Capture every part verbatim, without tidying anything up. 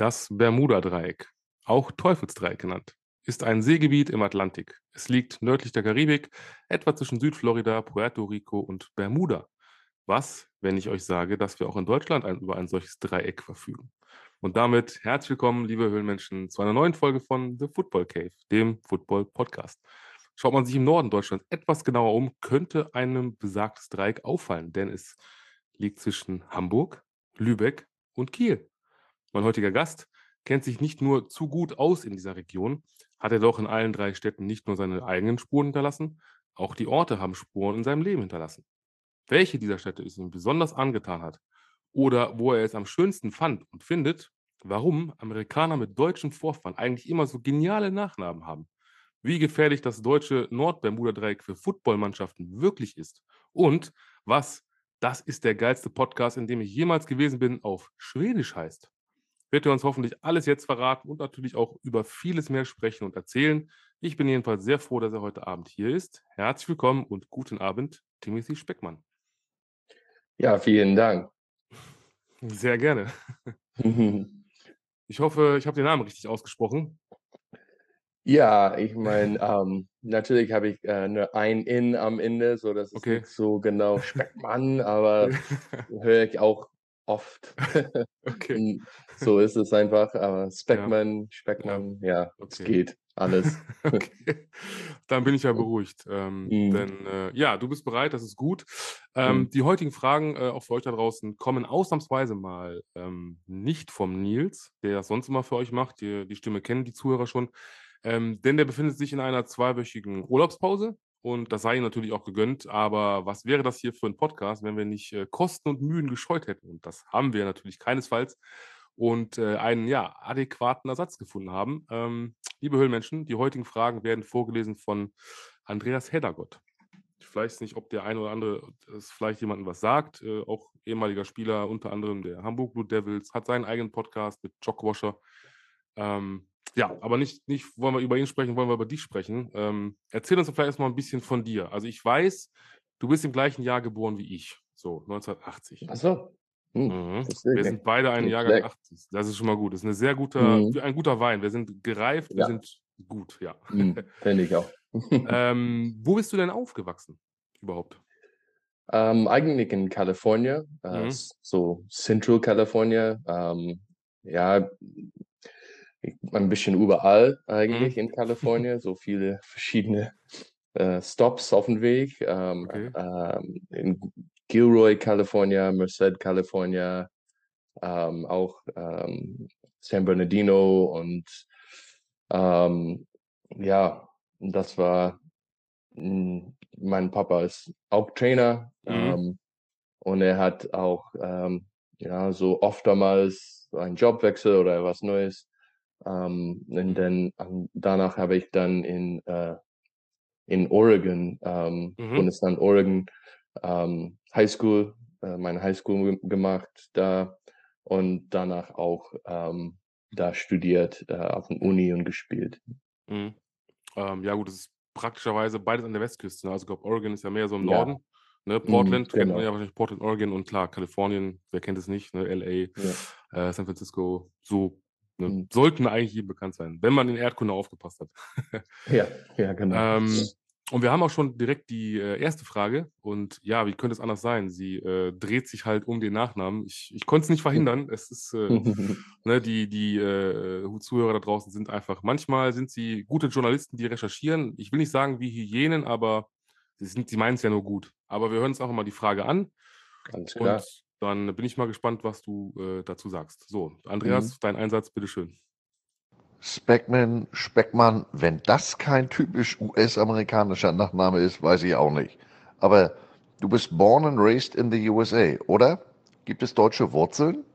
Das Bermuda-Dreieck, auch Teufelsdreieck genannt, ist ein Seegebiet im Atlantik. Es liegt nördlich der Karibik, etwa zwischen Südflorida, Puerto Rico und Bermuda. Was, wenn ich euch sage, dass wir auch in Deutschland ein, über ein solches Dreieck verfügen? Und damit herzlich willkommen, liebe Höhlenmenschen, zu einer neuen Folge von The Football Cave, dem Football-Podcast. Schaut man sich im Norden Deutschlands etwas genauer um, könnte einem besagtes Dreieck auffallen, denn es liegt zwischen Hamburg, Lübeck und Kiel. Mein heutiger Gast kennt sich nicht nur zu gut aus in dieser Region, hat er doch in allen drei Städten nicht nur seine eigenen Spuren hinterlassen, auch die Orte haben Spuren in seinem Leben hinterlassen. Welche dieser Städte es ihm besonders angetan hat oder wo er es am schönsten fand und findet, warum Amerikaner mit deutschem Vorfahren eigentlich immer so geniale Nachnamen haben, wie gefährlich das deutsche Nord-Bermuda-Dreieck für Footballmannschaften wirklich ist und was „Das ist der geilste Podcast, in dem ich jemals gewesen bin“ auf Schwedisch heißt, wird er uns hoffentlich alles jetzt verraten und natürlich auch über vieles mehr sprechen und erzählen. Ich bin jedenfalls sehr froh, dass er heute Abend hier ist. Herzlich willkommen und guten Abend, Timothy Speckmann. Ja, vielen Dank. Sehr gerne. Ich hoffe, ich habe den Namen richtig ausgesprochen. Ja, ich meine, ähm, natürlich habe ich, äh, nur ein N am Ende, so das ist Okay. nicht so genau Speckmann, aber höre ich auch oft. Okay. Hm, so ist es einfach, aber Ja. Speckmann, Ja. Speckmann, ja, es Okay. geht alles. Okay. Dann bin ich ja beruhigt. Ähm, Mhm. denn, äh, ja, du bist bereit, das ist gut. Mhm. Ähm, die heutigen Fragen, äh, auch für euch da draußen, kommen ausnahmsweise mal, ähm, nicht vom Nils, der das sonst immer für euch macht. Die die Stimme kennen die Zuhörer schon. Ähm, denn der befindet sich in einer zweiwöchigen Urlaubspause und das sei ihm natürlich auch gegönnt. Aber was wäre das hier für ein Podcast, wenn wir nicht, äh, Kosten und Mühen gescheut hätten? Und das haben wir natürlich keinesfalls und, äh, einen, ja, adäquaten Ersatz gefunden haben. Ähm, liebe Höhlenmenschen, die heutigen Fragen werden vorgelesen von Andreas Heddergott. Ich weiß nicht, ob der eine oder andere es vielleicht jemandem was sagt, äh, auch ehemaliger Spieler, unter anderem der Hamburg Blue Devils, hat seinen eigenen Podcast mit Jogwasher. Ähm, ja, aber nicht nicht wollen wir über ihn sprechen, wollen wir über dich sprechen. Ähm, erzähl uns doch vielleicht erst mal 'n bisschen von dir. Also, ich weiß, du bist im gleichen Jahr geboren wie ich, so neunzehnhundertachtzig. Ach so. Hm, Mhm. wusste ich Wir nicht. sind beide ein Nicht Jahrgang schlecht. achtzig. Das ist schon mal gut. Das ist 'ne sehr guter wie Mhm. ein guter Wein. Wir sind gereift, wir Ja. sind gut, ja. Mhm, finde ich auch. Ähm, wo bist du denn aufgewachsen überhaupt? Ähm, eigentlich in California, äh, Mhm. s so Central California, ähm, ja, i ein bisschen überall Mhm. eigentlich in California, so viele verschiedene, äh, Stops auf'm Weg, ähm, Okay. ähm, in Gilroy, California, Merced, California, ähm, auch, ähm, San Bernardino und, ähm, ja, das war hm, mein Papa ist auch Trainer, Mhm. ähm, und er hat auch, ähm, ja, so oftmals einen Jobwechsel oder was Neues. Ähm, und Mhm. dann, ähm, danach habe ich dann in, äh in Oregon, ähm, Mhm. Bundesland Oregon, ähm, Highschool äh, meine Highschool ge gemacht da und danach auch, ähm, da studiert, äh, auf 'n Mhm. Uni und gespielt. Mhm. Ähm, ja gut, das ist praktischerweise beides an der Westküste, ne? Also, ich glaube, Oregon ist ja mehr so im Ja. Norden, ne? Mhm, Portland kennt man ja genau. wahrscheinlich, Portland, Oregon und klar, Kalifornien, wer kennt es nicht, ne? Ja. L.A., äh, San Francisco, so, ne? Mhm. Sollten eigentlich jedem bekannt sein, wenn man in Erdkunde aufgepasst hat. Ja, ja, genau. Ähm, und wir haben auch schon direkt die, äh, erste Frage und ja, wie könnte es anders sein? Sie, äh, dreht sich halt um den Nachnamen. Ich ich konnte es nicht verhindern. Es ist, äh, ne, die die, äh, äh, Zuhörer da draußen sind einfach manchmal sind sie gute Journalisten, die recherchieren. Ich will nicht sagen wie Hyänen, aber sie sind sie meinen's ja nur gut. Aber wir hören uns einfach mal die Frage an Alles klar. und dann bin ich mal gespannt, was du, äh, dazu sagst. So, Mhm. Andreas, dein Einsatz, bitteschön. Speckman, Speckmann, wenn das kein typisch U S-amerikanischer Nachname ist, weiß ich auch nicht. Aber du bist born and raised in the U S A, oder? Gibt es deutsche Wurzeln?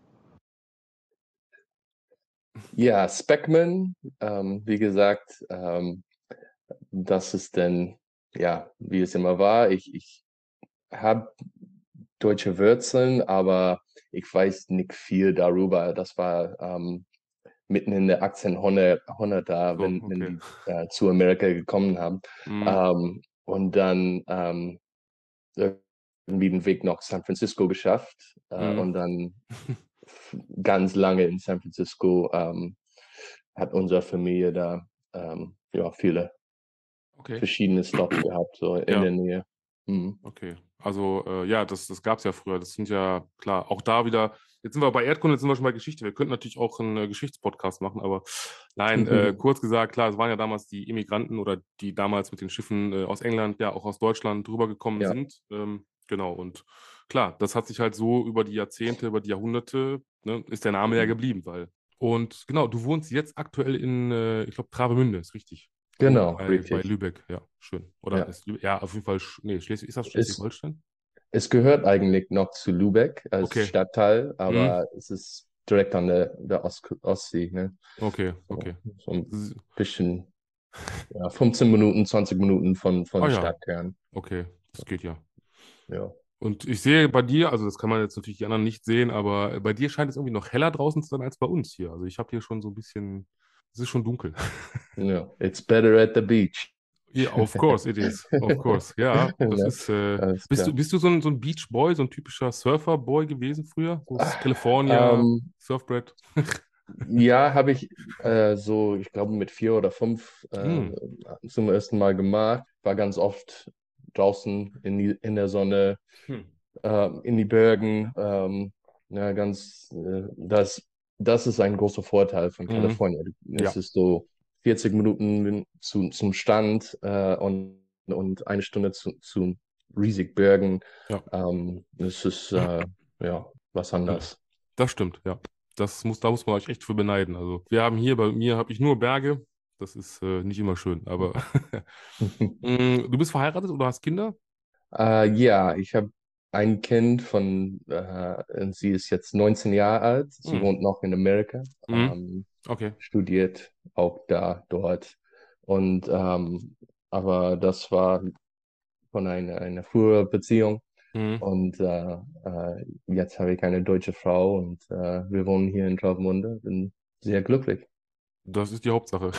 Ja, Speckman, ähm, wie gesagt, ähm, das ist dann, ja, wie es immer war. Ich ich habe deutsche Wurzeln, aber ich weiß nicht viel darüber. Das war, ähm, mitten in der achtzehnhundert hunderter, So, wenn wenn okay. die, äh, zu Amerika gekommen haben. Mhm. Ähm, und dann, ähm, irgendwie den Weg nach San Francisco geschafft, äh, Mhm. und dann ganz lange in San Francisco, ähm, hat unsere Familie da ähm, ja, viele Okay. verschiedene Stops gehabt, so in Ja. der Nähe. Mhm. Okay. Also, äh, ja, das das gab's ja früher. Das sind ja klar, auch da wieder jetzt sind wir bei Erdkunde, jetzt sind wir schon bei Geschichte. Wir könnten natürlich auch 'n, äh, Geschichtspodcast machen, aber nein, äh, kurz gesagt, klar, es waren ja damals die Immigranten oder die damals mit den Schiffen, äh, aus England, ja auch aus Deutschland rübergekommen Ja. sind. Ähm, genau und klar, das hat sich halt so über die Jahrzehnte, über die Jahrhunderte, ne, ist der Name ja Mhm. geblieben, weil und genau, du wohnst jetzt aktuell in, äh, ich glaube, Travemünde, ist richtig? Oben Genau, bei bei richtig. Lübeck, ja, schön. Oder Ja. ist Lü ja, auf jeden Fall Sch ne, Schleswig ist das Es Schleswig-Holstein? es gehört eigentlich noch zu Lübeck als Okay. Stadtteil, Mhm. aber es ist direkt an der der Ostkü Ostsee, ne? Okay, So okay. so 'n S bisschen, ja, fünfzehn Minuten, zwanzig Minuten von Ah von ja, Stadtkern. okay, das geht ja. Ja. Und ich sehe bei dir also, das kann man jetzt natürlich die anderen nicht sehen, aber, äh, bei dir scheint es irgendwie noch heller draußen zu sein als bei uns hier. Also, ich habe hier schon so 'n bisschen es ist schon dunkel. Ja, it's better at the beach. Ja, of course it is. Of course. Ja, das Ne? ist, äh Alles bist du klar. bist du so 'n so 'n Beach Boy, so 'n typischer Surfer-Boy gewesen früher? So s Ah, California, ähm, Surfbrett? ja, habe ich, äh, so, ich glaube, mit vier oder fünf äh, Mhm. zum ersten Mal gemacht. War ganz oft draußen in die in der Sonne, Hm. ähm, in die Bergen. Ähm, ja, ganz, äh, das das ist ein großer Vorteil von Mhm. Kalifornien. Es Ja. ist so vierzig Minuten zu zum Strand, äh, und und eine Stunde zu zu riesig Bergen. Ja. Ähm, es ist, äh, ja, was Ja. anderes. Das stimmt, ja. Das muss da muss man euch echt für beneiden. Also, wir haben hier bei mir habe ich nur Berge. Das ist, äh, nicht immer schön, aber hm, du bist verheiratet oder hast Kinder? Äh, ja, ich habe ein Kind von, äh, und sie ist jetzt neunzehn Jahre alt. Sie Mhm. wohnt noch in Amerika, Mhm. ähm, Okay. studiert auch da, dort. Und, ähm, aber das war von einer, einer früheren Beziehung. Mhm. Und äh, äh, jetzt habe ich eine deutsche Frau und äh, wir wohnen hier in Travemünde. Bin sehr glücklich. Das ist die Hauptsache.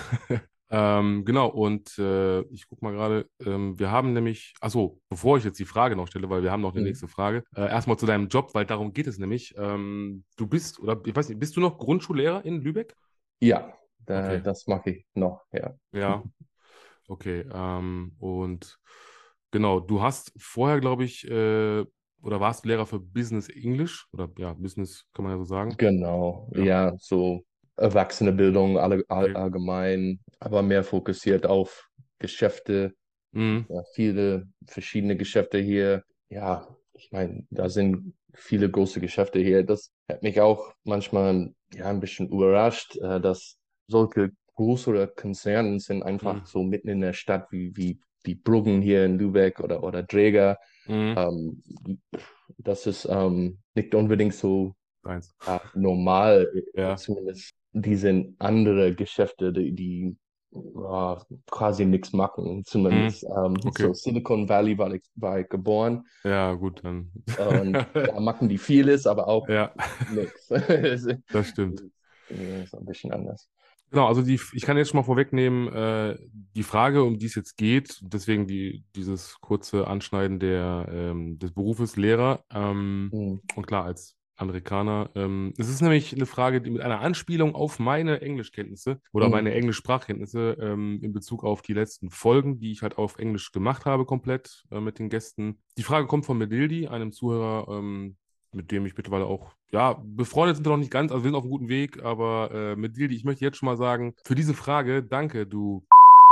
Ähm, genau, und, äh, ich gucke mal grade, ähm, wir haben nämlich ach so, bevor ich jetzt die Frage noch stelle, weil wir haben noch 'ne Mhm. nächste Frage. Äh, erst mal zu deinem Job, weil darum geht es nämlich. Ähm, du bist oder ich weiß nicht, bist du noch Grundschullehrer in Lübeck? Ja, da, Okay. das mache ich noch, ja. Ja, okay. Ähm, und genau, du hast vorher, glaube ich, äh oder warst Lehrer für Business English oder ja, Business kann man ja so sagen. Genau, Ja, ja, so Erwachsenenbildung alle, all, okay. allgemein, aber mehr fokussiert auf Geschäfte, Mhm. ja, viele verschiedene Geschäfte hier. Ja, ich meine, da sind viele große Geschäfte hier. Das hat mich auch manchmal ja ein bisschen überrascht, äh, dass solche große Konzerne sind einfach Mhm. so mitten in der Stadt wie, wie, wie Bruggen hier in Lübeck oder, oder Dräger. Mhm. Ähm, das ist ähm, nicht unbedingt so Deins. ja, normal, äh, Ja. zumindest. Die sind andere Geschäfte, die, die ja, quasi nichts machen. Mhm. Zumindest ähm, Okay. so Silicon Valley war ich, war ich geboren Ja, gut, dann. und da machen die vieles, aber auch Ja, nichts. Das ist das stimmt. ja, so ein bisschen anders. Genau, also die ich kann jetzt schon mal vorwegnehmen, äh, die Frage, um die es jetzt geht, deswegen die dieses kurze Anschneiden der, ähm, des Berufes Lehrer, ähm, Hm. und klar, als Amerikaner, ähm, es ist nämlich eine Frage, die mit einer Anspielung auf meine Englischkenntnisse oder Hm. meine Englischsprachkenntnisse, ähm, in Bezug auf die letzten Folgen, die ich halt auf Englisch gemacht habe komplett, äh, mit den Gästen. Die Frage kommt von Medildi, einem Zuhörer, ähm, mit dem ich mittlerweile auch, ja, befreundet sind wir noch nicht ganz, also wir sind auf einem guten Weg, aber äh, mit Dildi, ich möchte jetzt schon mal sagen, für diese Frage, danke, du.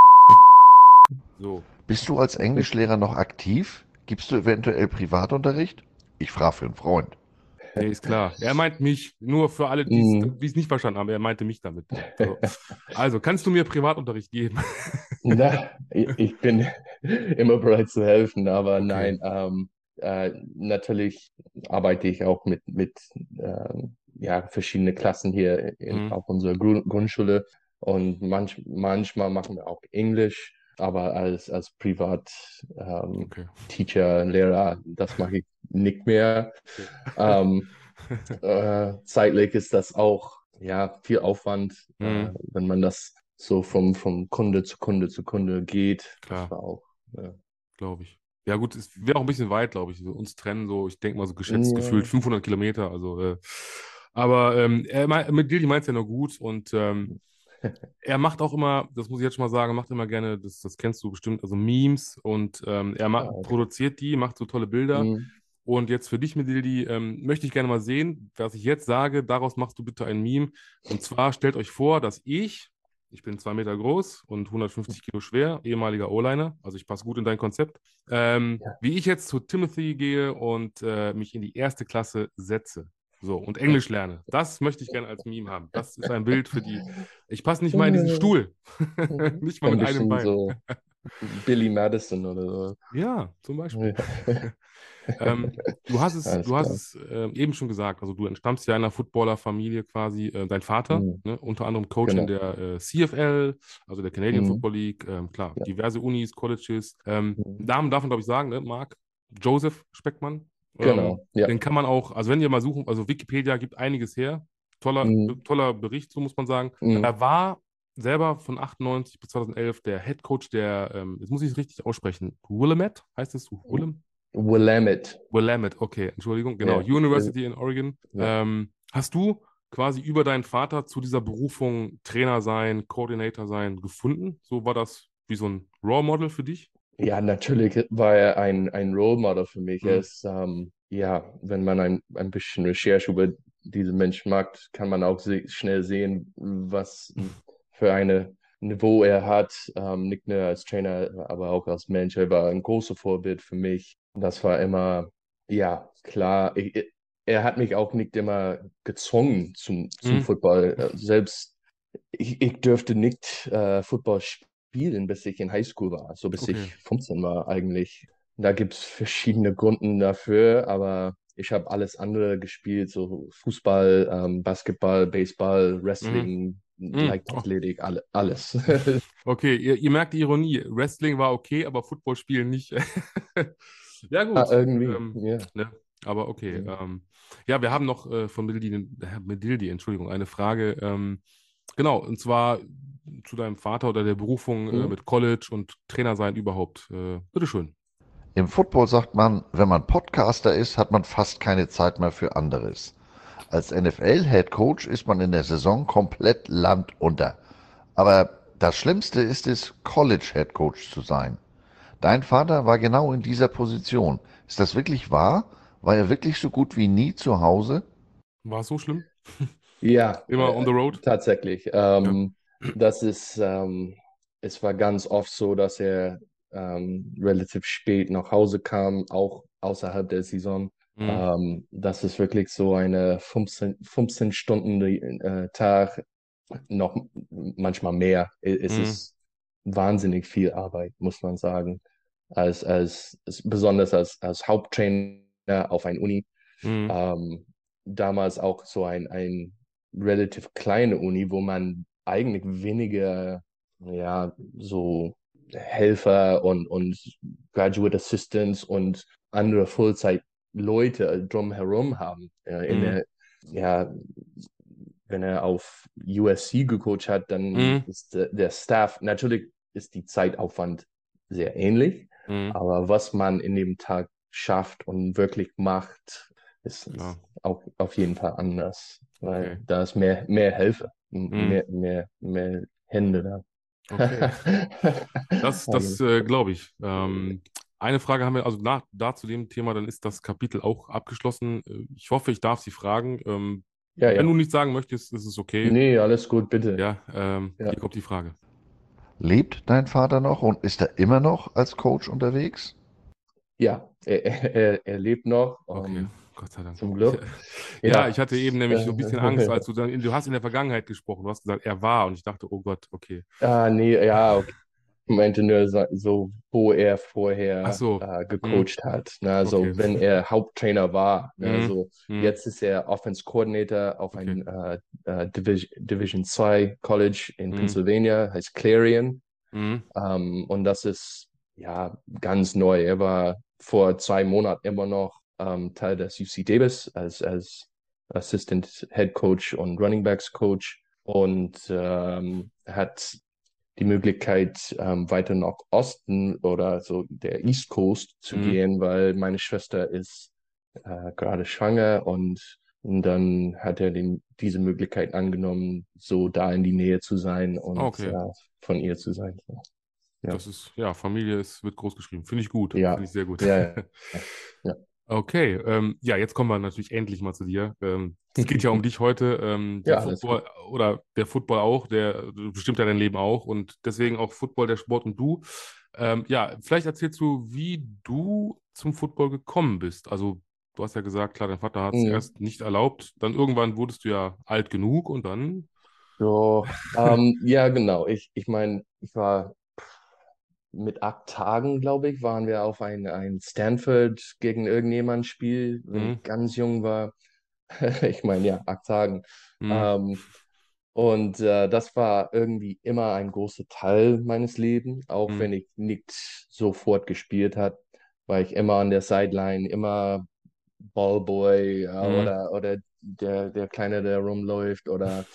So. Bist du als Englischlehrer noch aktiv? Gibst du eventuell Privatunterricht? Ich frage für einen Freund. Nee, ist klar. Er meint mich, nur für alle, die es Hm. die es nicht verstanden haben, er meinte mich damit. So. Also, kannst du mir Privatunterricht geben? Na, ich ich bin immer bereit zu helfen, aber Okay. nein, ähm, äh, natürlich arbeite ich auch mit, mit ähm, ja, verschiedenen Klassen hier in, Mhm. auf unserer Grund Grundschule und manch, manchmal machen wir auch Englisch, aber als, als Privat ähm, Okay. Teacher, Lehrer, das mache ich nicht mehr. Okay. Ähm, äh, zeitlich ist das auch ja viel Aufwand, äh, Mhm. wenn man das so vom, vom Kunde zu Kunde zu Kunde geht. Das Klar, war auch. Ja, glaube ich. Ja, gut, es wäre auch ein bisschen weit, glaube ich. So, uns trennen so, ich denke mal so geschätzt gefühlt ja, fünfhundert Kilometer. Also, äh, Aber ähm, er, mei- mit Dildi meint es ja nur gut und ähm, er macht auch immer, das muss ich jetzt schon mal sagen, macht immer gerne, das, das kennst du bestimmt, also Memes und ähm, er ma Ah, okay. produziert die, macht so tolle Bilder. Mhm. Und jetzt für dich, Medildi, ähm, möchte ich gerne mal sehen, was ich jetzt sage. Daraus machst du bitte ein Meme. Und zwar stellt euch vor, dass ich, ich bin zwei Meter groß und hundertfünfzig Kilo schwer, ehemaliger O-Liner, also ich passe gut in dein Konzept, ähm, Ja. wie ich jetzt zu Timothy gehe und äh, mich in die erste Klasse setze. So, und Englisch lerne. Das möchte ich gerne als Meme haben. Das ist ein Bild für die. Ich passe nicht mal in diesen Stuhl. Nicht mal Ein mit einem bisschen Bein. so Billy Madison oder so. Ja, zum Beispiel. Ja. Ähm, du hast es, Alles du hast klar. es äh, eben schon gesagt, also du entstammst ja einer Footballer-Familie quasi. Äh, dein Vater, Mhm. ne, unter anderem Coach in Genau. der äh, C F L, also der Canadian Mhm. Football League, ähm, klar, Ja. diverse Unis, Colleges. Ähm, Mhm. Namen darf man, glaube ich, sagen, ne? Mark Joseph Speckmann. Ähm, Genau. Ja. den kann man auch, also wenn ihr mal suchen, also Wikipedia gibt einiges her. Toller, Mhm. toller Bericht, so muss man sagen. Mhm. Er war selber von achtundneunzig bis zweitausendelf der Head Coach der, ähm, jetzt muss ich es richtig aussprechen, Willamette, heißt es so? Willam? Willamette. Willamette, okay, Entschuldigung, genau, Ja. Ist- University in Oregon. Ja. Ähm, hast du quasi über deinen Vater zu dieser Berufung Trainer sein, Coordinator sein gefunden? So war das wie so ein Role Model für dich? Ja, natürlich war er ein, ein Role Model für mich. Er Hm, ist, ähm, ja, wenn man ein, ein bisschen Recherche über diesen Menschen macht, kann man auch se schnell sehen, was für eine Niveau er hat. Ähm, nicht nur als Trainer, aber auch als Mensch. Er war ein großes Vorbild für mich. Das war immer, ja, klar. Ich, er hat mich auch nicht immer gezwungen zum, zum hm, Football. Äh, Selbst ich, ich dürfte nicht äh, Football spielen, bis ich in Highschool war, so bis okay. ich fünfzehn war eigentlich. Da gibt es verschiedene Gründe dafür, aber ich habe alles andere gespielt, so Fußball, ähm, Basketball, Baseball, Mhm. Wrestling, Hm. Oh, Leichtathletik, alle, alles. okay, ihr, ihr merkt die Ironie. Wrestling war okay, aber Football spielen nicht. Ja, Ah, gut. irgendwie, Ähm, ja. ne? Aber okay. Ja. Ähm, ja, wir haben noch äh, von Medildi, äh, Medildi, Entschuldigung, eine Frage. Ähm, genau, und zwar zu deinem Vater oder der Berufung äh, Hm? mit College und Trainer sein überhaupt. Äh, bitteschön. Im Football sagt man, wenn man Podcaster ist, hat man fast keine Zeit mehr für anderes. Als N F L-Head Coach ist man in der Saison komplett landunter. Aber das Schlimmste ist es, College-Head Coach zu sein. Dein Vater war genau in dieser Position. Ist das wirklich wahr? War er wirklich so gut wie nie zu Hause? War es so schlimm? Ja, Immer on äh, the road? tatsächlich. Ja. Ähm, das ist, ähm, es war ganz oft so, dass er ähm, relativ spät nach Hause kam, auch außerhalb der Saison. Mhm. Ähm, das ist wirklich so eine fünfzehn, fünfzehn Stunden äh, Tag, noch manchmal mehr. Es Mhm. ist wahnsinnig viel Arbeit, muss man sagen. Als, als, besonders als, als Haupttrainer auf einer Uni. Mhm. Ähm, damals auch so ein, ein relativ kleine Uni, wo man eigentlich weniger, ja, so Helfer und, und Graduate Assistants und andere Vollzeit-Leute drumherum haben. Äh, in Mhm. der, ja, wenn er auf U S C gecoacht hat, dann Mhm. ist der, der Staff, natürlich ist die Zeitaufwand sehr ähnlich, Mhm. aber was man in dem Tag schafft und wirklich macht, ist, Klar. ist auch auf jeden Fall anders, Okay. weil da ist mehr, mehr Hilfe, Mhm. mehr, mehr, mehr Hände da. Okay. Das, das Eigentlich. äh, glaube ich. Ähm, eine Frage haben wir, also nach, da zu dem Thema, dann ist das Kapitel auch abgeschlossen. Äh, Ich hoffe, ich darf Sie fragen. Ähm, Ja, wenn du ja. nicht sagen möchtest, ist es okay. Nee, alles gut, bitte. Ja, ähm, Ja. hier kommt die Frage. Lebt dein Vater noch und ist er immer noch als Coach unterwegs? Ja, er, er, er lebt noch, Okay, ähm, Gott sei Dank. zum Ich, Glück. ja, ich Ja. hatte eben nämlich so ein bisschen Angst, Äh, als du dann, du hast in der Vergangenheit gesprochen, du hast gesagt, er war und ich dachte, oh Gott, okay. Ah, nee, ja, okay. Ich meinte nur so, so, wo er Ach vorher so, äh, hm, gecoacht hat. Ne? Also okay. wenn er Haupttrainer war. Ne? Hm, Also hm, jetzt ist er Offense Coordinator auf okay. ein äh, äh, Division, Division zwei College in Hm, Pennsylvania, heißt Clarion. hm, Ähm, und das ist ja ganz neu. Er war vor zwei Monaten immer noch ähm, Teil des U C Davis als, als Assistant Head Coach und Running Backs Coach und ähm, hat die Möglichkeit, ähm, weiter nach Osten oder so der East Coast zu hm, gehen, weil meine Schwester ist äh, gerade schwanger und und dann hat er den, diese Möglichkeit angenommen, so da in die Nähe zu sein Ah, und okay. äh, von ihr zu sein. So, ja, Das ist, ja, Familie ist, wird groß geschrieben. Finde ich gut. Finde ja, ich sehr gut. ja, ja, ja. Okay, ähm, ja, jetzt kommen wir natürlich endlich mal zu dir. Ähm, es geht ja um dich heute. Ähm, der Ja, alles gut. Football oder der Football auch, der bestimmt ja dein Leben auch und deswegen auch Football, der Sport und du. Ähm, ja, vielleicht erzählst du, wie du zum Football gekommen bist. Also, du hast ja gesagt, klar, dein Vater hat es Mhm. erst nicht erlaubt. Dann irgendwann wurdest du ja alt genug und dann. So, ähm, ja, genau. Ich, ich meine, ich war mit acht Tagen, glaube ich, waren wir auf ein, ein Stanford gegen irgendjemand Spiel, wenn Hm, ich ganz jung war. Ich meine, ja, acht Tagen. hm, Ähm, und äh, das war irgendwie immer ein großer Teil meines Lebens, auch hm, wenn ich nicht sofort gespielt habe, war ich immer an der Sideline, immer Ballboy, ja, hm, oder, oder der, der Kleine, der rumläuft oder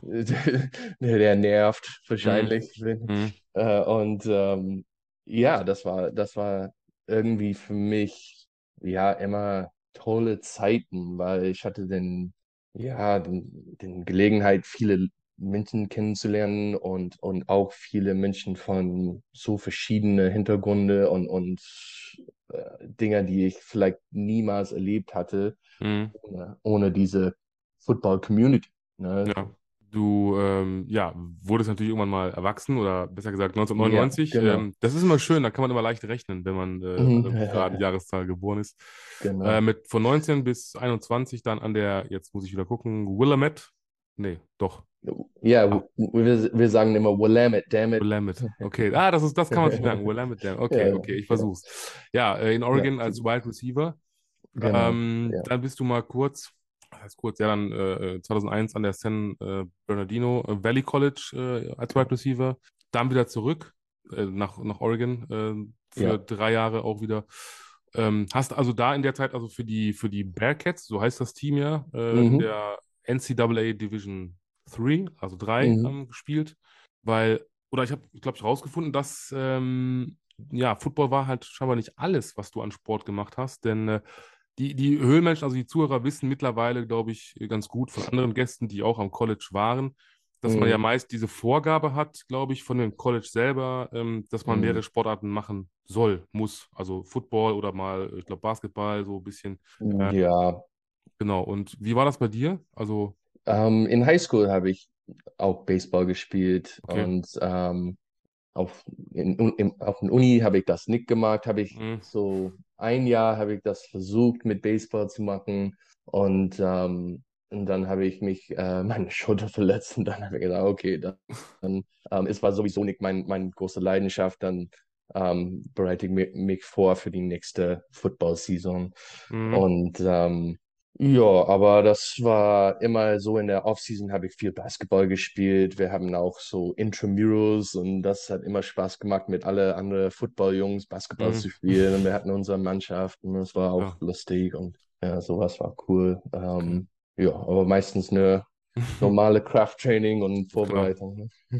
der, der nervt hm, wahrscheinlich. hm, Äh, und ähm, ja, das war, das war irgendwie für mich ja immer tolle Zeiten, weil ich hatte den, ja, den, den Gelegenheit, viele Menschen kennenzulernen und, und auch viele Menschen von so verschiedenen Hintergründe und, und äh, Dinge, die ich vielleicht niemals erlebt hatte, hm. ohne, ohne diese Football-Community. Ne? Ja, du ähm, ja, wurdest natürlich irgendwann mal erwachsen oder besser gesagt Ja, neunzehnhundertneunundneunzig. genau. Ähm, das ist immer schön, da kann man immer leicht rechnen, wenn man äh, an einer geraden Jahreszahl geboren ist. Äh, Genau. mit von neunzehn bis einundzwanzig dann an der, jetzt muss ich wieder gucken, Willamette. Nee, doch. Ja, Ah, wir, wir sagen immer Willamette, damn it. Willamette. Okay, ah, das ist, das kann man sich merken. Willamette, damn. Okay, Ja, okay, ich genau. versuch's. Ja, äh, in Ja, Oregon als Wide Receiver. genau. Ähm, Ja. dann bist du mal kurz, was heißt kurz, ja, dann äh, zweitausendeins an der San äh, Bernardino äh, Valley College äh, als Wide Receiver. Dann wieder zurück äh, nach, nach Oregon äh, für Ja. drei Jahre auch wieder. Ähm, hast also da in der Zeit also für die, für die Bearcats, so heißt das Team ja, äh, in Mhm. der N C A A Division drei, also drei Mhm. ähm, gespielt, weil, oder ich habe, glaube ich, rausgefunden, dass ähm, ja, Football war halt scheinbar nicht alles, was du an Sport gemacht hast, denn äh, die, die Höhlenmenschen, also die Zuhörer, wissen mittlerweile, glaube ich, ganz gut von anderen Gästen, die auch am College waren, dass man ja Mhm. meist diese Vorgabe hat, glaube ich, von dem College selber, ähm, dass man mehrere Mhm. Sportarten machen soll, muss. Also Football oder mal, ich glaube, Basketball, so ein bisschen. Äh, Ja. genau. Und wie war das bei dir? Also, Ähm, in Highschool habe ich auch Baseball gespielt okay. und ähm, auf, in, in, auf der Uni habe ich das nicht gemacht, habe ich Mhm. so ein Jahr habe ich das versucht mit Baseball zu machen und, ähm, und dann habe ich mich äh, meine Schulter verletzt und dann habe ich gesagt, okay, dann, dann ähm, es war sowieso nicht mein, meine große Leidenschaft, dann ähm, bereite ich mi- mich vor für die nächste Football-Saison Mhm. und ähm, ja, aber das war immer so in der Offseason habe ich viel Basketball gespielt. Wir haben auch so Intramurals und das hat immer Spaß gemacht, mit alle anderen Football-Jungs Basketball Mhm. zu spielen. Und wir hatten unsere Mannschaft und das war auch Ja, lustig und ja, sowas war cool. okay. Ähm, ja, aber meistens nur normale Krafttraining und Ist klar. Vorbereitung. Ne?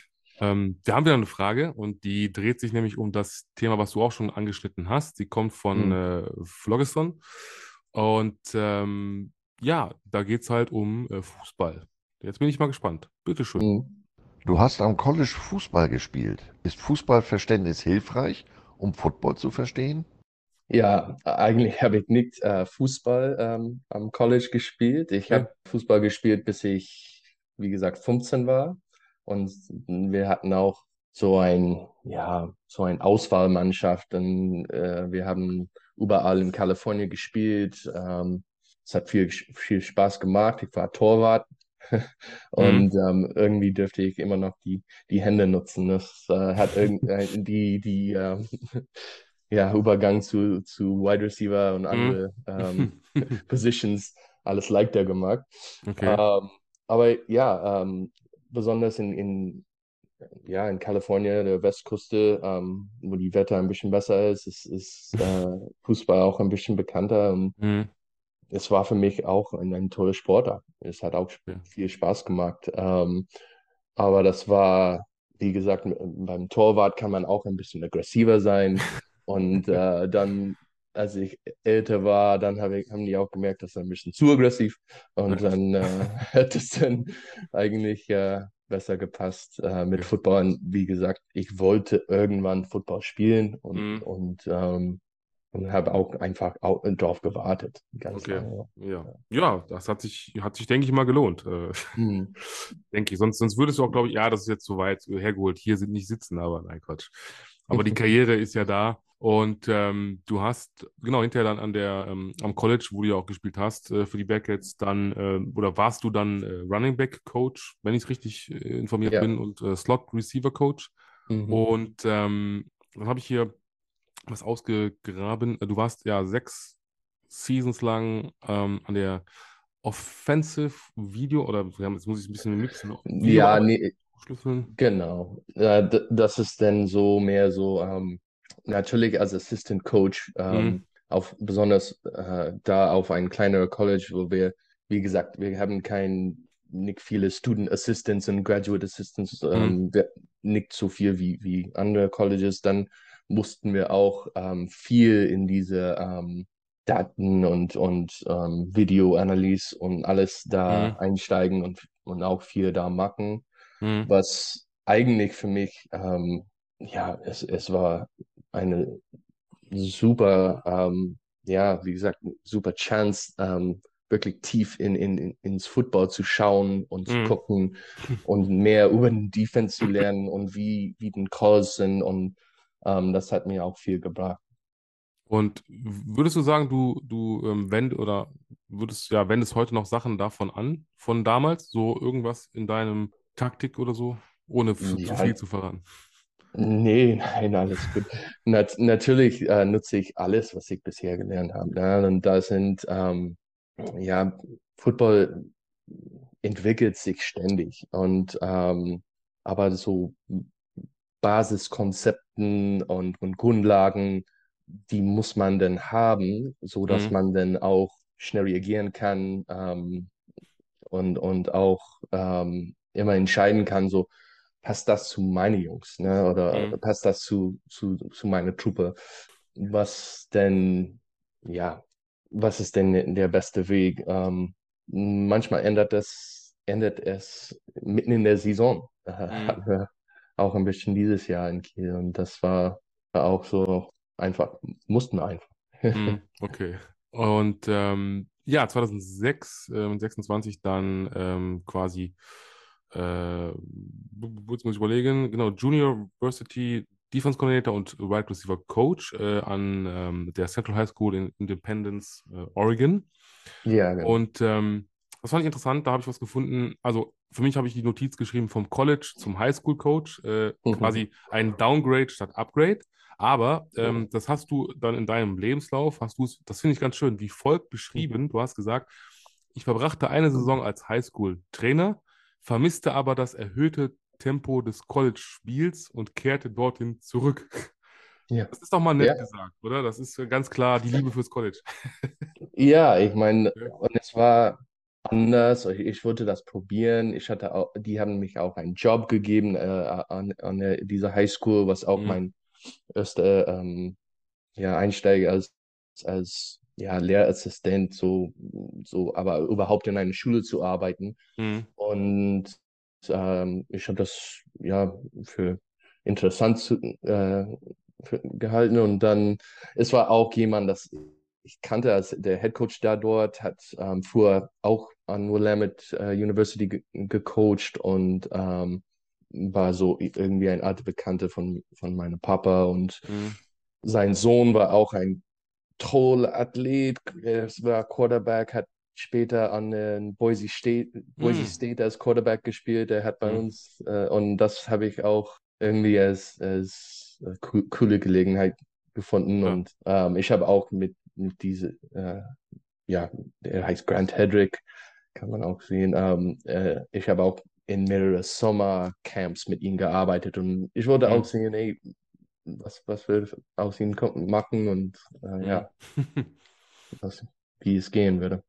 Ähm, wir haben wieder eine Frage und die dreht sich nämlich um das Thema, was du auch schon angeschnitten hast. Sie kommt von Hm. äh, Phlogiston und ähm, ja, da geht es halt um äh, Fußball. Jetzt bin ich mal gespannt. Bitteschön. Hm. Du hast am College Fußball gespielt. Ist Fußballverständnis hilfreich, um Football zu verstehen? Ja, eigentlich habe ich nicht äh, Fußball ähm, am College gespielt. Ich Okay. habe Fußball gespielt, bis ich, wie gesagt, fünfzehn war. Und wir hatten auch so ein, ja, so ein Auswahlmannschaft. Und äh, wir haben überall in Kalifornien gespielt. Ähm, es hat viel, viel Spaß gemacht. Ich war Torwart. Mhm. Und ähm, irgendwie dürfte ich immer noch die, die Hände nutzen. Das äh, hat irgend, äh, die, die, ähm, ja, Übergang zu, zu Wide Receiver und Mhm. andere ähm, Positions alles leichter gemacht. Okay. Ähm, aber ja, ähm, besonders in, in, ja, in Kalifornien, der Westküste, ähm, wo die Wetter ein bisschen besser ist, ist, ist äh, Fußball auch ein bisschen bekannter. Und Mhm. es war für mich auch ein, ein toller Sportart. Es hat auch Okay. viel Spaß gemacht. Ähm, aber das war, wie gesagt, beim Torwart kann man auch ein bisschen aggressiver sein. Und äh, dann als ich älter war, dann hab ich, haben die auch gemerkt, dass er ein bisschen zu aggressiv und dann äh, hat es dann eigentlich äh, besser gepasst äh, mit Okay. Football. Und wie gesagt, ich wollte irgendwann Football spielen und, Mhm. und, ähm, und habe auch einfach au- drauf gewartet, ganz Okay. lange. Ja. Ja, das hat sich, hat sich, denke ich mal, gelohnt. Äh, Mhm. denke ich. Sonst, sonst würdest du auch, glaube ich, ja, das ist jetzt so weit hergeholt. Hier sind nicht sitzen, aber nein, Quatsch. Aber die Karriere ist ja da. Und ähm, du hast, genau, hinterher dann an der, ähm, am College, wo du ja auch gespielt hast, äh, für die Bearcats, dann, äh, oder warst du dann äh, Running Back Coach, wenn ich richtig äh, informiert Ja. bin, und äh, Slot Receiver Coach. Mhm. Und ähm, dann habe ich hier was ausgegraben. Du warst ja sechs Seasons lang ähm, an der Offensive Video, oder wir haben- jetzt muss ich ein bisschen mit bisschen Ja, Videoarbeit nee, schlüsseln. genau. Äh, d- das ist dann so mehr so, ähm, natürlich als Assistant Coach, Mhm. ähm, auf besonders äh, da auf ein kleinerer College, wo wir, wie gesagt, wir haben kein, nicht viele Student Assistants und Graduate Assistants, Mhm. ähm, wir, nicht so viel wie, wie andere Colleges. Dann mussten wir auch ähm, viel in diese ähm, Daten und, und ähm, Videoanalyse und alles da Mhm. einsteigen und, und auch viel da machen, Mhm. was eigentlich für mich, ähm, ja, es, es war eine super, ähm, ja, wie gesagt, super Chance, ähm, wirklich tief in, in, in, ins Football zu schauen und zu Mhm. gucken und mehr über den Defense zu lernen und wie, wie den Calls sind und ähm, das hat mir auch viel gebracht. Und würdest du sagen, du, du ähm, wend oder würdest, ja, wendest heute noch Sachen davon an, von damals, so irgendwas in deinem Taktik oder so, ohne f- zu Ja, viel zu verraten? nee, nein, alles gut. Nat natürlich äh, nutze ich alles, was ich bisher gelernt habe. Ne? Und da sind, ähm, ja, Football entwickelt sich ständig. Und ähm, aber so Basiskonzepten und, und Grundlagen, die muss man dann haben, so dass Mhm. man dann auch schnell reagieren kann, ähm, und, und auch ähm, immer entscheiden kann, so passt das zu meinen Jungs, ne? Oder Mhm. passt das zu, zu, zu meiner Truppe? Was denn, ja, was ist denn der beste Weg? Ähm, manchmal ändert das, ändert es mitten in der Saison. Äh, Mhm. hatten wir auch ein bisschen dieses Jahr in Kiel und das war auch so einfach, mussten wir einfach. Mhm. Okay. Und ähm, ja, zweitausendsechs, ähm, sechsundzwanzig dann ähm, quasi, äh, bu- bu- jetzt muss ich überlegen, genau, Junior Varsity Defense Coordinator und Wide Receiver Coach äh, an ähm, der Central High School in Independence, äh, Oregon. Ja, genau. Und ähm, das fand ich interessant, da habe ich was gefunden. Also für mich habe ich die Notiz geschrieben vom College zum High School Coach, äh, quasi ein Downgrade statt Upgrade. Aber ähm, das hast du dann in deinem Lebenslauf, hast du es, das finde ich ganz schön, wie folgt beschrieben. Du hast gesagt, ich verbrachte eine Saison als Highschool-Trainer, vermisste aber das erhöhte Tempo des College-Spiels und kehrte dorthin zurück. Ja. Das ist doch mal Ja, nett gesagt, oder? Das ist ganz klar die Liebe fürs College. ja, ich meine, Ja. und es war anders. Ich, ich wollte das probieren. Ich hatte auch, die haben mich auch einen Job gegeben äh, an, an der, dieser Highschool, was auch Mhm. mein erster ähm, ja, Einsteiger als, als ja, Lehrassistent, so, so, aber überhaupt in einer Schule zu arbeiten. Mhm. Und ähm, ich habe das ja für interessant zu, äh, für, gehalten. Und dann, es war auch jemand, das ich kannte, als der Head Coach da dort, hat ähm, früher auch an Willamette äh, University ge gecoacht und ähm, war so irgendwie ein alter Bekannter von, von meinem Papa. Und Mhm. sein Sohn war auch ein toller Athlet. Er war Quarterback, hat später an äh, Boise State, Boise Mhm. State als Quarterback gespielt. Er hat bei Mhm. uns, äh, und das habe ich auch irgendwie als, als äh, co coole Gelegenheit gefunden. Ja. Und ähm, ich habe auch mit, mit diese, äh, ja, der heißt Grant Hedrick, kann man auch sehen. Ähm, äh, ich habe auch in mehrere Sommercamps mit ihm gearbeitet und ich wollte auch Mhm. sehen, ey, was, was wir aus ihm ko- machen und äh, Mhm. ja, was, wie es gehen würde.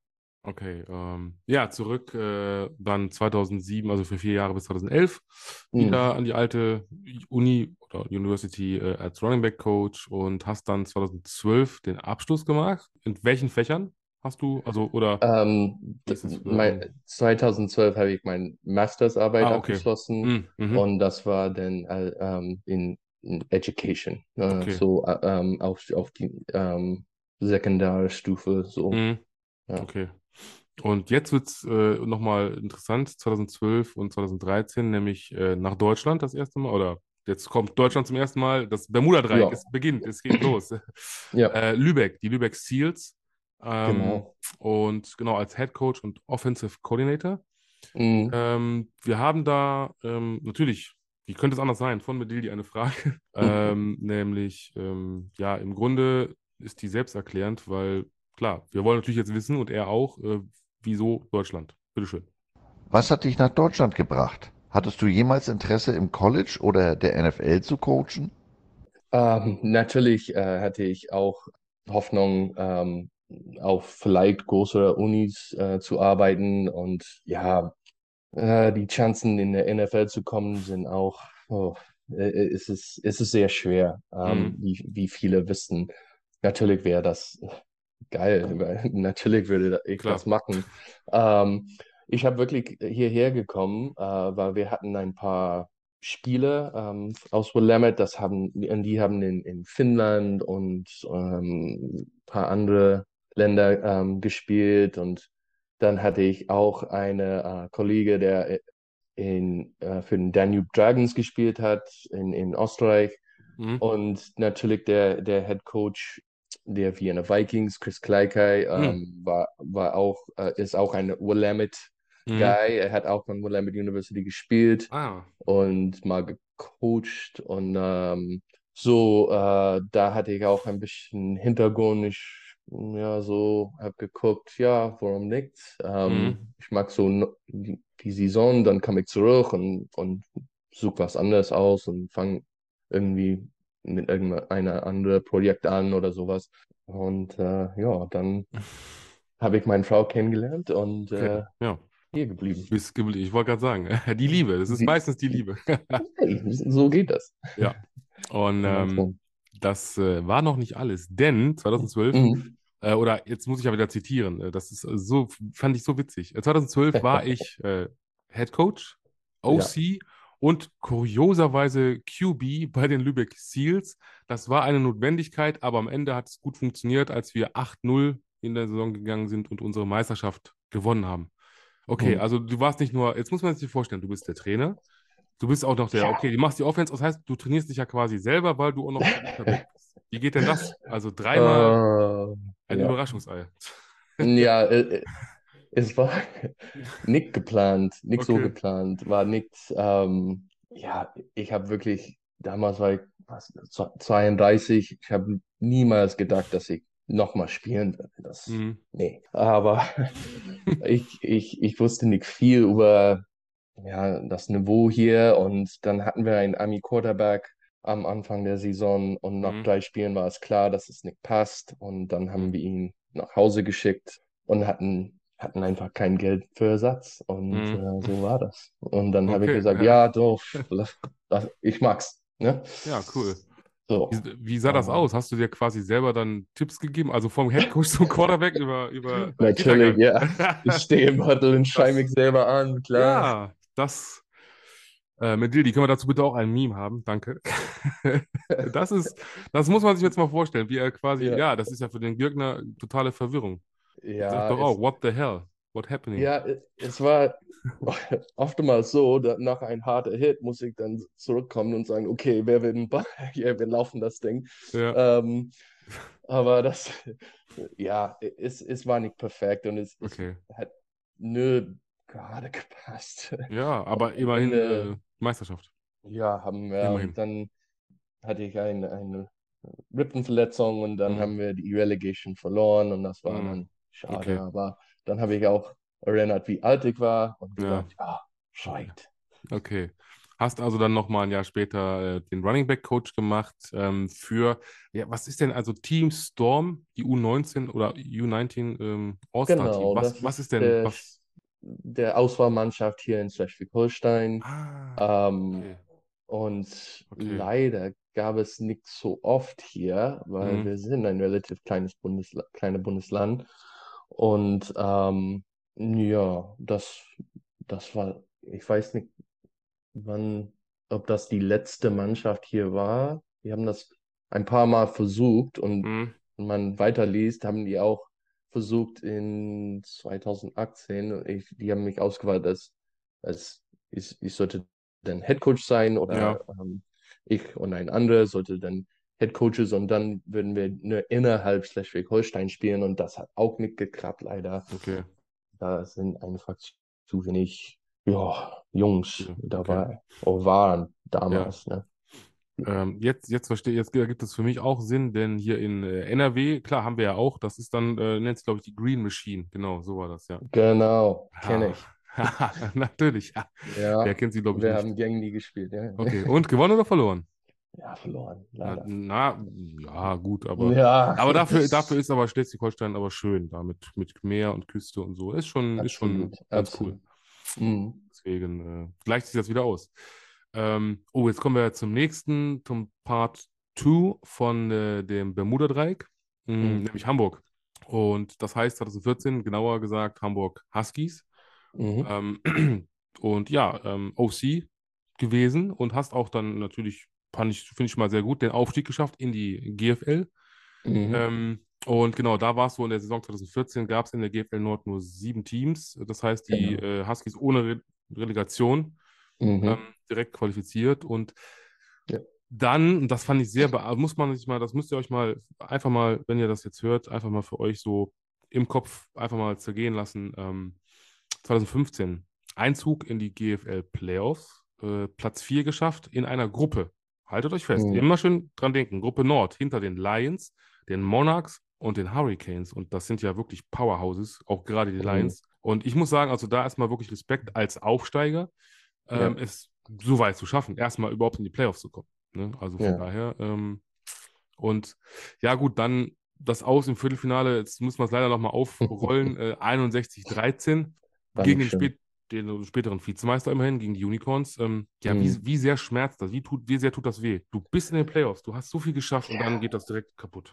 Okay, ähm, ja, zurück äh, dann zweitausendsieben, also für vier Jahre bis zweitausendelf, Mhm. wieder an die alte Uni oder University äh, als Running Back Coach und hast dann zweitausendzwölf den Abschluss gemacht. In welchen Fächern hast du, also, oder Ähm, wie d- ist das? mein, Ähm, zweitausendzwölf habe ich meine Mastersarbeit ah, okay. abgeschlossen Mhm, mhm, und das war dann äh, ähm, in, in Education, äh, okay. so äh, ähm, auf, auf die ähm, Sekundarstufe, so, Mhm, ja. okay. Und jetzt wird es äh, nochmal interessant, zweitausendzwölf und zweitausenddreizehn, nämlich äh, nach Deutschland das erste Mal, oder jetzt kommt Deutschland zum ersten Mal, das Bermuda-Dreieck, Ja, es beginnt, es geht los. ja, Äh, Lübeck, die Lübeck Seals, ähm, genau. und genau als Head Coach und Offensive Coordinator. Mhm. Ähm, wir haben da ähm, natürlich, wie könnte es anders sein, von Medildi eine Frage, ähm, nämlich, ähm, ja, im Grunde ist die selbsterklärend, weil klar, wir wollen natürlich jetzt wissen und er auch, äh, wieso Deutschland? Bitteschön. Was hat dich nach Deutschland gebracht? Hattest du jemals Interesse im College oder der N F L zu coachen? Ähm, natürlich äh, hatte ich auch Hoffnung, ähm, auf vielleicht größere Unis äh, zu arbeiten und ja, Äh, die Chancen in der N F L zu kommen sind auch, oh, äh, äh, es ist, es ist sehr schwer, ähm, Mhm. wie, wie viele wissen. Natürlich wäre das geil, weil natürlich würde ich Klar. das machen. Ähm, ich habe wirklich hierher gekommen, äh, weil wir hatten ein paar Spiele ähm, aus Willamette, das haben, und die haben in, in Finnland und ähm, ein paar andere Länder ähm, gespielt und dann hatte ich auch eine äh, Kollege, der in, äh, für den Danube Dragons gespielt hat in, in Österreich. Mhm. Und natürlich der, der Head Coach der Vienna Vikings, Chris Kleikai, Mhm. ähm, war, war auch, äh, ist auch ein Willamette Mhm. Guy. Er hat auch an Willamette University gespielt Ah. und mal gecoacht. Und ähm, so, äh, da hatte ich auch ein bisschen Hintergrund. Ich, ja, so, habe geguckt, ja, warum nicht? Mhm. Ähm, ich mag so no- die, die Saison, dann komme ich zurück und, und suche was anderes aus und fange irgendwie mit irgendeinem anderen Projekt an oder sowas. Und äh, ja, dann habe ich meine Frau kennengelernt und Okay, äh, ja. hier geblieben. Bis geblieben. Ich wollte gerade sagen, die Liebe, das ist Wie, meistens die Liebe. hey, so geht das. Ja. Und Genau ähm, so. das äh, war noch nicht alles, denn zweitausendzwölf, Mhm. äh, oder jetzt muss ich ja wieder zitieren, äh, das ist äh, so, fand ich so witzig. Äh, zweitausendzwölf war ich äh, Head Coach, Ja. O C und kurioserweise Q B bei den Lübeck Seals. Das war eine Notwendigkeit, aber am Ende hat es gut funktioniert, als wir acht null in der Saison gegangen sind und unsere Meisterschaft gewonnen haben. Okay, Mhm. also du warst nicht nur, jetzt muss man sich vorstellen, du bist der Trainer. Du bist auch noch der, Ja. okay, du machst die Offense, das heißt, du trainierst dich ja quasi selber, weil du auch noch der Quarterback bist. Wie geht denn das? Also dreimal Äh, ein ja. Überraschungsei. Ja, äh, äh, es war nicht geplant, nicht so Okay. geplant, war nichts. Ähm, ja, ich habe wirklich, damals war ich was, zweiunddreißig, ich habe niemals gedacht, dass ich nochmal spielen werde. Das, Mhm. nee. Aber ich, ich, ich wusste nicht viel über ja, das Niveau hier und dann hatten wir einen Ami-Quarterback am Anfang der Saison und nach Mhm. drei Spielen war es klar, dass es nicht passt und dann haben Mhm. wir ihn nach Hause geschickt und hatten, hatten einfach kein Geld für Ersatz und Mhm. äh, so war das. Und dann habe ich Okay, gesagt, ja. ja, doch, lass- lass- ich mag's, ne? Ja, cool. Wie, So, wie sah das ähm, aus? Hast du dir quasi selber dann Tipps gegeben? Also vom Headcoach zum Quarterback über, über äh, natürlich, Kindergarten. ja, ich stehe im Huddle und schreie Das, mich selber an, klar. ja, das, äh, mit Dildi, können wir dazu bitte auch ein Meme haben? Danke. Das ist, das muss man sich jetzt mal vorstellen, wie er quasi, Ja, ja, das ist ja für den Girgner totale Verwirrung. Der sagt ja, doch auch, es, what the hell? What happening? Ja, e- es war oftmals so, dass nach einem harten Hit muss ich dann zurückkommen und sagen, okay, wer will den Ball? Ja, wir laufen das Ding. Ja, Ähm, aber das, ja, es, es war nicht perfekt und es, es okay. hat nur gerade gepasst. Ja, Und aber am immerhin Ende, äh, Meisterschaft. ja, haben wir, und Immerhin. dann hatte ich eine, eine Rippenverletzung und dann Mhm. haben wir die Relegation verloren und das war Mhm. dann schade. Okay. Aber dann habe ich auch erinnert, wie alt ich war und Ja, gesagt, ja, okay. schreit. Okay. Hast also dann nochmal ein Jahr später äh, den Running Back Coach gemacht ähm, für, ja, was ist denn also Team Storm, die U neunzehn oder U neunzehn ähm, All-Star-Team? Genau, Was, das was ist ist denn, der, was? der Auswahlmannschaft hier in Schleswig-Holstein. Ah, Ähm, okay, und okay. leider gab es nicht so oft hier, weil Mhm. wir sind ein relativ kleines Bundesla kleines Bundesland. Und ähm, ja, das, das war, ich weiß nicht, wann, ob das die letzte Mannschaft hier war. Wir haben das ein paar Mal versucht und Mhm. wenn man weiterliest, haben die auch versucht in zwanzig achtzehn. Und Ich, die haben mich ausgewählt, als, als ich, ich sollte dann Head Coach sein Ja, oder ähm, ich und ein anderer sollte dann Head Coaches und dann würden wir nur innerhalb Schleswig-Holstein spielen und das hat auch nicht geklappt, leider. okay, Da sind einfach zu wenig, ja, Jungs okay, okay. dabei, oder waren Ja. damals, ne? Ähm, jetzt, jetzt verstehe jetzt ergibt es für mich auch Sinn, denn hier in äh, N R W, klar, haben wir ja auch, das ist dann, äh, nennt sich, glaube ich, die Green Machine. Genau, so war das, ja. Genau, kenne Ja, ich. natürlich. Ja. Wer Ja, kennt sie, glaube ich, wir nicht. haben gegen die gespielt, ja. Okay, und gewonnen oder verloren? Ja, verloren, Na, leider. na, ja, gut, aber, Ja, aber dafür, dafür ist aber Schleswig-Holstein aber schön, da mit, mit Meer und Küste und so. Ist schon, ist absolut, schon ganz cool. absolut. Mhm. Deswegen äh, gleicht sich das wieder aus. Ähm, oh, jetzt kommen wir zum nächsten, zum Part zwei von äh, dem Bermuda-Dreieck, mh, Mhm. nämlich Hamburg. Und das heißt zwanzig vierzehn, genauer gesagt, Hamburg Huskies. Mhm. Ähm, und ja, ähm, O C gewesen und hast auch dann natürlich, fand ich, finde ich mal sehr gut, den Aufstieg geschafft in die G F L. Mhm. Ähm, und genau, da war es so, in der Saison zwanzig vierzehn gab es in der G F L Nord nur sieben Teams. Das heißt, die Genau. äh, Huskies ohne Re Relegation ähm, Mhm. direkt qualifiziert. Und Ja. dann, und das fand ich sehr, bea- muss man sich mal, das müsst ihr euch mal einfach mal, wenn ihr das jetzt hört, einfach mal für euch so im Kopf einfach mal zergehen lassen. Ähm, zwanzig fünfzehn Einzug in die G F L Playoffs, äh, Platz vier geschafft in einer Gruppe. Haltet euch fest, Mhm. immer schön dran denken. Gruppe Nord hinter den Lions, den Monarchs und den Hurricanes. Und das sind ja wirklich Powerhouses, auch gerade die Mhm. Lions. Und ich muss sagen, also da erstmal wirklich Respekt als Aufsteiger, Ja. ähm, es so weit zu schaffen, erstmal überhaupt in die Playoffs zu kommen. Ne? Also von Ja. daher, ähm, und ja gut, dann das Aus im Viertelfinale, jetzt muss man es leider nochmal aufrollen, äh, einundsechzig dreizehn War gegen nicht den, schön. spät, den späteren Vizemeister immerhin, gegen die Unicorns. Ähm, ja, wie, Mhm. wie sehr schmerzt das? Wie, tut, wie sehr tut das weh? Du bist in den Playoffs, du hast so viel geschafft und dann geht das direkt kaputt.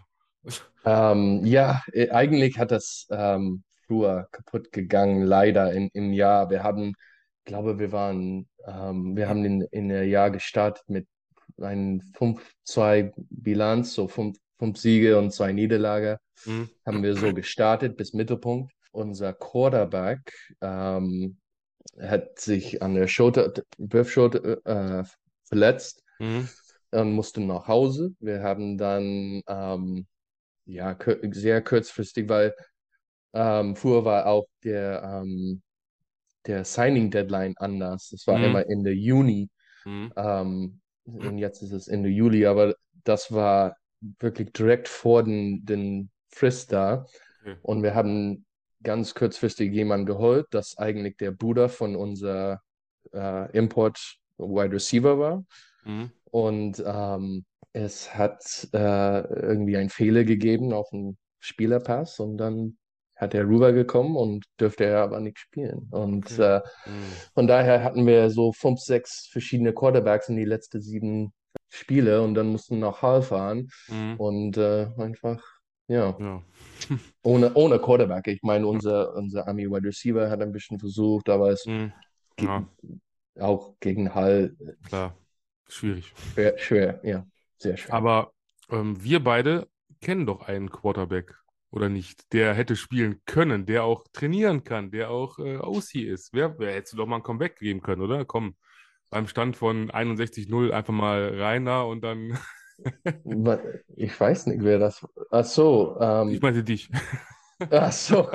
Ähm, ja, äh, eigentlich hat das ähm, früher kaputt gegangen, leider in, im Jahr. Wir haben, glaube, wir waren, ähm, wir haben in, in der Jahr gestartet mit einem fünf zwei Bilanz, so fünf, fünf Siege und zwei Niederlage. Mhm. Haben wir so gestartet bis Mittelpunkt. Unser Quarterback ähm, hat sich an der Schulter, Wurfschulter äh, verletzt Mhm. und musste nach Hause. Wir haben dann ähm, ja, kür- sehr kurzfristig, weil ähm, früher war auch der, ähm, der Signing Deadline anders. Es war Mhm. immer Ende Juni Mhm. ähm, und jetzt ist es Ende Juli, aber das war wirklich direkt vor den, den Frist da. Okay. Und wir haben ganz kurzfristig jemanden geholt, das eigentlich der Bruder von unser äh, Import Wide Receiver war. Mhm. Und ähm, es hat äh, irgendwie einen Fehler gegeben auf dem Spielerpass und dann hat er rübergekommen und dürfte er aber nicht spielen. Und Okay. äh, Mhm. von daher hatten wir so fünf, sechs verschiedene Quarterbacks in die letzten sieben Spiele und dann mussten wir nach Hall fahren Mhm. und äh, einfach, ja, Ja. ohne, ohne Quarterback. Ich meine, unser, unser Army Wide Receiver hat ein bisschen versucht, aber es Mhm. ge- Ja, auch gegen Hall klar. Schwierig. schwer, schwer, ja, sehr schwer. Aber ähm, wir beide kennen doch einen Quarterback, oder nicht? Der hätte spielen können, der auch trainieren kann, der auch äh, O C ist. Wer, wer hättest du doch mal ein Comeback geben können, oder? Komm, beim Stand von einundsechzig null einfach mal rein da und dann. Wa- Ich weiß nicht, wer das. Ach so, Ich ähm, meinte dich. ach so.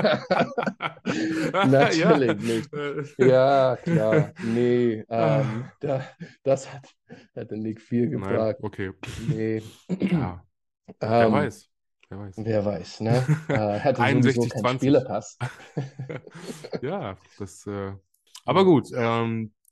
Ja. Natürlich nicht. Äh, Ja, klar. Nee, ähm, ah, da, das hat, hätte nicht viel nein, gebracht. okay. Nee. Ja, wer Ähm, weiß. Wer weiß. wer weiß, ne? Äh, hätte sowieso einundsechzig kein zwanzig. Spielerpass. Ja, das. Äh, aber Ja. gut. Ähm,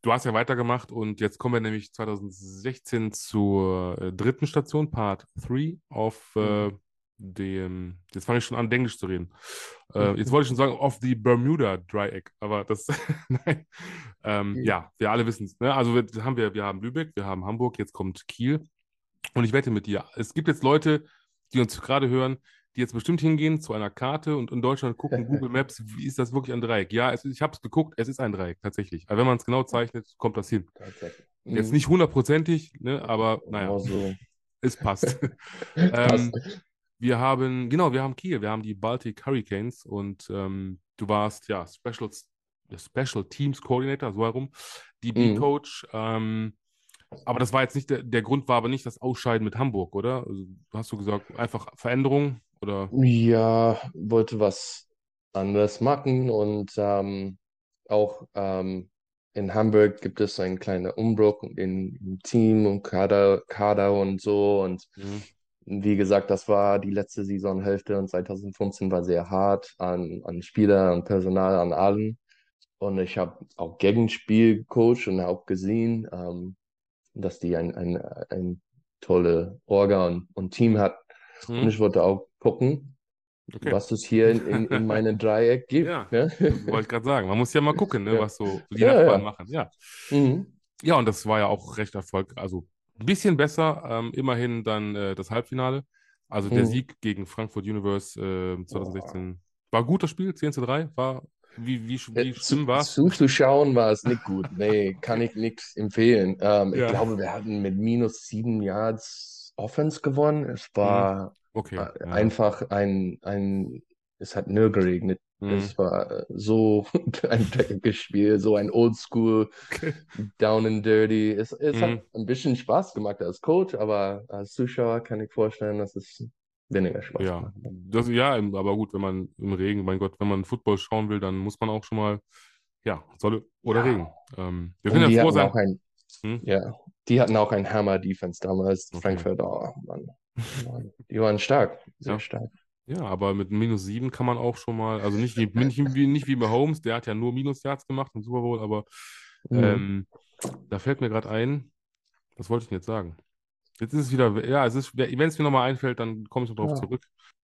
du hast ja weitergemacht und jetzt kommen wir nämlich zwanzig sechzehn zur äh, dritten Station, Part drei auf äh, Mhm. dem, jetzt fange ich schon an, Englisch zu reden. Äh, jetzt wollte ich schon sagen, auf die Bermuda-Dreieck, aber das, nein. Ähm, ja, wir alle wissen es. Ne? Also wir haben, wir, wir haben Lübeck, wir haben Hamburg, jetzt kommt Kiel. Und ich wette mit dir, es gibt jetzt Leute, die uns gerade hören, die jetzt bestimmt hingehen zu einer Karte und in Deutschland gucken, Google Maps, wie ist das wirklich ein Dreieck? Ja, es ist, ich habe es geguckt, es ist ein Dreieck, tatsächlich. Aber wenn man es genau zeichnet, kommt das hin. Tatsächlich. Jetzt Mhm. nicht hundertprozentig, ne, aber naja, Nur so. es passt. Passt. ähm, wir haben, genau, wir haben Kiel, wir haben die Baltic Hurricanes und ähm, du warst, ja, Special, Special Teams Coordinator, so herum, D Mhm. B-Coach. Ähm, aber das war jetzt nicht, der, der Grund war aber nicht das Ausscheiden mit Hamburg, oder? Also, hast du gesagt, einfach Veränderung oder? Ja, wollte was anderes machen und ähm, auch ähm, in Hamburg gibt es einen kleinen Umbruch in, im Team und Kader, Kader und so. Und Mhm. wie gesagt, das war die letzte Saisonhälfte und zwanzig fünfzehn war sehr hart an, an Spieler, an Personal, an allen. Und ich habe auch Gegenspiel gecoacht und auch gesehen, ähm, dass die ein, ein, ein tolle Orga und, und Team hat. Und Mhm. ich wollte auch gucken, Okay. was es hier in, in, in meinem Dreieck gibt. Ja, Ne? wollte ich gerade sagen. Man muss ja mal gucken, ne, Ja, was so die ja, Nachbarn ja. machen. Ja. Mhm. Ja, und das war ja auch recht erfolgreich. Also ein bisschen besser, ähm, immerhin dann äh, das Halbfinale. Also der Mhm. Sieg gegen Frankfurt Universe äh, Boah. zwanzig sechzehn war ein guter Spiel, zehn zu drei. War, wie, wie, Äh, wie Zu, schlimm war es? zuzuschauen war es nicht gut. Nee, kann Okay. ich nichts empfehlen. Ähm, ich Ja. glaube, wir hatten mit minus sieben Yards Offense gewonnen. Es Mhm. war äh, Okay, ja. einfach ein, ein, es hat nur geregnet. Mhm. Es war äh, so ein dreckiges Spiel, so ein Oldschool Okay. Down and Dirty. Es, es hat Mhm. ein bisschen Spaß gemacht als Coach, aber als Zuschauer kann ich vorstellen, dass es weniger Spaß Ja, gemacht hat. das, ja, im- aber gut, wenn man im Regen, mein Gott, wenn man Football schauen will, dann muss man auch schon mal, ja, Sonne oder Ja. Regen. Ähm, wir können Und ja die froh hatten auch sein. ein, Hm? ja, die hatten auch ein Hammer-Defense damals. Okay. Frankfurt, oh Mann, Mann. Die waren stark, sehr Ja. stark. Ja, aber mit minus sieben kann man auch schon mal, also nicht wie, nicht wie, nicht wie bei Holmes, der hat ja nur Minus-Yards gemacht im Super Bowl, aber Mhm. ähm, da fällt mir gerade ein, was wollte ich denn jetzt sagen? Jetzt ist es wieder, ja, es ist, wenn es mir nochmal einfällt, dann komme ich noch drauf Ja. zurück.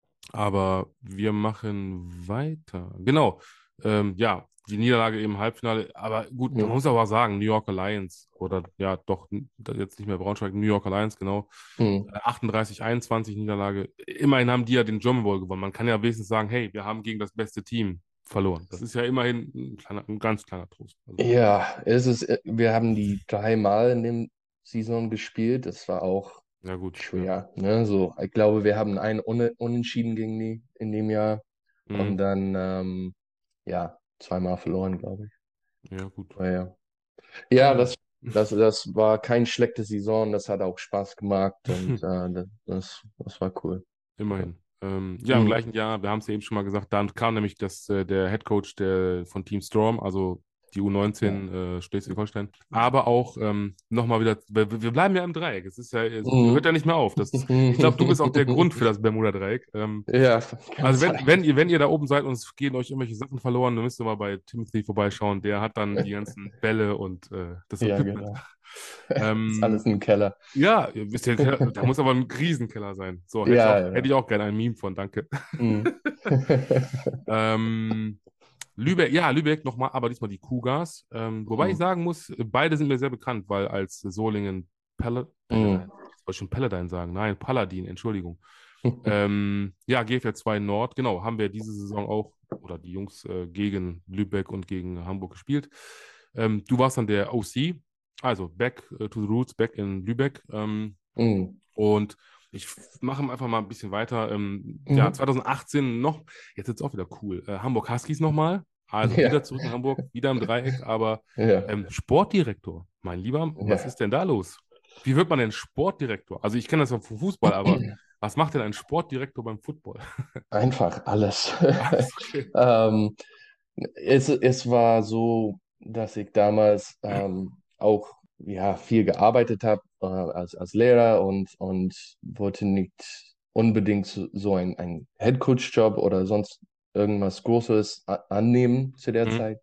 Aber wir machen weiter. Genau. Ähm, ja, die Niederlage im Halbfinale. Aber gut, man Mhm. muss aber sagen, New Yorker Lions oder ja, doch, n- jetzt nicht mehr Braunschweig, New Yorker Lions, genau. Mhm. Äh, achtunddreißig einundzwanzig Niederlage. Immerhin haben die ja den German Bowl gewonnen. Man kann ja wenigstens sagen, hey, wir haben gegen das beste Team verloren. Das ist ja immerhin ein, kleiner, ein ganz kleiner Trost. Also, Ja, es ist, äh, wir haben die dreimal in dem Saison gespielt. Das war auch ja, gut, ja. schwer. Ne? So, ich glaube, wir haben einen Un Unentschieden gegen die in dem Jahr Hm, und dann ähm, ja, zweimal verloren, glaube ich. ja, gut. Aber ja. Ja, Ja. das, das, das war kein schlechte Saison, das hat auch Spaß gemacht und äh, das, das war cool. Ja. Immerhin. Ähm, ja, im Mhm. gleichen Jahr, wir haben es ja eben schon mal gesagt, dann kam nämlich das, äh, der Head Coach der, von Team Storm, also die U Ja. neunzehn äh, Schleswig-Holstein. Aber auch ähm, nochmal wieder, wir, wir bleiben ja im Dreieck. Es ist ja, es hört ja Mhm. nicht mehr auf. Das, ich glaube, du bist auch der Grund für das Bermuda-Dreieck. Ähm, Ja, kann also wenn, sein. wenn ihr, wenn ihr da oben seid und es gehen euch irgendwelche Sachen verloren, dann müsst ihr mal bei Timothy vorbeischauen. Der hat dann die ganzen Bälle und äh, das Ja, Equipment. genau. Ist alles Ähm, im Keller. ja, ihr wisst ja, da muss aber ein Riesenkeller sein. So, hätte ich Ja, auch, hätte ja. ich auch gerne ein Meme von, danke. Mhm. Ähm, Lübeck, ja, Lübeck nochmal, aber diesmal die Cougars. Ähm, wobei ich Mhm. sagen muss, beide sind mir sehr bekannt, weil als Solingen Pal Paladin, Mhm. ich wollte schon Paladin sagen, nein, Paladin, Entschuldigung. Ähm, ja, G F L zwei Nord, genau, haben wir diese Saison auch, oder die Jungs äh, gegen Lübeck und gegen Hamburg gespielt. Ähm, du warst dann der O C, also back äh, to the roots, back in Lübeck. Ähm, Mhm. und ich mache einfach mal ein bisschen weiter. Ähm, ja, Mhm. zwanzig achtzehn noch, jetzt ist es auch wieder cool. Äh, Hamburg Huskies nochmal. Also wieder Ja, zurück in Hamburg, wieder im Dreieck, aber ja, ähm, Sportdirektor, mein Lieber, was ja. ist denn da los? Wie wird man denn Sportdirektor? Also ich kenne das ja vom Fußball, aber was macht denn ein Sportdirektor beim Football? Einfach alles. Alles okay. Ähm, es, es war so, dass ich damals ähm, auch ja, viel gearbeitet habe äh, als, als Lehrer und, und wollte nicht unbedingt so, so ein, ein Headcoach-Job oder sonst irgendwas Großes a- annehmen zu der Hm, Zeit.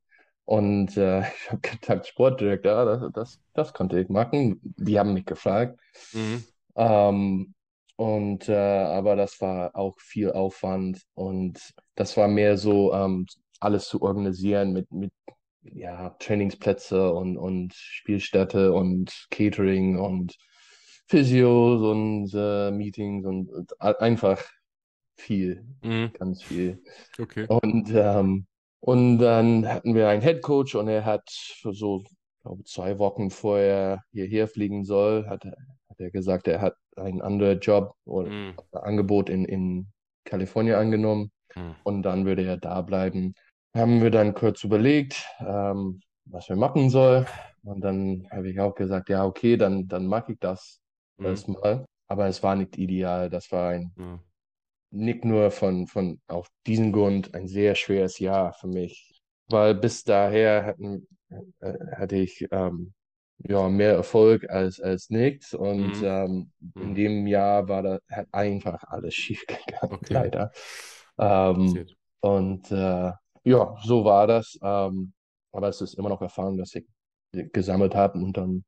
Und äh, ich habe gedacht, Sportdirektor, ja, das, das, das konnte ich machen. Die haben mich gefragt. Mhm. Ähm, und äh, aber das war auch viel Aufwand und das war mehr so ähm, alles zu organisieren mit, mit ja, Trainingsplätze und, und Spielstätte und Catering und Physios und äh, Meetings und, und a- einfach viel, Mhm. ganz viel. Okay. Und, ähm, und dann hatten wir einen Head Coach und er hat für so, ich glaube, zwei Wochen vorher hierher fliegen soll, hat, er- hat er gesagt, er hat einen anderen Job oder Mhm. Angebot in, in Kalifornien angenommen Mhm. und dann würde er da bleiben. Haben wir dann kurz überlegt, ähm, was wir machen soll. Und dann habe ich auch gesagt, ja, okay, dann, dann mache ich das Mhm. erstmal. Aber es war nicht ideal. Das war ein Ja. nicht nur von, von auf diesen Grund ein sehr schweres Jahr für mich, weil bis daher hatten, äh, hatte ich ähm, ja, mehr Erfolg als, als nichts und Mhm. ähm, in Mhm. dem Jahr war da hat einfach alles schief gegangen, Okay. leider. Ähm, Passiert. und äh, ja, so war das. Ähm, aber es ist immer noch Erfahrung, dass ich gesammelt habe und dann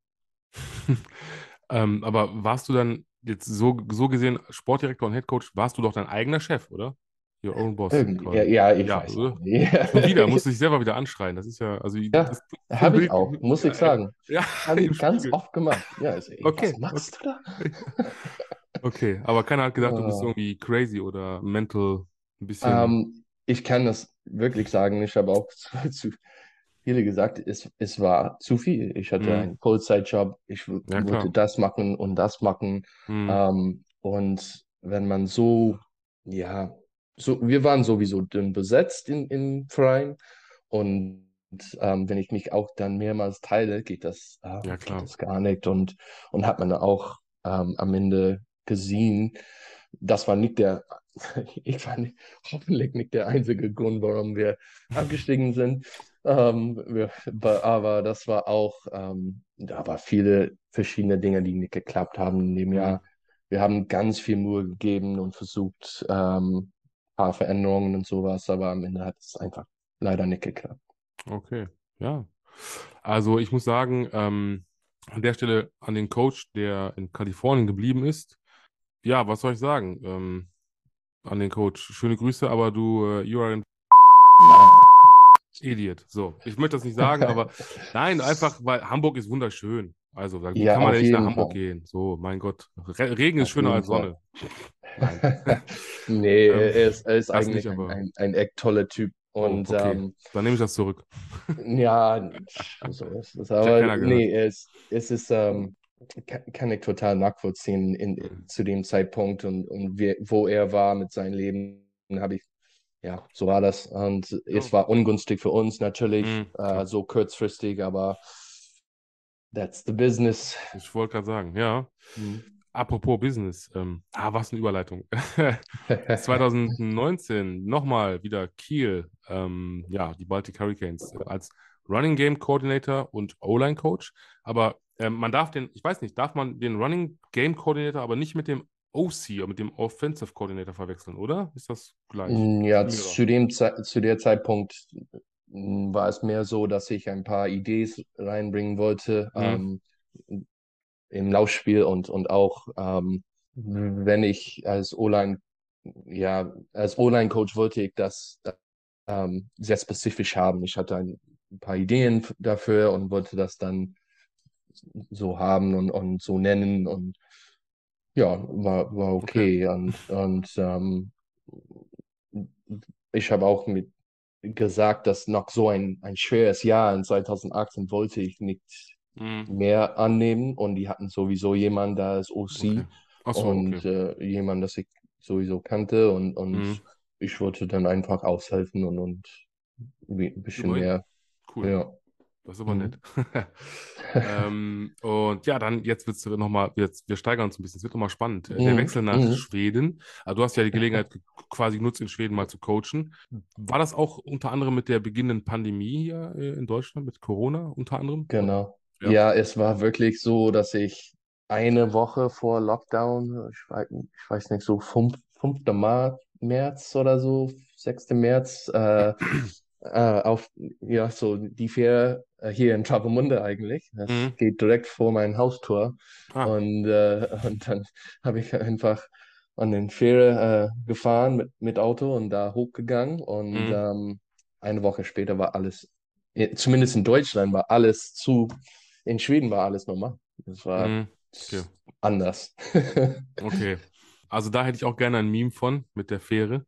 Ähm, aber warst du dann jetzt so, so gesehen Sportdirektor und Headcoach, warst du doch dein eigener Chef, oder? Your own boss irgendwie, ja, quasi. ja, ich Ja, weiß auch oder? nicht. Schon wieder, musst du dich selber wieder anschreien. Das ist ja, also Ja, das so ein habe ich Bild, auch, muss ja, ich sagen. ja, Habe im ich ganz Spiegel. oft gemacht. Ja, ist, ey, was Okay, okay. machst du da? Okay, aber keiner hat gedacht, du bist Äh, irgendwie crazy oder mental ein bisschen. ähm, ich kann das wirklich sagen. Ich habe auch zu, zu viele gesagt, es, es war zu viel. Ich hatte Hm, einen Vollzeitjob. Ich w- ja, wollte klar. das machen und das machen. Hm, Ähm, und wenn man so, ja, so, wir waren sowieso dünn besetzt in, im Verein. Und ähm, wenn ich mich auch dann mehrmals teile, geht das, äh, ja, geht klar. das gar nicht. Und, und hat man auch ähm, am Ende gesehen, das war nicht der, ich war nicht, hoffentlich nicht der einzige Grund, warum wir abgestiegen sind. Ähm, wir, ba- aber das war auch, ähm, da war viele verschiedene Dinge, die nicht geklappt haben in dem Hm, Jahr. Wir haben ganz viel Mühe gegeben und versucht, ähm, ein paar Veränderungen und sowas, aber am Ende hat es einfach leider nicht geklappt. okay, ja. Also ich muss sagen, ähm, an der Stelle an den Coach, der in Kalifornien geblieben ist. Ja, was soll ich sagen? Ähm, an den Coach. Schöne Grüße, aber du, äh, you are an Idiot. So, ich möchte das nicht sagen, aber nein, einfach, weil Hamburg ist wunderschön. Also, da- wie Ja, kann man denn auf nicht nach jeden Hamburg Fall. gehen? So, mein Gott. Re Regen ist Auf schöner jeden als Fall. Sonne. Nein, Nee, ähm, er ist, er ist das nicht, eigentlich ein, aber. ein, ein echt toller Typ. Oh, Und okay. ähm, Dann nehme ich das zurück. ja, so ist es. Ich habe Aber keiner gehört. nee, es, es ist, ähm, kann, kann ich total nachvollziehen in, Hm. zu dem Zeitpunkt und, und wie, wo er war mit seinem Leben, habe ich, ja, so war das. Und Ja, es war ungünstig für uns natürlich, hm, äh, klar. so kurzfristig, aber that's the business. Ich wollte gerade sagen, ja. Hm. Apropos Business, ähm, ah, was eine Überleitung. zwanzig neunzehn nochmal wieder Kiel, ähm, ja, die Baltic Hurricanes äh, als Running Game Coordinator und O-Line Coach. Aber ähm, man darf den, ich weiß nicht, darf man den Running Game Coordinator aber nicht mit dem O C oder mit dem Offensive Coordinator verwechseln, oder? Ist das gleich? Ja, Bin mir da. zu dem Ze zu der Zeitpunkt mm, war es mehr so, dass ich ein paar Ideen reinbringen wollte, Hm, ähm, im Laufspiel und, und auch, ähm, wenn ich als O-Line, ja, als O-Line-Coach wollte ich das ähm, sehr spezifisch haben. Ich hatte ein paar Ideen f- dafür und wollte das dann so haben und, und so nennen und ja, war, war okay. okay. Und, und ähm, ich habe auch mit gesagt, dass nach so ein, ein schweres Jahr in zweitausendachtzehn wollte ich nicht Hm, mehr annehmen und die hatten sowieso jemanden da als okay. O C Ach so, okay. und äh, jemanden, das ich sowieso kannte und, Hm, und ich wollte dann einfach aushelfen und, und ein bisschen immerhin. mehr, Cool. ja. Das ist aber nett. Mhm. Ähm, und ja, dann jetzt wird es nochmal, jetzt, wir steigern uns ein bisschen, es wird nochmal spannend. Äh, Der Mhm. Wechsel nach Mhm. Schweden. Also du hast ja die Gelegenheit ge- quasi genutzt, in Schweden mal zu coachen. War das auch unter anderem mit der beginnenden Pandemie hier äh, in Deutschland, mit Corona unter anderem? Oder? Genau. Ja. Ja, es war wirklich so, dass ich eine Woche vor Lockdown, ich weiß, ich weiß nicht, so fünften März oder so, sechsten März, äh, äh, auf, ja, so die Fähre äh, hier in Travemünde eigentlich. Das Mhm. geht direkt vor mein Haustor. Ah. Und, äh, und dann habe ich einfach an den Fähre äh, gefahren mit, mit Auto und da hochgegangen. Und Mhm. ähm, eine Woche später war alles, eh, zumindest in Deutschland war alles zu, in Schweden war alles normal. Das war Mhm. Okay. anders. Okay. Also da hätte ich auch gerne ein Meme von mit der Fähre.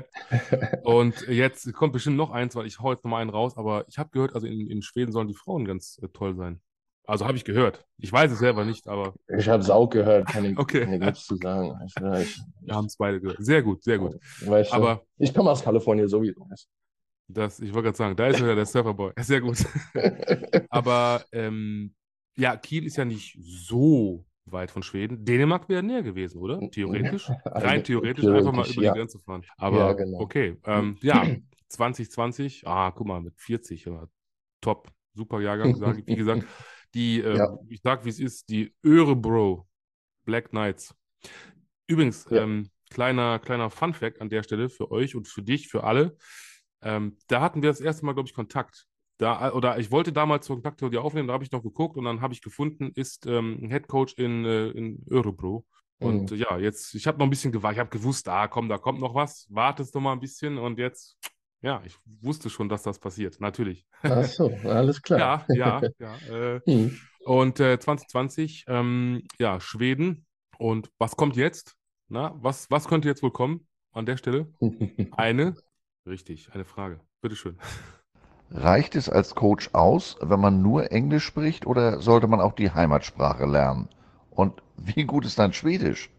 Und jetzt kommt bestimmt noch eins, weil ich hau jetzt noch mal einen raus, aber ich habe gehört, also in, in Schweden sollen die Frauen ganz äh, toll sein. Also habe ich gehört. Ich weiß es selber nicht, aber Ich habe es auch gehört, kann ich, okay. kann ich nichts zu sagen. Also, ich, Wir haben ich, es beide gehört. Sehr gut, sehr gut. weißt du, Aber ich komme aus Kalifornien sowieso. das, ich wollte gerade sagen, da ist wieder der Surferboy. Sehr gut. Aber ähm, ja, Kiel ist ja nicht so weit von Schweden. Dänemark wäre näher gewesen, oder? Theoretisch. Rein Eigentlich, theoretisch einfach mal theoretisch, über die ja. Grenze fahren. Ja, Aber genau. okay, ähm, ja, zwanzig zwanzig, ah, guck mal, mit vierzig, ja, top, super Jahrgang, sage ich, wie gesagt. Die, äh, Ja, ich sag, wie es ist, die Örebro Black Knights. Übrigens, ja. ähm, kleiner, kleiner Fun-Fact an der Stelle für euch und für dich, für alle. Ähm, da hatten wir das erste Mal, glaube ich, Kontakt. Da, oder ich wollte damals so Kontakt mit dir aufnehmen, da habe ich noch geguckt und dann habe ich gefunden, ist ähm, ein Head Coach in, äh, in Örebro. Und Mhm. äh, ja, jetzt, ich habe noch ein bisschen gewartet, ich habe gewusst, ah, komm, da kommt noch was, wartest noch mal ein bisschen und jetzt, ja, ich wusste schon, dass das passiert, natürlich. Ach so, alles klar. Ja, ja, ja. Äh, Mhm. und äh, zwanzig zwanzig, ähm, ja, Schweden. Und was kommt jetzt? Na, was, was könnte jetzt wohl kommen an der Stelle? Eine, richtig, eine Frage. Bitteschön. Reicht es als Coach aus, wenn man nur Englisch spricht, oder sollte man auch die Heimatsprache lernen? Und wie gut ist dein Schwedisch?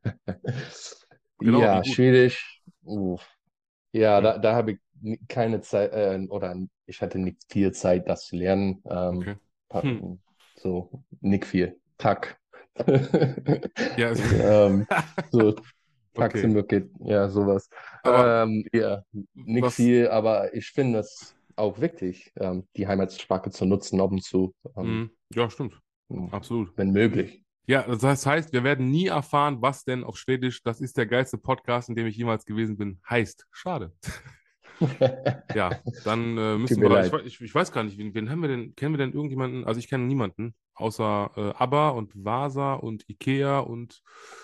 Genau, wie Ja, gut. Schwedisch. Uff. Ja, Hm, da, da habe ich ni- keine Zeit, äh, oder ich hatte nicht viel Zeit, das zu lernen. Ähm, okay. pa- Hm. so, nicht viel. Tack. Ja, ähm, so, okay. Taximücket, ja, sowas. Aber Ähm, ja, nicht was, viel, aber ich finde es auch wichtig, ähm, die Heimatsprache zu nutzen, ab und zu, ähm, hm, ja, stimmt. Absolut. wenn möglich. Ja, das heißt, wir werden nie erfahren, was denn auf Schwedisch, das ist der geilste Podcast, in dem ich jemals gewesen bin, heißt. Schade. Ja, dann äh, Tut müssen mir wir, ich, leid. we- ich, ich weiß gar nicht, wen, wen haben wir denn, kennen wir denn irgendjemanden? Also ich kenne niemanden, außer äh, ABBA und Vasa und Ikea und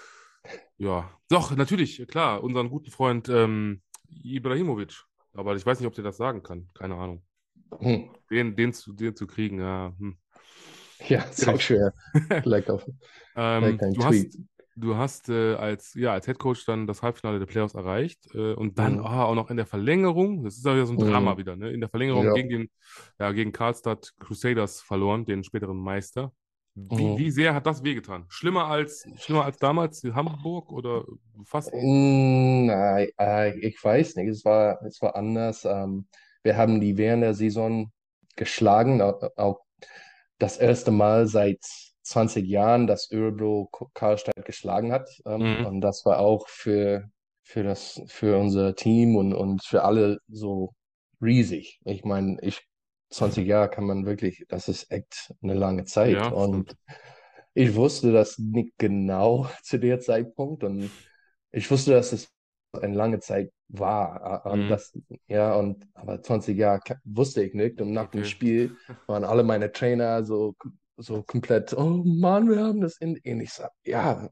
ja, doch, natürlich, klar, unseren guten Freund ähm, Ibrahimovic. Aber ich weiß nicht, ob der das sagen kann. Keine Ahnung. Hm. Den, den, zu, den zu kriegen, ja, hm. Ja, ist auch Schwierig. schwer. Vielleicht auf, Ähm, vielleicht ein du Tweet. hast, du hast äh, als, ja, als Headcoach dann das Halbfinale der Playoffs erreicht äh, und dann Hm. ah, auch noch in der Verlängerung, das ist ja wieder so ein Drama Hm. wieder, ne? In der Verlängerung Ja. gegen den, ja, gegen Karlstad Crusaders verloren, den späteren Meister. Wie, Hm. wie sehr hat das wehgetan? Schlimmer als, schlimmer als damals in Hamburg oder fast? Nein, äh, ich weiß nicht. Es war, es war anders. Ähm, wir haben die während der Saison geschlagen. Auch, auch das erste Mal seit zwanzig Jahren, dass Örebro Karlstadt geschlagen hat. Ähm, Mhm. und das war auch für, für das, für unser Team und, und für alle so riesig. Ich meine, ich, zwanzig Jahre kann man wirklich, das ist echt eine lange Zeit. Ja, Und stimmt. ich wusste das nicht genau zu der Zeitpunkt. Und ich wusste, dass es eine lange Zeit war. Und Mhm. das, ja, und aber zwanzig Jahre ka- wusste ich nicht. Und nach dem Okay. Spiel waren alle meine Trainer so, so komplett, oh Mann, wir haben das in. Und ich sag, ja,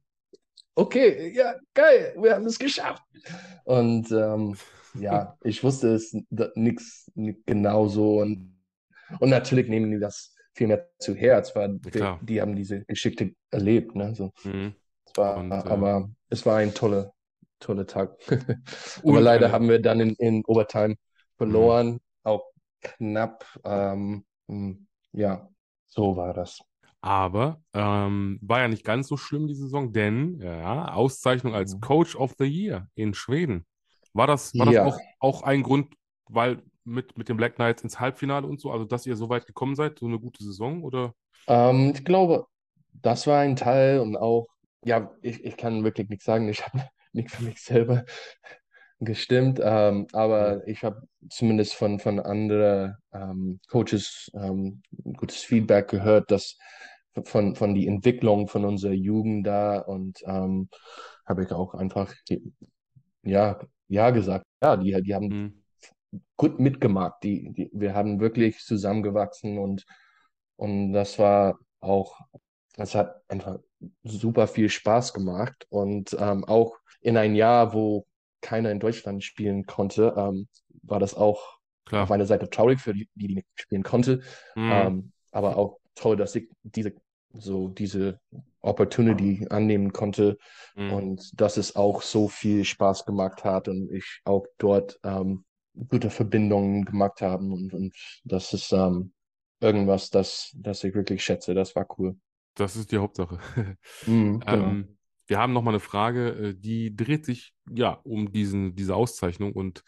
okay, ja, geil, wir haben es geschafft. Und ähm, ja, ich wusste es nichts genau so. Und, und natürlich nehmen die das viel mehr zu Herz, weil Ja, wir, klar. die haben diese Geschichte erlebt. Ne? So, Mhm. es war, Und, äh, aber es war ein toller, toller Tag. Aber und leider eine. haben wir dann in, in Overtime Mhm. verloren, auch knapp. Ähm, hm, ja, so war das. Aber ähm, war ja nicht ganz so schlimm die Saison, denn ja, Auszeichnung als Mhm. Coach of the Year in Schweden. War das, war das Ja, auch, auch ein Grund, weil mit, mit den Black Knights ins Halbfinale und so, also dass ihr so weit gekommen seid, so eine gute Saison, oder? ähm, ich glaube, das war ein Teil und auch, ja, ich, ich kann wirklich nichts sagen. Ich habe nicht für mich selber gestimmt, ähm, Hm. aber ich habe zumindest von, von anderen ähm, Coaches ähm, gutes Feedback gehört, dass von, von die Entwicklung von unserer Jugend da und ähm, habe ich auch einfach ja, ja gesagt. Ja, die, die haben Hm. gut mitgemacht. Die, die, wir haben wirklich zusammengewachsen und, und das war auch, das hat einfach super viel Spaß gemacht. Und ähm, auch in ein Jahr, wo keiner in Deutschland spielen konnte, ähm, war das auch auf Klar. einer Seite traurig für die, die, die nicht spielen konnte, Mhm. ähm, aber auch toll, dass ich diese, so diese Opportunity annehmen konnte Mhm. und dass es auch so viel Spaß gemacht hat und ich auch dort ähm, gute Verbindungen gemacht haben und, und das ist ähm, irgendwas, das, das ich wirklich schätze. Das war cool. Das ist die Hauptsache. Mhm, genau. Ähm, wir haben noch mal eine Frage, äh, die dreht sich ja um diesen, diese Auszeichnung und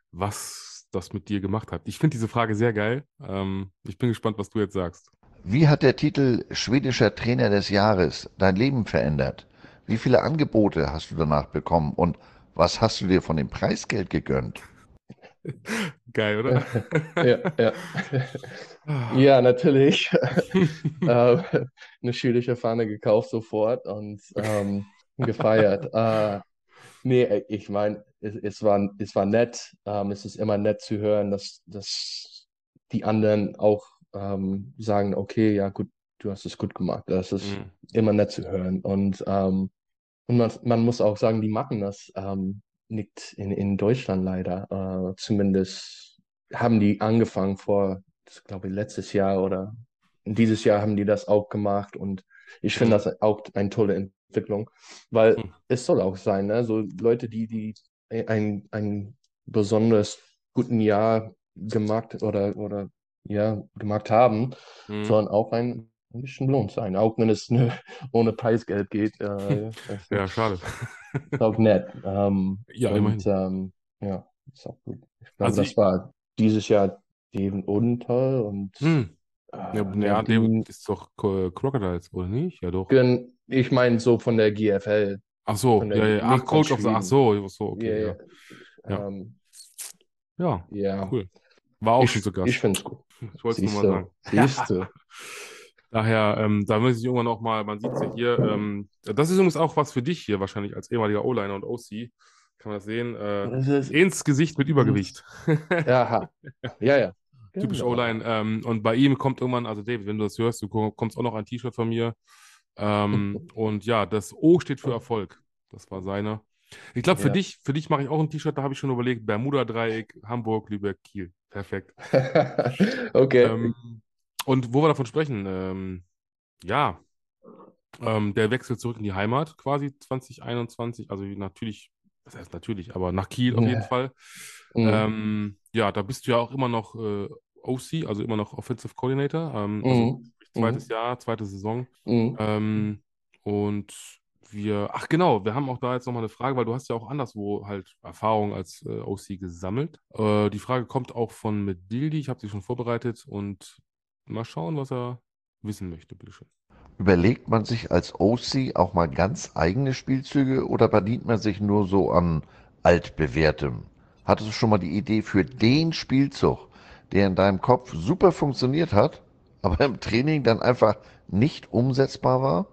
was das mit dir gemacht hat. Ich finde diese Frage sehr geil. Ähm, ich bin gespannt, was du jetzt sagst. Wie hat der Titel schwedischer Trainer des Jahres dein Leben verändert? Wie viele Angebote hast du danach bekommen und was hast du dir von dem Preisgeld gegönnt? Geil, oder? Ja, ja. Ah. Ja, natürlich. äh, eine schwedische Fahne gekauft sofort und ähm, gefeiert. Äh, nee, ich meine, es, es war, es war nett. Ähm, es ist immer nett zu hören, dass, dass die anderen auch ähm, sagen, okay, ja gut, du hast es gut gemacht. Das ist Mhm. immer nett zu hören. Und, ähm, und man, man muss auch sagen, die machen das ähm, nicht in, in Deutschland leider. Äh, zumindest haben die angefangen vor, ich glaube, letztes Jahr oder dieses Jahr haben die das auch gemacht. Und ich finde Mhm. das auch eine tolle Entwicklung, weil Mhm. es soll auch sein, ne? So Leute, die, die ein, ein besonders guten Jahr gemacht oder, oder ja, gemacht haben, Mhm. sollen auch ein, ein bisschen belohnt sein. Auch wenn es ne, ohne Preisgeld geht. Äh, das Ja, schade. ist auch nett. Ähm, Ja, und immerhin. ähm, ja, ist auch gut. Ich glaube, Also das ich, war dieses Jahr Steven Odenthal und hm. Ja, äh, ja, David Nadine. ist doch Co- Crocodiles, oder nicht? Ja, doch. Gen- Ich meine so von der G F L, Ach so, von der, ja, G- ja. Ach, nicht von Coach of the, ach Schweden. so, ach so, Ja, okay, ja, ja. Ja, ähm, ja, ja. cool. War auch schon Ich, zu ich Gast. finde es gut. Ich wollte es nur Siehst mal sagen. du, siehst du. Daher, ähm, da muss ich irgendwann auch mal, man sieht es ja hier, ähm, das ist übrigens auch was für dich hier wahrscheinlich als ehemaliger O-Liner und O C. Kann man das sehen? Äh, Das ist, ins Gesicht mit das Übergewicht. ist, aha. Ja, ja. Typisch O-Line. Genau. Ähm, und bei ihm kommt irgendwann, also David, wenn du das hörst, du kommst auch noch ein T-Shirt von mir. Ähm, und ja, das O steht für Erfolg. Das war seiner. Ich glaube, für Ja. dich, für dich mache ich auch ein T-Shirt, da habe ich schon überlegt. Bermuda-Dreieck, Hamburg, Lübeck, Kiel. Perfekt. Okay. Ähm, und wo wir davon sprechen, ähm, ja, ähm, der Wechsel zurück in die Heimat quasi zwanzig einundzwanzig, also natürlich, was heißt natürlich, aber nach Kiel auf jeden Fall. Mhm. Ähm, ja, da bist du ja auch immer noch äh, O C, also immer noch Offensive Coordinator, ähm, also Mhm. zweites Mhm. Jahr, zweite Saison. Mhm. Ähm, und wir, ach genau, wir haben auch da jetzt nochmal eine Frage, weil du hast ja auch anderswo halt Erfahrung als äh, O C gesammelt. Äh, die Frage kommt auch von Medildi, ich habe sie schon vorbereitet und mal schauen, was er wissen möchte, bitteschön. Überlegt man sich als O C auch mal ganz eigene Spielzüge oder bedient man sich nur so an altbewährtem? Hattest du schon mal die Idee für den Spielzug, der in deinem Kopf super funktioniert hat, aber im Training dann einfach nicht umsetzbar war?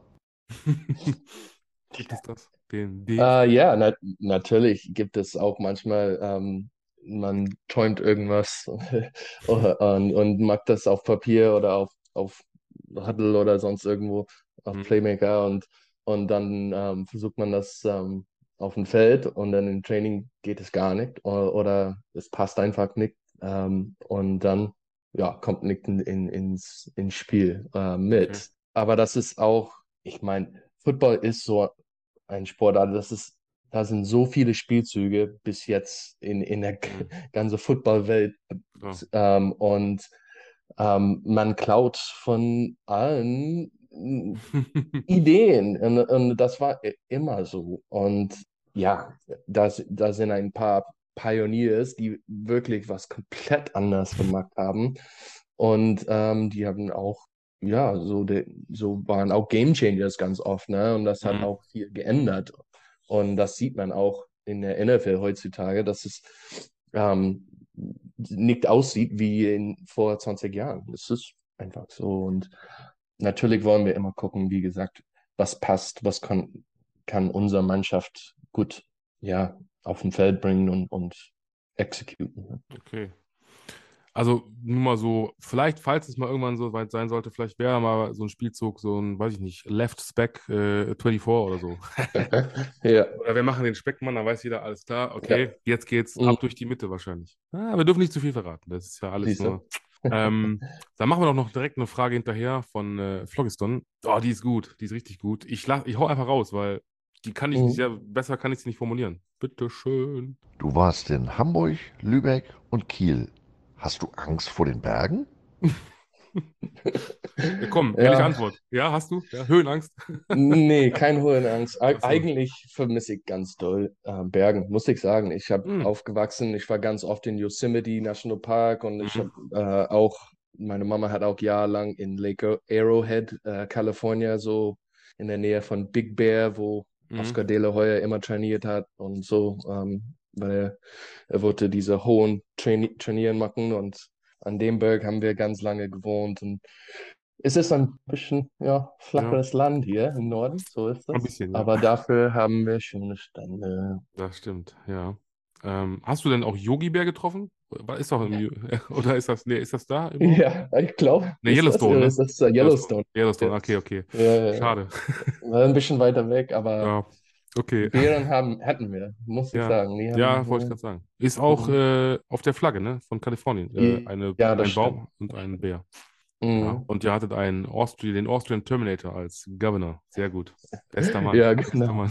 Gibt es das? Den D. Äh, ja, na natürlich gibt es auch manchmal, ähm, man träumt irgendwas und, und macht das auf Papier oder auf, auf Huddle oder sonst irgendwo auf Hm, Playmaker und, und dann ähm, versucht man das ähm, auf dem Feld und dann im Training geht es gar nicht oder, oder es passt einfach nicht ähm, und dann ja, kommt nicht in, in, ins, ins Spiel äh, okay. mit. Aber das ist auch, ich meine, Football ist so ein Sportart. Das ist, da sind so viele Spielzüge bis jetzt in, in der Hm, ganzen Footballwelt. klar. Ähm, und ähm, man klaut von allen Ideen. Und, und das war i- immer so. Und ja, da da sind ein paar Pioneers, die wirklich was komplett anders gemacht haben. Und ähm, die haben auch, ja, so, de, so waren auch Game Changers ganz oft, ne? Und das hat Hm, auch viel geändert. Und das sieht man auch in der N F L heutzutage, dass es ähm, nicht aussieht wie in, vor zwanzig Jahren. Es ist einfach so. Und natürlich wollen wir immer gucken, wie gesagt, was passt, was kann, kann unsere Mannschaft gut ja, auf den Feld bringen und, und executen. Okay. Also nur mal so, vielleicht, falls es mal irgendwann so weit sein sollte, vielleicht wäre mal so ein Spielzug, so ein, weiß ich nicht, Left Spec äh, vierundzwanzig oder so. Ja, Oder wir machen den Speckmann, dann weiß jeder, alles klar, ja. okay, jetzt geht's Mhm. ab durch die Mitte wahrscheinlich. Ah, wir dürfen nicht zu viel verraten, das ist ja alles Siehst du? nur. Ähm, dann machen wir doch noch direkt eine Frage hinterher von äh, Phlogiston. Oh, die ist gut, die ist richtig gut. Ich, lach, ich hau einfach raus, weil die kann ich nicht, Mhm. sehr, besser kann ich sie nicht formulieren. Bitteschön. Du warst in Hamburg, Lübeck und Kiel. Hast du Angst vor den Bergen? Ja, komm, ehrliche Ja, Antwort. Ja, hast du? Ja, Höhenangst? nee, kein Höhenangst. Eig- Ach so. Eigentlich vermisse ich ganz doll äh, Bergen, muss ich sagen. Ich habe Hm. aufgewachsen, ich war ganz oft in Yosemite National Park und ich habe Mhm. äh, auch, meine Mama hat auch jahrelang in Lake Arrowhead, äh, California, so in der Nähe von Big Bear, wo Mhm. Oscar De La Hoya immer trainiert hat und so, ähm, weil er, er wollte diese hohen Traini Trainieren machen und an dem Berg haben wir ganz lange gewohnt und es ist ein bisschen, ja, Ja, flacheres Land hier im Norden, so ist ein das. bisschen, ja. Aber dafür haben wir schöne Strände. Das stimmt, ja. Ähm, hast du denn auch Yogi Bär getroffen? War- Ist doch im, Ju- oder ist das, nee, ist das da überhaupt? Ja, ich glaube, Ne, ist das, Yellowstone, oder ne? ist das äh, Yellowstone. Yellowstone? Ja, Yellowstone, okay, okay. ja, ja, ja. Schade. War ein bisschen weiter weg, aber Ja, okay. Bären haben, hatten wir, muss ich Ja, sagen. Die ja, wollte ich haben, gerade sagen. Ist auch mhm. äh, auf der Flagge, ne? Von Kalifornien. Äh, eine, Ja, das ein stimmt. Baum und ein Bär. Ja, Mhm. und ihr hattet einen Austri den Austrian Terminator als Governor. Sehr gut. Bester Mann. Ja, Bester genau. Mann.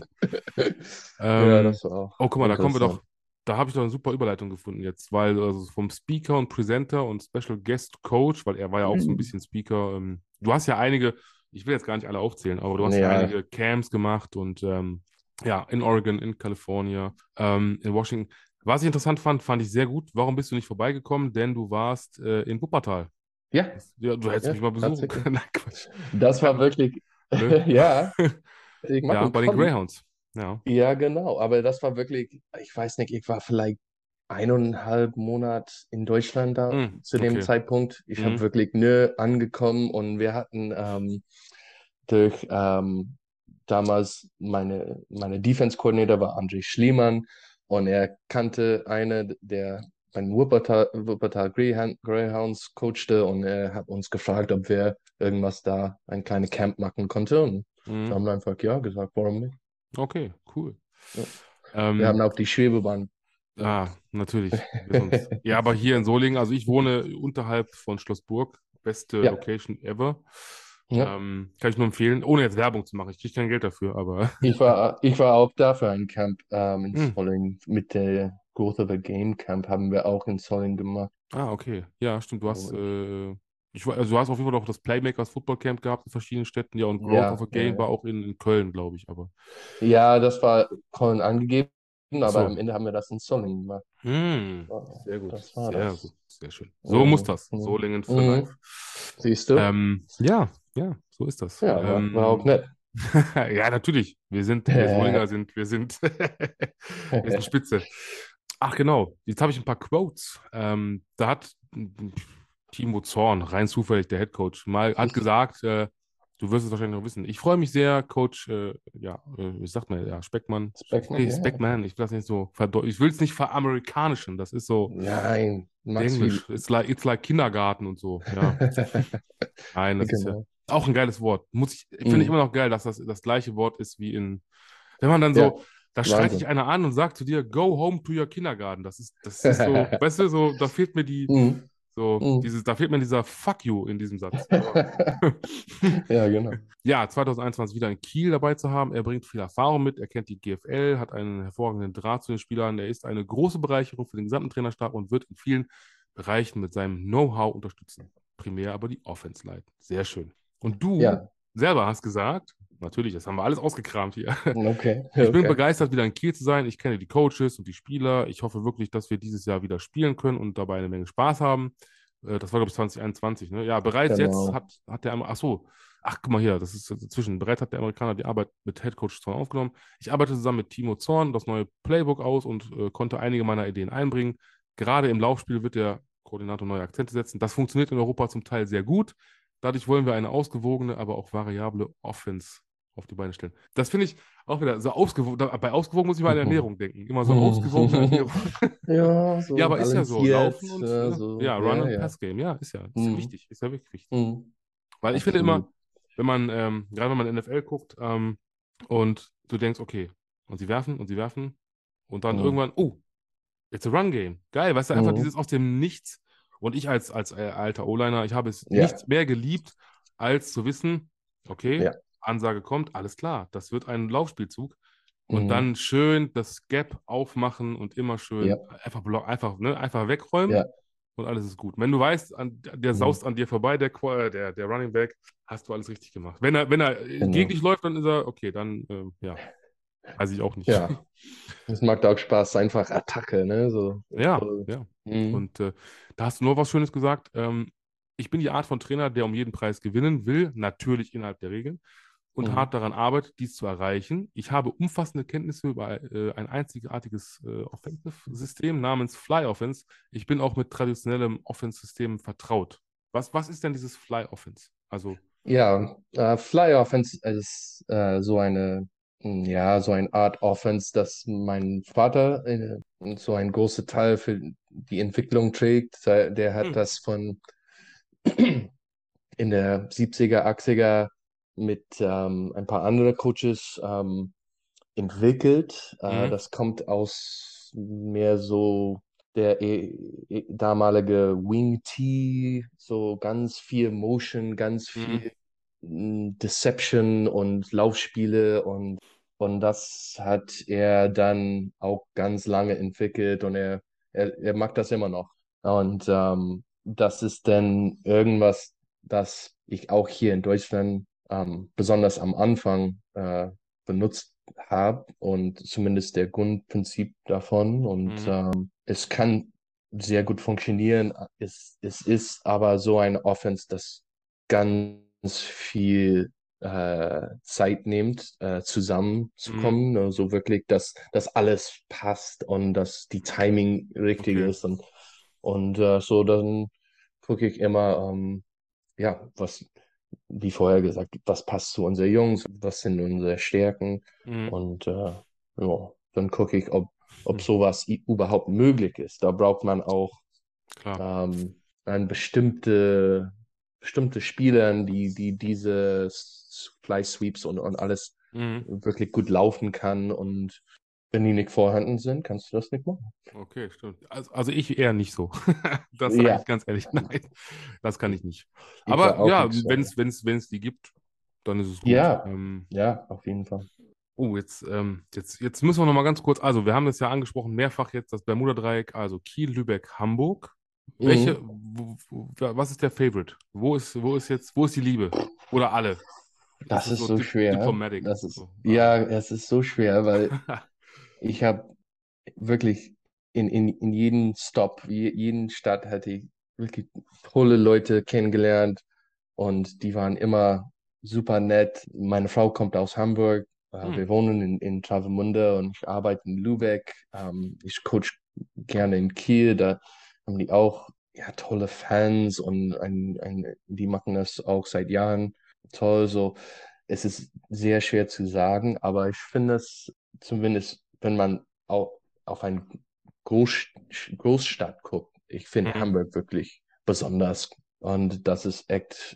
Ja, Ähm, das war auch oh, guck mal, da kommen wir interessant. doch, da habe ich doch eine super Überleitung gefunden jetzt, weil also vom Speaker und Presenter und Special Guest Coach, weil er war ja auch so ein Mhm. bisschen Speaker. Ähm, du hast ja einige, ich will jetzt gar nicht alle aufzählen, aber du hast ja Ja, einige Camps gemacht und ähm, ja, in Oregon, in California, ähm, in Washington. Was ich interessant fand, fand ich sehr gut. Warum bist du nicht vorbeigekommen? Denn du warst äh, in Wuppertal. ja, Das, ja, du hättest ja, mich mal besuchen tatsächlich. können. Nein, Quatsch. Das Ich hab, war wirklich, ne? ja, hätte ich Ja, machen bei den können. Greyhounds. Ja. Ja, genau. Aber das war wirklich, ich weiß nicht, ich war vielleicht eineinhalb Monat in Deutschland da Hm, zu dem okay. Zeitpunkt. Ich habe Mhm. wirklich nur angekommen und wir hatten ähm, durch ähm, damals meine, meine Defense-Coordinator war André Schliemann und er kannte eine, der beim Wuppertal, Wuppertal Greyhound, Greyhounds coachte und er hat uns gefragt, ob wir irgendwas da, ein kleines Camp machen konnte und wir Mhm. haben einfach ja gesagt, warum nicht? Okay, cool. Ja. Wir haben Ähm, auch die Schwebebahn ah, gemacht. natürlich. Wir sonst. Ja, aber hier in Solingen, also ich wohne unterhalb von Schlossburg. Beste Ja, Location ever. ja. Ähm, kann ich nur empfehlen, ohne jetzt Werbung zu machen. Ich kriege kein Geld dafür, aber. Ich war, ich war auch da für ein Camp ähm, in Hm. Solingen. Mit der Growth of a Game Camp haben wir auch in Solingen gemacht. Ah, okay. Ja, stimmt. Du hast, Und äh, ich, war- also du hast auf jeden Fall auch das Playmakers Football Camp gehabt in verschiedenen Städten. Ja, und Growth of a ja, ja, Game ja. war auch in, in Köln, glaube ich, aber. Ja, das war Colin angegeben, Ach aber am so. Ende haben wir das in Solingen gemacht. Hm. Ja, Sehr gut. das war Sehr gut. das. Sehr schön. So muss Mhm. das. Mhm. Solingen for life. Mhm. Siehst du? Ähm, ja, ja, so ist das. Ja, war, war auch Ähm, nett. ja, natürlich. Wir sind, wir Solinger sind, wir sind, wir sind spitze. Ach genau, jetzt habe ich ein paar Quotes. Ähm, da hat mm, Timo Zorn, rein zufällig der Head Coach, mal hat gesagt, äh, du wirst es wahrscheinlich noch wissen. Ich freue mich sehr, Coach, äh, ja, äh, wie sagt man, ja, Speckmann, Speckmann, nee, ja. Speckman, ich will das nicht so verdeu- ich will es nicht veramerikanischen, das ist so Nein, Max wie. Englisch, it's like, it's like Kindergarten und so, ja. Nein, das ist ja Genau. auch ein geiles Wort. Muss ich, finde ich Mhm. immer noch geil, dass das das gleiche Wort ist wie in, wenn man dann Ja, so, da schreit dich Wahnsinn. einer an und sagt zu dir, go home to your Kindergarten. Das ist, das ist so, weißt du, so, da fehlt mir die, Mhm. so, Mhm. dieses, da fehlt mir dieser Fuck you in diesem Satz. Aber Ja, genau. ja, zwanzig einundzwanzig wieder in Kiel dabei zu haben. Er bringt viel Erfahrung mit, er kennt die G F L, hat einen hervorragenden Draht zu den Spielern. Er ist eine große Bereicherung für den gesamten Trainerstab und wird in vielen Bereichen mit seinem Know-how unterstützen. Primär aber die Offense leiten. Sehr schön. Und du Ja, selber hast gesagt, natürlich, das haben wir alles ausgekramt hier. okay, Ich bin okay. begeistert, wieder in Kiel zu sein. Ich kenne die Coaches und die Spieler. Ich hoffe wirklich, dass wir dieses Jahr wieder spielen können und dabei eine Menge Spaß haben. Äh, Das war, glaube ich, zwanzig einundzwanzig. Ne? Ja, bereits jetzt Genau. hat, hat der, Amer- ach so, ach, guck mal hier, das ist dazwischen. Bereits hat der Amerikaner die Arbeit mit Head Coach Zorn aufgenommen. Ich arbeite zusammen mit Timo Zorn das neue Playbook aus und äh, konnte einige meiner Ideen einbringen. Gerade im Laufspiel wird der Koordinator neue Akzente setzen. Das funktioniert in Europa zum Teil sehr gut. Dadurch wollen wir eine ausgewogene, aber auch variable Offense auf die Beine stellen. Das finde ich auch wieder so ausgewogen. Da, bei ausgewogen muss ich mal an Mhm. Ernährung denken. Immer so ausgewogene Ernährung. Ja, so Ja, aber ist ja so. balanciert, Laufen und ja, äh, so, ja, Run- ja, und ja. Pass-Game. Ja, ist ja, ist ja Mhm. wichtig. Ist ja wirklich wichtig. Mhm. Weil ich finde immer, Absolut. wenn man, ähm, gerade wenn man N F L guckt ähm, und du denkst, okay, und sie werfen und sie werfen und dann Mhm. irgendwann, oh, it's a Run-Game. Geil, weißt du, einfach Mhm. dieses aus dem Nichts. Und ich als, als äh, alter O-Liner, ich habe es Ja, nichts mehr geliebt, als zu wissen, okay, ja. Ansage kommt, alles klar, das wird ein Laufspielzug. Und Mhm. dann schön das Gap aufmachen und immer Ja, schön einfach, blo- einfach, ne, einfach wegräumen ja. und alles ist gut. Wenn du weißt, an, der Mhm. saust an dir vorbei, der, Qua- der, der Running Back, hast du alles richtig gemacht. Wenn er, wenn er äh, gegen Genau. dich läuft, dann ist er, okay, dann, ähm, ja, weiß ich auch nicht. Ja, es macht auch Spaß, einfach Attacke, ne? So Ja, voll. ja. Mhm. Und äh, da hast du nur was Schönes gesagt. Ähm, ich bin die Art von Trainer, der um jeden Preis gewinnen will, natürlich innerhalb der Regeln, und Mhm. hart daran arbeitet, dies zu erreichen. Ich habe umfassende Kenntnisse über äh, ein einzigartiges äh, Offensive-System namens Fly Offense. Ich bin auch mit traditionellem Offense-System vertraut. Was, was ist denn dieses Fly Offense? Also, Ja, äh, Fly Offense ist äh, so eine, mm, ja, so eine Art Offense, dass mein Vater äh, so einen großen Teil für die Entwicklung trägt. Der der hat hm, das von in der siebziger, achtziger mit ähm, ein paar anderen Coaches ähm, entwickelt. Äh, mhm, das kommt aus mehr so der eh, eh, damalige Wing T, so ganz viel Motion, ganz mhm, viel mm, Deception und Laufspiele und, und das hat er dann auch ganz lange entwickelt und er, er, er macht das immer noch. Und ähm, das ist dann irgendwas, das ich auch hier in Deutschland ähm, besonders am Anfang äh, benutzt habe und zumindest der Grundprinzip davon. Und mhm, ähm, es kann sehr gut funktionieren. Es, es ist aber so eine Offense, das ganz viel äh, Zeit nimmt, äh, mhm, zusammenzukommen. Ne? So wirklich, dass, dass alles passt und dass die Timing richtig okay. ist. Und, und äh, so dann gucke ich immer, ähm, ja, was, wie vorher gesagt, was passt zu unseren Jungs, was sind unsere Stärken Mhm, und äh, ja, dann gucke ich, ob, ob hm, sowas i- überhaupt möglich ist. Da braucht man auch klar. ähm, ein bestimmte, bestimmte Spieler, die, die diese S- Fly Sweeps und, und alles Mhm. wirklich gut laufen kann und wenn die nicht vorhanden sind, kannst du das nicht machen. Okay, stimmt. Also, also ich eher nicht so. Das sage ich Ja, ganz ehrlich. Nein, das kann ich nicht. ich Aber war auch ja, nicht wenn so. es wenn's, wenn's die gibt, dann ist es gut. Ja, Ähm, ja, auf jeden Fall. oh, jetzt, ähm, jetzt, jetzt müssen wir noch mal ganz kurz, also wir haben das ja angesprochen, mehrfach jetzt, das Bermuda-Dreieck, also Kiel, Lübeck, Hamburg. Welche, Mhm. wo, wo, was ist der Favorite? Wo ist, wo ist jetzt, wo ist die Liebe? Oder alle? Das Das ist ist so so dip schwer. diplomatic. Das ist, So, ja, also. es ist so schwer, weil ich habe wirklich in, in, in jedem Stop, je, jeden Stadt hatte ich wirklich tolle Leute kennengelernt und die waren immer super nett. Meine Frau kommt aus Hamburg. Äh, Hm, wir wohnen in, in Travemünde und ich arbeite in Lübeck. Ähm, ich coach gerne in Kiel. Da haben die auch ja, tolle Fans und ein, ein, die machen das auch seit Jahren toll. So, es ist sehr schwer zu sagen, aber ich finde es zumindest, wenn man auch auf eine Groß, Großstadt guckt, ich finde hm, Hamburg wirklich besonders. Und das ist echt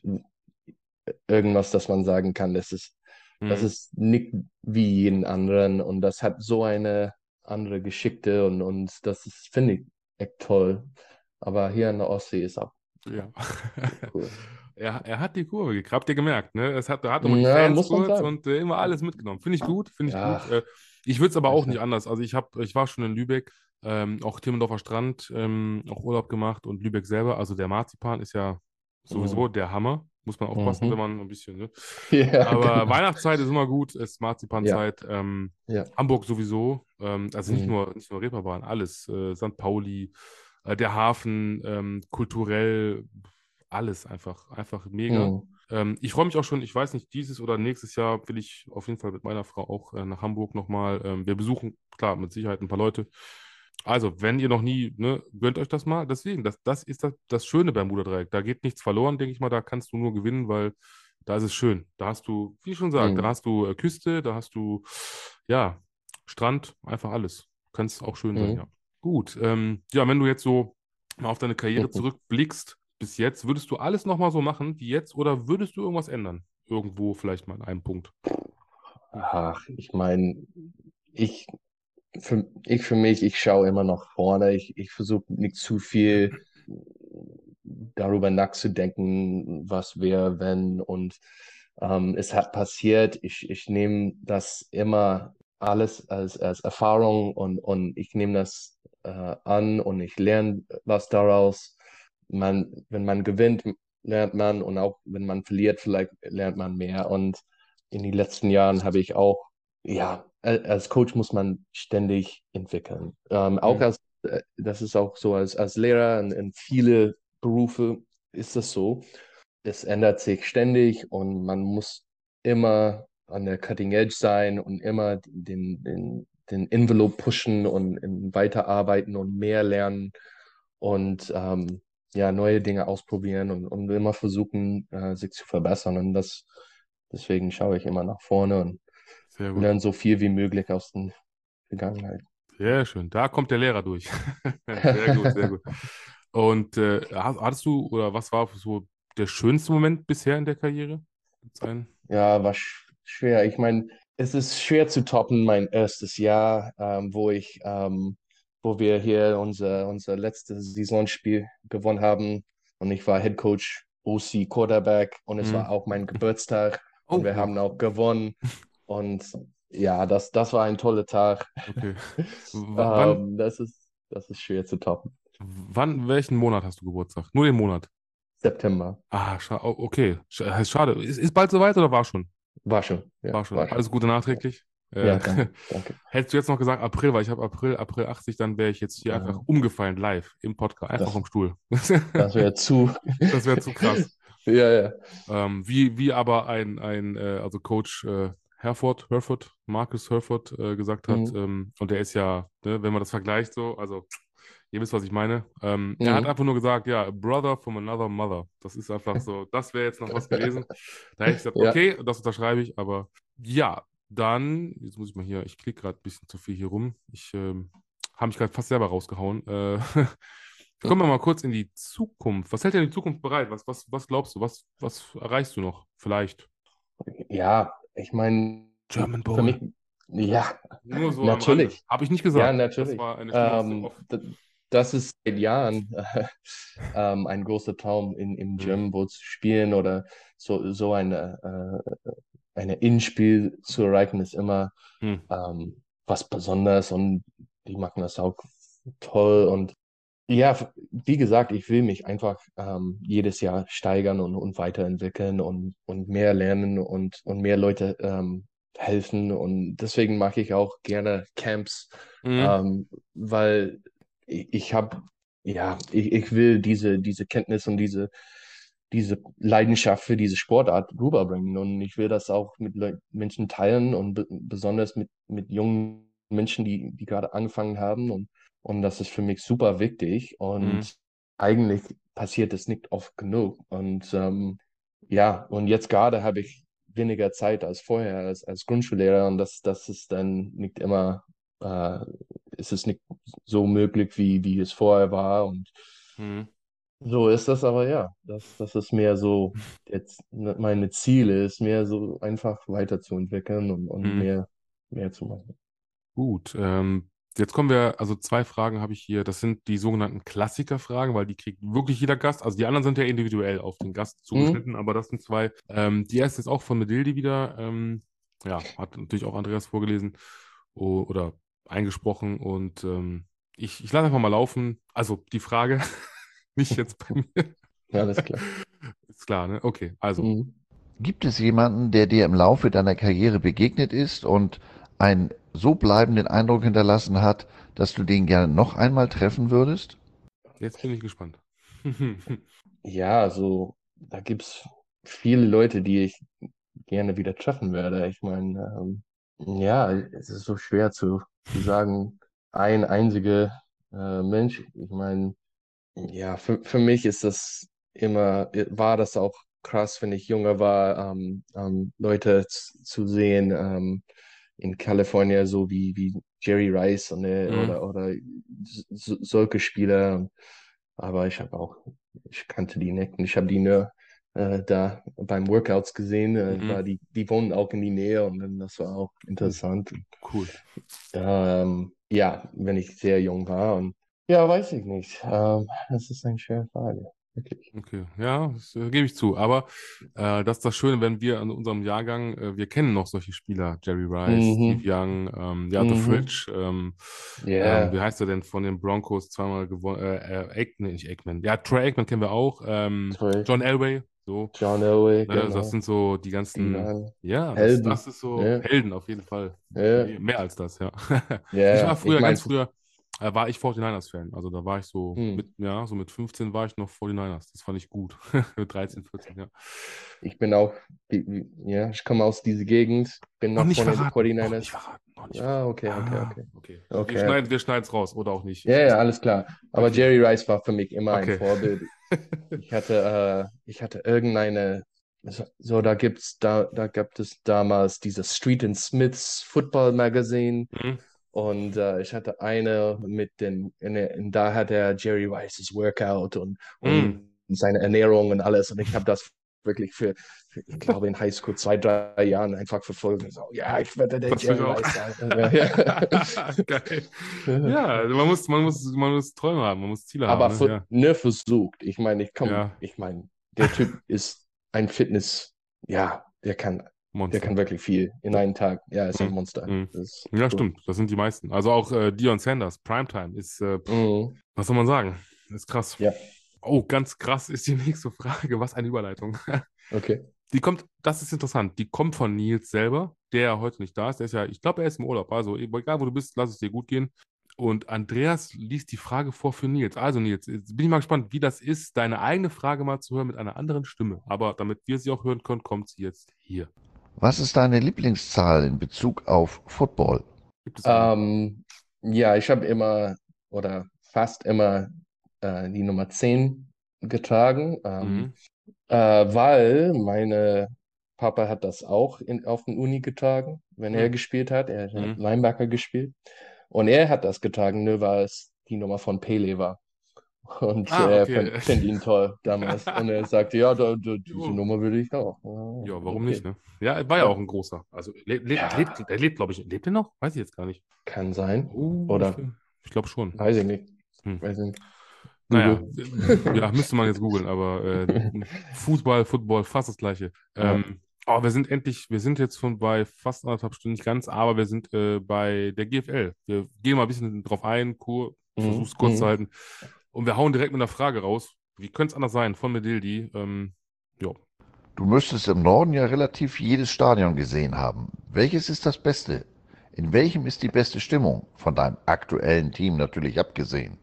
irgendwas, das man sagen kann, das ist, das hm. ist nicht wie jeden anderen und das hat so eine andere Geschichte und, und das ist, finde ich, echt toll. Aber hier in der Ostsee ist auch Ja. ja, sehr cool. Er, er hat die Kurve gekriegt, habt ihr gemerkt, ne? Es hat, er hat nochmal die Ja, Fans muss man kurz sagen. und äh, immer alles mitgenommen. Finde ich gut, finde ich gut. Ja, Äh, ich würde es aber auch also, nicht anders. Also ich habe, ich war schon in Lübeck, ähm, auch Timmendorfer Strand, ähm, auch Urlaub gemacht und Lübeck selber. Also der Marzipan ist ja sowieso mm, der Hammer. Muss man aufpassen, wenn mhm. man ein bisschen, ne? Ja, Aber genau. Weihnachtszeit ist immer gut, es ist Ja, Marzipanzeit. Ähm, ja. Hamburg sowieso, ähm, also nicht Mm, nur, nicht nur Reeperbahn, alles. Äh, Sankt Pauli, äh, der Hafen, ähm, kulturell, alles einfach, einfach mega. mm. Ähm, ich freue mich auch schon, ich weiß nicht, dieses oder nächstes Jahr will ich auf jeden Fall mit meiner Frau auch äh, nach Hamburg nochmal. Ähm, wir besuchen, klar, mit Sicherheit ein paar Leute. Also, wenn ihr noch nie, ne, gönnt euch das mal. Deswegen, das, das ist das, das Schöne beim Bermuda-Dreieck. Da geht nichts verloren, denke ich mal. Da kannst du nur gewinnen, weil da ist es schön. Da hast du, wie schon gesagt, da Mhm. hast du äh, Küste, da hast du, ja, Strand, einfach alles. Kann es auch schön sein, ja. Mhm. Gut, ähm, ja, wenn du jetzt so mal auf deine Karriere zurückblickst, bis jetzt, würdest du alles nochmal so machen wie jetzt oder würdest du irgendwas ändern? Irgendwo vielleicht mal an einem Punkt. Hm. Ach, ich meine, ich für, ich für mich, ich schaue immer nach vorne. Ich, ich versuche nicht zu viel darüber nachzudenken, was wäre, wenn und ähm, es hat passiert. Ich, ich nehme das immer alles als, als Erfahrung und, und ich nehme das äh, an und ich lerne was daraus. Man, wenn man gewinnt, lernt man und auch wenn man verliert, vielleicht lernt man mehr. Und in den letzten Jahren habe ich auch, ja, a- als Coach muss man ständig entwickeln. Ähm, auch Hm. als, äh, das ist auch so als, als Lehrer in, in viele Berufe ist das so. Es ändert sich ständig und man muss immer an der Cutting Edge sein und immer den, den, den Envelope pushen und, und weiterarbeiten und mehr lernen und ähm, ja, neue Dinge ausprobieren und, und immer versuchen, äh, sich zu verbessern. Und das, deswegen schaue ich immer nach vorne und Sehr gut. lerne so viel wie möglich aus der Vergangenheit. Sehr schön. Da kommt der Lehrer durch. Sehr gut, sehr gut. Und äh, ha- hattest du, oder was war so der schönste Moment bisher in der Karriere? Gibt's einen? Ja, war sch schwer. Ich meine, es ist schwer zu toppen, mein erstes Jahr, ähm, wo ich, ähm, wo wir hier unser, unser letztes Saisonspiel gewonnen haben und ich war Head Coach O C Quarterback und es Hm. war auch mein Geburtstag und Oh, wir oh, haben auch gewonnen und ja, das, das war ein toller Tag. okay. W wann, Ähm, das ist, das ist schwer zu toppen. wann, welchen Monat hast du Geburtstag? Nur den Monat. September. Ah, scha oh, okay. Sch heißt schade. Ist, ist bald soweit oder war schon? War schon, ja, War schon. war Alles schon. Gute Ja, nachträglich. Äh, ja, danke, danke. hättest du jetzt noch gesagt April, weil ich habe April, April achtzig, dann wäre ich jetzt hier einfach Äh, umgefallen live im Podcast, einfach das, vom Stuhl. das wäre zu. Das wäre zu krass. Ja, ja. Ähm, wie, wie aber ein, ein äh, also Coach äh, Herford, Herford, Marcus Herford äh, gesagt hat, Mhm. ähm, und der ist ja, ne, wenn man das vergleicht so, also ihr wisst, was ich meine. Ähm, er hat Mhm. einfach nur gesagt, ja, a brother from another mother. Das ist einfach so, das wäre jetzt noch was gewesen. Da hätte ich gesagt, Ja, okay, das unterschreibe ich, aber ja, dann, jetzt muss ich mal hier, ich klicke gerade ein bisschen zu viel hier rum. Ich ähm, habe mich gerade fast selber rausgehauen. Äh, kommen wir mal kurz in die Zukunft. Was hält dir die Zukunft bereit? Was, was, was glaubst du? Was, was erreichst du noch? Vielleicht. ja, ich meine, German für Bowl. mich, ja, Nur so am Rande. natürlich. Habe ich nicht Ja, gesagt. Das natürlich. war eine Stimme aus dem Ähm, Off. d- das ist seit Jahren äh, ähm, ein großer Traum, in, im Hm. German Bowl zu spielen oder so, so eine, äh, eine In-Spiel zu erreichen, ist immer Hm. ähm, was Besonderes und die machen das auch toll und ja, f- wie gesagt, ich will mich einfach ähm, jedes Jahr steigern und, und weiterentwickeln und, und mehr lernen und, und mehr Leute ähm, helfen. Und deswegen mache ich auch gerne Camps, Hm. ähm, weil ich, ich habe, ja, ich, ich will diese, diese Kenntnis und diese, diese Leidenschaft für diese Sportart rüberbringen. Und ich will das auch mit Leu Menschen teilen und be besonders mit, mit jungen Menschen, die, die gerade angefangen haben. Und und das ist für mich super wichtig. Hm. Und eigentlich passiert es nicht oft genug. Und ähm, ja, und jetzt gerade habe ich weniger Zeit als vorher als, als Grundschullehrer. Und das, das ist dann nicht immer, äh, ist es nicht so möglich, wie, wie es vorher war. Und Hm. so ist das aber ja. Das, das ist mehr so, jetzt meine Ziele ist mehr so einfach weiterzuentwickeln und, und Hm. mehr, mehr zu machen. Gut. Ähm, jetzt kommen wir, also zwei Fragen habe ich hier. Das sind die sogenannten Klassikerfragen, weil die kriegt wirklich jeder Gast. Also die anderen sind ja individuell auf den Gast Hm? zugeschnitten, aber das sind zwei. Ähm, die erste ist auch von Medildi wieder. Ähm, ja, hat natürlich auch Andreas vorgelesen o- oder eingesprochen und ähm, ich, ich lasse einfach mal laufen. Also die Frage, nicht jetzt bei mir. Ja, alles klar. Ist klar, ne? Okay, also. Hm. Gibt es jemanden, der dir im Laufe deiner Karriere begegnet ist und einen so bleibenden Eindruck hinterlassen hat, dass du den gerne noch einmal treffen würdest? Jetzt bin ich gespannt. Ja, also da gibt es viele Leute, die ich gerne wieder treffen werde. Ich meine, ähm, ja, es ist so schwer zu, zu sagen, ein einziger äh, Mensch. Ich meine, ja, für, für mich ist das immer, war das auch krass, wenn ich jünger war, ähm, ähm, Leute z- zu sehen ähm, in Kalifornien, so wie, wie Jerry Rice und, äh, Mhm. oder, oder so, solche Spieler. Aber ich habe auch, ich kannte die nicht und ich habe die nur äh, da beim Workouts gesehen. Äh, Mhm. war die, die wohnen auch in die Nähe und dann, das war auch interessant. Cool. Ähm, ja, wenn ich sehr jung war und ja, weiß ich nicht. Ähm, das ist eine schwere Frage. Wirklich. Okay, ja, das äh, gebe ich zu. Aber äh, das ist das Schöne, wenn wir an unserem Jahrgang, äh, wir kennen noch solche Spieler, Jerry Rice, Steve Mhm. Young, ähm, ja, The Mhm. Fridge, ähm, ähm, wie Ja, heißt er denn von den Broncos zweimal gewonnen, äh, äh, Eik- nee, nicht Aikman, ja, Troy Aikman kennen wir auch, ähm, Troy, John Elway, so, John Elway, ne, das genau. sind so die Steve ganzen, Young. ja, das, das Helden. ist so Ja, Helden auf jeden Fall. ja, Nee, mehr als das, ja. Ich war ja. Ich früher, meine, ganz früher, äh, war ich forty-niners-Fan. Also da war ich so hm, mit, ja, so mit fünfzehn war ich noch forty-niners. Das fand ich gut. Mit dreizehn, vierzehn, ja. ich bin auch, wie- wie- ja, ich komme aus dieser Gegend, bin Noch noch nicht von den verraten, noch nicht forty-niners. verraten, noch nicht Ah, verraten. okay, okay, Ah, okay. okay. Wir Okay, schneiden, okay. wir schneiden es raus oder auch nicht. Ja, ja, alles klar. Aber Okay, Jerry Rice war für mich immer ein okay. Vorbild. Ich hatte, äh, ich hatte irgendeine, so, so da gibt's da, da gab es damals dieses Street and Smiths Football Magazine Mhm. und äh, ich hatte eine mit den, in, der- in, da hat er Jerry Rice's Workout und, Mhm. und seine Ernährung und alles und ich habe das wirklich für, für, ich glaube in Highschool zwei, drei Jahren einfach verfolgt. Und so, ja, ich werde der Das will ich Jerry auch. Rice sein. Ja, ja. Geil. Ja, also man muss, man muss, man muss Träume haben, man muss Ziele haben, Aber ne? für, Ja. ne versucht. Ich meine, ich komme, Ja, ich meine, der Typ ist ein Fitness, ja, der kann, der Monster. kann wirklich viel in einem Tag. Ja, ist ein Mhm. Monster. Mhm. Das ist Ja, cool. stimmt. Das sind die meisten. Also auch äh, Deion Sanders, Primetime, ist, äh, pff, Mhm. was soll man sagen? Ist krass. Ja, Oh, ganz krass ist die nächste Frage. Was eine Überleitung. okay. Die kommt, das ist interessant. Die kommt von Nils selber, der ja heute nicht da ist. Der ist ja, ich glaube, er ist im Urlaub. Also, egal wo du bist, lass es dir gut gehen. Und Andreas liest die Frage vor für Nils. Also, Nils, jetzt bin ich mal gespannt, wie das ist, deine eigene Frage mal zu hören mit einer anderen Stimme. Aber damit wir sie auch hören können, kommt sie jetzt hier. Was ist deine Lieblingszahl in Bezug auf Football? Gibt es eine? Ähm, ja, ich habe immer oder fast immer äh, die Nummer zehn getragen, ähm, Mhm. äh, weil meine Papa hat das auch in, auf den Uni getragen, wenn er Mhm. gespielt hat. Er hat Mhm. Linebacker gespielt. Und er hat das getragen, nur weil es die Nummer von Pele war. Und Ah, er okay. fand, find ihn toll damals. Und er sagte, ja, da, da, diese Jo. Nummer würde ich auch. Ja, Ja, warum nicht, okay. ne? Ja, er war ja auch Ja, ein großer. Also, le lebt, ja, lebt, er lebt, glaube ich. Lebt er noch? Weiß ich jetzt gar nicht. kann sein. Oh, ich, Oder ich glaube schon. weiß ich nicht. Hm. Weiß nicht. Naja, Google. ja, müsste man jetzt googeln, aber äh, Fußball, Football, fast das Gleiche. Ja. Ähm, oh, wir sind endlich, wir sind jetzt schon bei fast anderthalb Stunden, nicht ganz, aber wir sind äh, bei der G F L. Wir gehen mal ein bisschen drauf ein, kur, ich versuche Mhm. es kurz zu Mhm. halten. Und wir hauen direkt mit einer Frage raus. Wie könnte es anders sein? Von Medildi. Ähm, ja. Du müsstest im Norden ja relativ jedes Stadion gesehen haben. Welches ist das Beste? In welchem ist die beste Stimmung? Von deinem aktuellen Team natürlich abgesehen.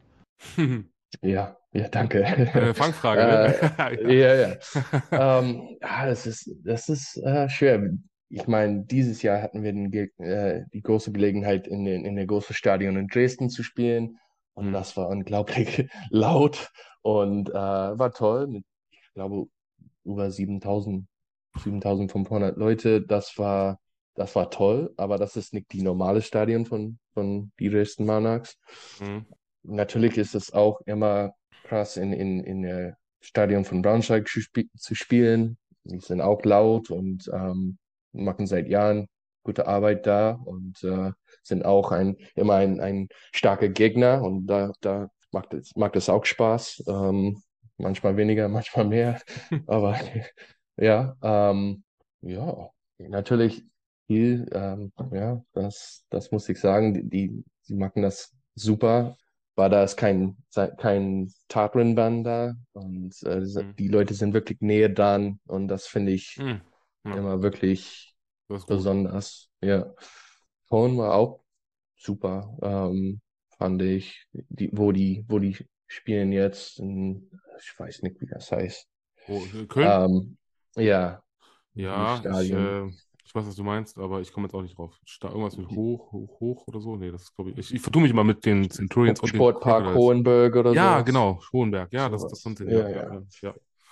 Ja, ja, danke. Eine Fangfrage, ne? äh, Ja. ja, ja. Ähm, ja, das ist, das ist äh, schwer. Ich meine, dieses Jahr hatten wir den, Ge- äh, die große Gelegenheit, in den, in der großen Stadion in Dresden zu spielen. Und Hm. das war unglaublich laut und äh, war toll. Mit, ich glaube, über siebentausend, siebentausendfünfhundert Leute. Das war, das war toll, aber das ist nicht die normale Stadion von, von die Dresden Monarchs. Hm. Natürlich ist es auch immer krass, in, in, in der Stadion von Braunschweig zu, spi zu spielen. Die sind auch laut und ähm, machen seit Jahren gute Arbeit da und äh, sind auch ein, immer ein, ein starker Gegner und da, da macht es, macht es auch Spaß. Ähm, manchmal weniger, manchmal mehr. Aber ja, ähm, ja, natürlich viel, ähm, ja, das, das muss ich sagen, die, die, die machen das super, weil da ist kein, kein Tatrennbahn da und äh, Hm. die Leute sind wirklich näher dran und das finde ich Hm. Ja, immer wirklich das ist gut. besonders. Ja, Ton war auch super, ähm, fand ich, die, wo die, wo die spielen jetzt, in, ich weiß nicht, wie das heißt. Oh, Köln? Ähm, ja, die Ja, ich, Stadien. äh, ich weiß, was du meinst, aber ich komme jetzt auch nicht drauf. Sta irgendwas mit hoch, hoch, hoch oder so? Nee, das ist, glaube ich. Ich, ich vertue mich immer mit den Centurions und den Sportpark Crocodiles. Hohenberg oder Ja, sowas. genau, Schonberg. Ja, das, das Sowas. kommt hin, ja, Ja, ja, ja. ja, ja.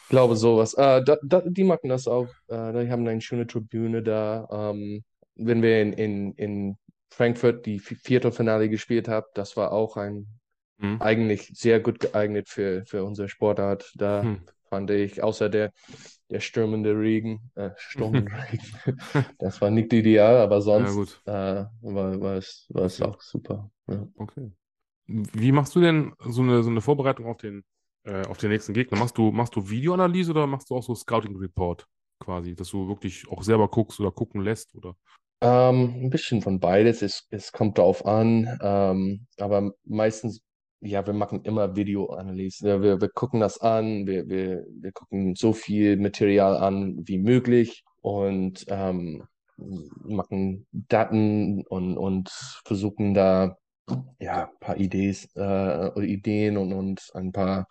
Ich glaube sowas. Äh, da, da, die machen das auch. Äh, die haben eine schöne Tribüne da. Ähm, wenn wir in, in, in Frankfurt die Vi- Viertelfinale gespielt haben, das war auch ein Mhm. eigentlich sehr gut geeignet für, für unsere Sportart. Da Hm. fand ich, außer der, der stürmende Regen, äh, stürmende Regen, das war nicht ideal, aber Ja, sonst gut. äh, war, war es, war es Okay. auch super. Ja. Okay. Wie machst du denn so eine, so eine Vorbereitung auf den, äh, auf den nächsten Gegner? Machst du, machst du Videoanalyse oder machst du auch so Scouting Report quasi, dass du wirklich auch selber guckst oder gucken lässt oder? Ähm, ein bisschen von beides. Es, es kommt darauf an. Ähm, aber meistens, ja, wir machen immer Videoanalyse. Ja, Wir, wir gucken das an. Wir, wir, wir gucken so viel Material an wie möglich und ähm, machen Daten und, und versuchen da ja, ein paar Ideen, äh, Ideen und, und ein paar,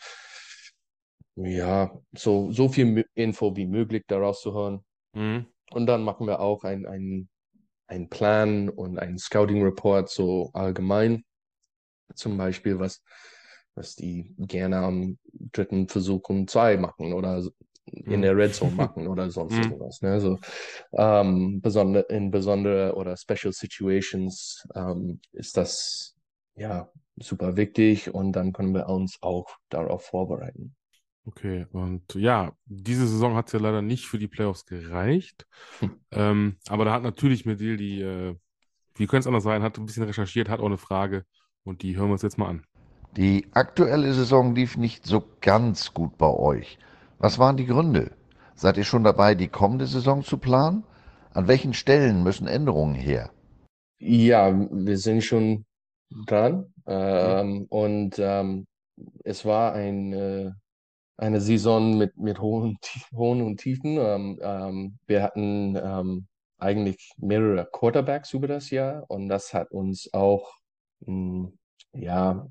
ja, so, so viel Mö- Info wie möglich daraus zu hören. Mhm. Und dann machen wir auch ein, ein einen Plan und einen Scouting Report so allgemein. Zum Beispiel, was, was die gerne am dritten Versuch um zwei machen oder so in Mhm. der Red Zone machen oder sonst Mhm. irgendwas. Ne? So, ähm, besonder, in besondere oder Special Situations ähm, ist das ja super wichtig und dann können wir uns auch darauf vorbereiten. Okay, und ja, diese Saison hat es ja leider nicht für die Playoffs gereicht. Hm. Ähm, aber da hat natürlich Medil die, äh, wie könnte es anders sein, hat ein bisschen recherchiert, hat auch eine Frage und die hören wir uns jetzt mal an. Die aktuelle Saison lief nicht so ganz gut bei euch. Was waren die Gründe? Seid ihr schon dabei, die kommende Saison zu planen? An welchen Stellen müssen Änderungen her? Ja, wir sind schon dran Mhm. ähm, und ähm, es war ein, äh, eine Saison mit, mit hohen, Tie- hohen und Tiefen. Ähm, ähm, wir hatten ähm, eigentlich mehrere Quarterbacks über das Jahr und das hat uns auch, mh, ja,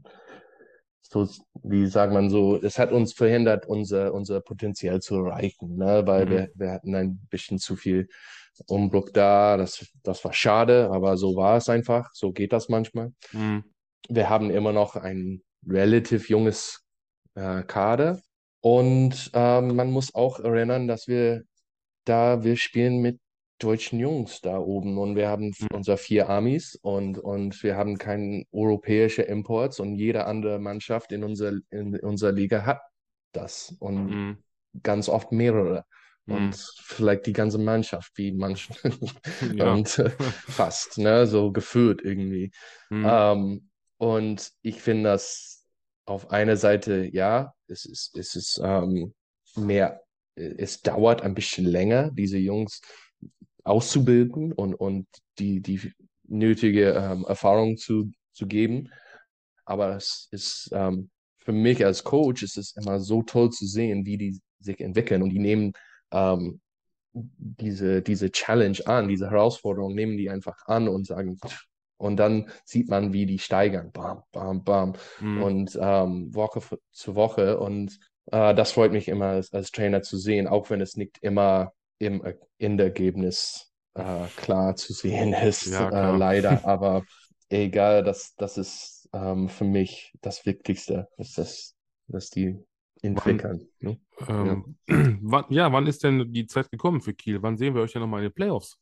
so, wie sagt man so, es hat uns verhindert, unser, unser Potenzial zu erreichen, ne? Weil Mhm. wir, wir hatten ein bisschen zu viel Umbruch da. Das, das war schade, aber so war es einfach. So geht das manchmal. Mhm. Wir haben immer noch ein relativ junges äh, Kader. Und ähm, man muss auch erinnern, dass wir da, wir spielen mit deutschen Jungs da oben und wir haben f- Mhm. unser vier Amis und, und wir haben keine europäische Imports und jede andere Mannschaft in unserer, in unserer Liga hat das und Mhm. ganz oft mehrere. Und Mhm. vielleicht die ganze Mannschaft, wie manchen. Ja. Und äh, fast, ne, so gefühlt irgendwie. Mhm. Ähm, und ich finde das auf einer Seite, ja, es ist, es ist ähm, mehr, es dauert ein bisschen länger, diese Jungs auszubilden und, und die, die nötige ähm, Erfahrung zu, zu geben. Aber es ist ähm, für mich als Coach ist es immer so toll zu sehen, wie die sich entwickeln und die nehmen ähm, diese, diese Challenge an, diese Herausforderung, nehmen die einfach an und sagen, und dann sieht man, wie die steigern, bam, bam, bam, Mhm. und ähm, Woche für, zu Woche. Und äh, das freut mich immer als, als Trainer zu sehen, auch wenn es nicht immer im Endergebnis äh, klar zu sehen ist, Ja, äh, klar. leider. Aber egal, das, das ist ähm, für mich das Wichtigste, ist das, dass die Wann, entwickeln. Ne? Ja. ähm, wann, ja, wann ist denn die Zeit gekommen für Kiel? Wann sehen wir euch denn nochmal in den Playoffs?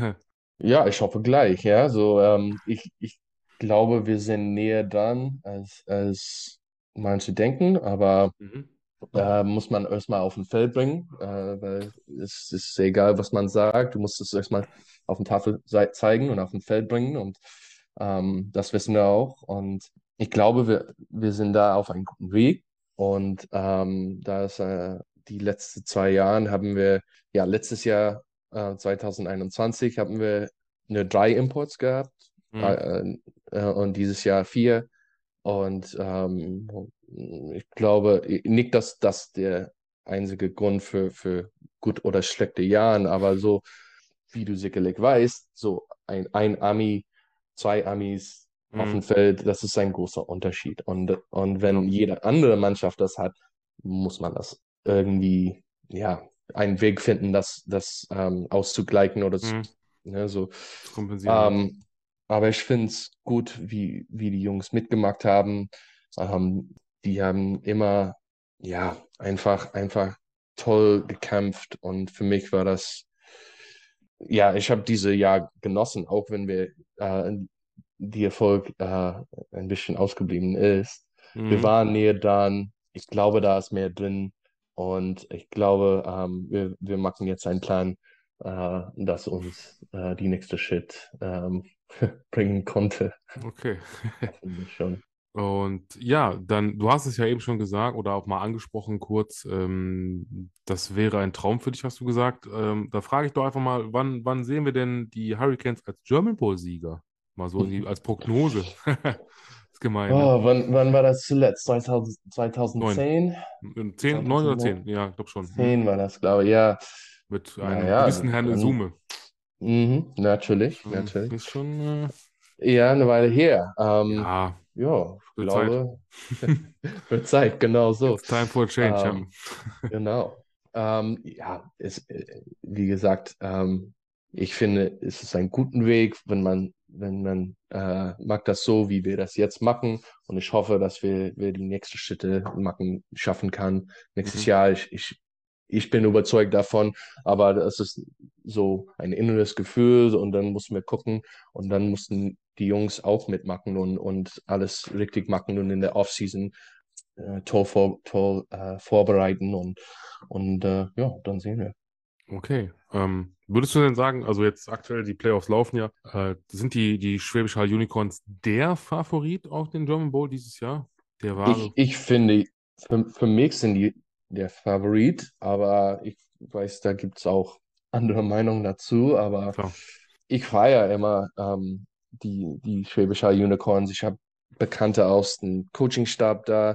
Ja, ich hoffe gleich, ja. So, ähm, ich, ich glaube, wir sind näher dran, als, als manche denken, aber Mhm. äh, muss man erstmal auf den Feld bringen, äh, weil es ist egal, was man sagt, du musst es erstmal auf den Tafel sei- zeigen und auf den Feld bringen und ähm, das wissen wir auch. Und ich glaube, wir, wir sind da auf einem guten Weg und ähm, da ist äh, die letzten zwei Jahre haben wir, ja, letztes Jahr äh, zwanzig einundzwanzig haben wir nur drei Imports gehabt Mhm. äh, äh, und dieses Jahr vier. Und ähm, ich glaube nicht, dass das der einzige Grund für, für gut oder schlechte Jahren, aber so, wie du sicherlich weißt, so ein, ein Ami, zwei Amis auf dem Mhm. Feld, das ist ein großer Unterschied. Und, und Ja. wenn jede andere Mannschaft das hat, muss man das irgendwie, ja, einen Weg finden, das, das ähm, auszugleichen oder zu, Mhm. ne, so. Zu kompensieren, ja. Ähm, aber ich finde es gut, wie, wie die Jungs mitgemacht haben. Ähm, die haben immer, ja, einfach, einfach toll gekämpft und für mich war das, ja, ich habe diese Jahr genossen, auch wenn wir äh, die Erfolg äh, ein bisschen ausgeblieben ist. Wir Mhm. waren näher dran. Ich glaube, da ist mehr drin. Und ich glaube, ähm, wir, wir machen jetzt einen Plan, äh, das uns äh, die nächste Shit ähm, bringen konnte. Okay. Hoffentlich schon. Und ja, dann, du hast es ja eben schon gesagt oder auch mal angesprochen kurz, ähm, das wäre ein Traum für dich, hast du gesagt. Ähm, da frage ich doch einfach mal, wann, wann sehen wir denn die Hurricanes als German Bowl-Sieger? Mal so in die, als Prognose. Ist gemein, ne? Oh, wann, wann war das zuletzt? zweitausend, Neun. zweitausendzehn? Zehn, neun oder zehn? zweitausendneun Ja, ich glaube schon. Hm? war das, glaube ich, ja. Mit einem Naja, gewissen Herrn dann, Izume. mhm, natürlich, Schon, natürlich. ist schon, äh, Ja, eine Weile her. Ähm, ja, ja, ich wird Zeit. glaube, wird Zeit, genau so. It's time for a change, ja. Ähm, genau. Ähm, ja, es, äh, wie gesagt, ähm, ich finde, es ist ein guter Weg, wenn man, wenn man äh, macht das so, wie wir das jetzt machen. Und ich hoffe, dass wir, wir die nächsten Schritte machen, schaffen kann. Nächstes Mhm. Jahr, ich, ich, ich bin überzeugt davon, aber das ist so ein inneres Gefühl und dann müssen wir gucken und dann mussten die Jungs auch mitmachen und, und alles richtig machen und in der Offseason äh, toll, vor, toll äh, vorbereiten und, und äh, ja, dann sehen wir. Okay. Ähm, würdest du denn sagen, also jetzt aktuell die Playoffs laufen ja, äh, sind die, die Schwäbisch Hall Unicorns der Favorit auf den German Bowl dieses Jahr? Der Ich, wahre? ich finde, für, für mich sind die der Favorit, aber ich weiß, da gibt es auch andere Meinungen dazu, aber Klar. ich feiere immer ähm, die, die Schwäbisch Hall Unicorns. Ich habe Bekannte aus dem Coachingstab da,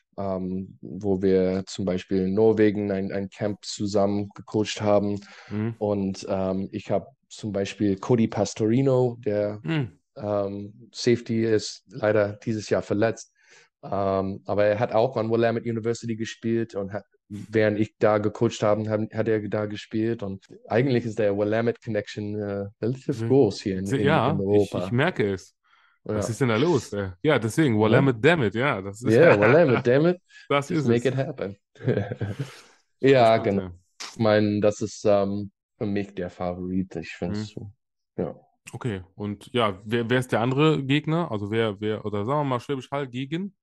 ähm, wo wir zum Beispiel in Norwegen ein, ein Camp zusammen gecoacht haben. Mhm. Und ähm, ich habe zum Beispiel Cody Pastorino, der Mhm. ähm, Safety ist leider dieses Jahr verletzt. Ähm, aber er hat auch an Willamette University gespielt und hat, während ich da gecoacht habe, hat, hat er da gespielt. Und eigentlich ist der Willamette Connection äh, relativ Se- groß hier in, se- in, in Ja, ich, ich Europa. merke es. Was Ja, ist denn da los? Äh, ja, deswegen, ja, Willamette Dammit, ja, das ist, yeah, Willamette, damn it, das just ist make es. it happen. Ich bin Ja, gespannt, genau. ja. Ich meine, das ist ähm, für mich der Favorit. Ich finde es Mhm. so. Ja. Okay, und ja, wer, wer ist der andere Gegner? Also wer, wer, oder sagen wir mal Schwäbisch Hall gegen?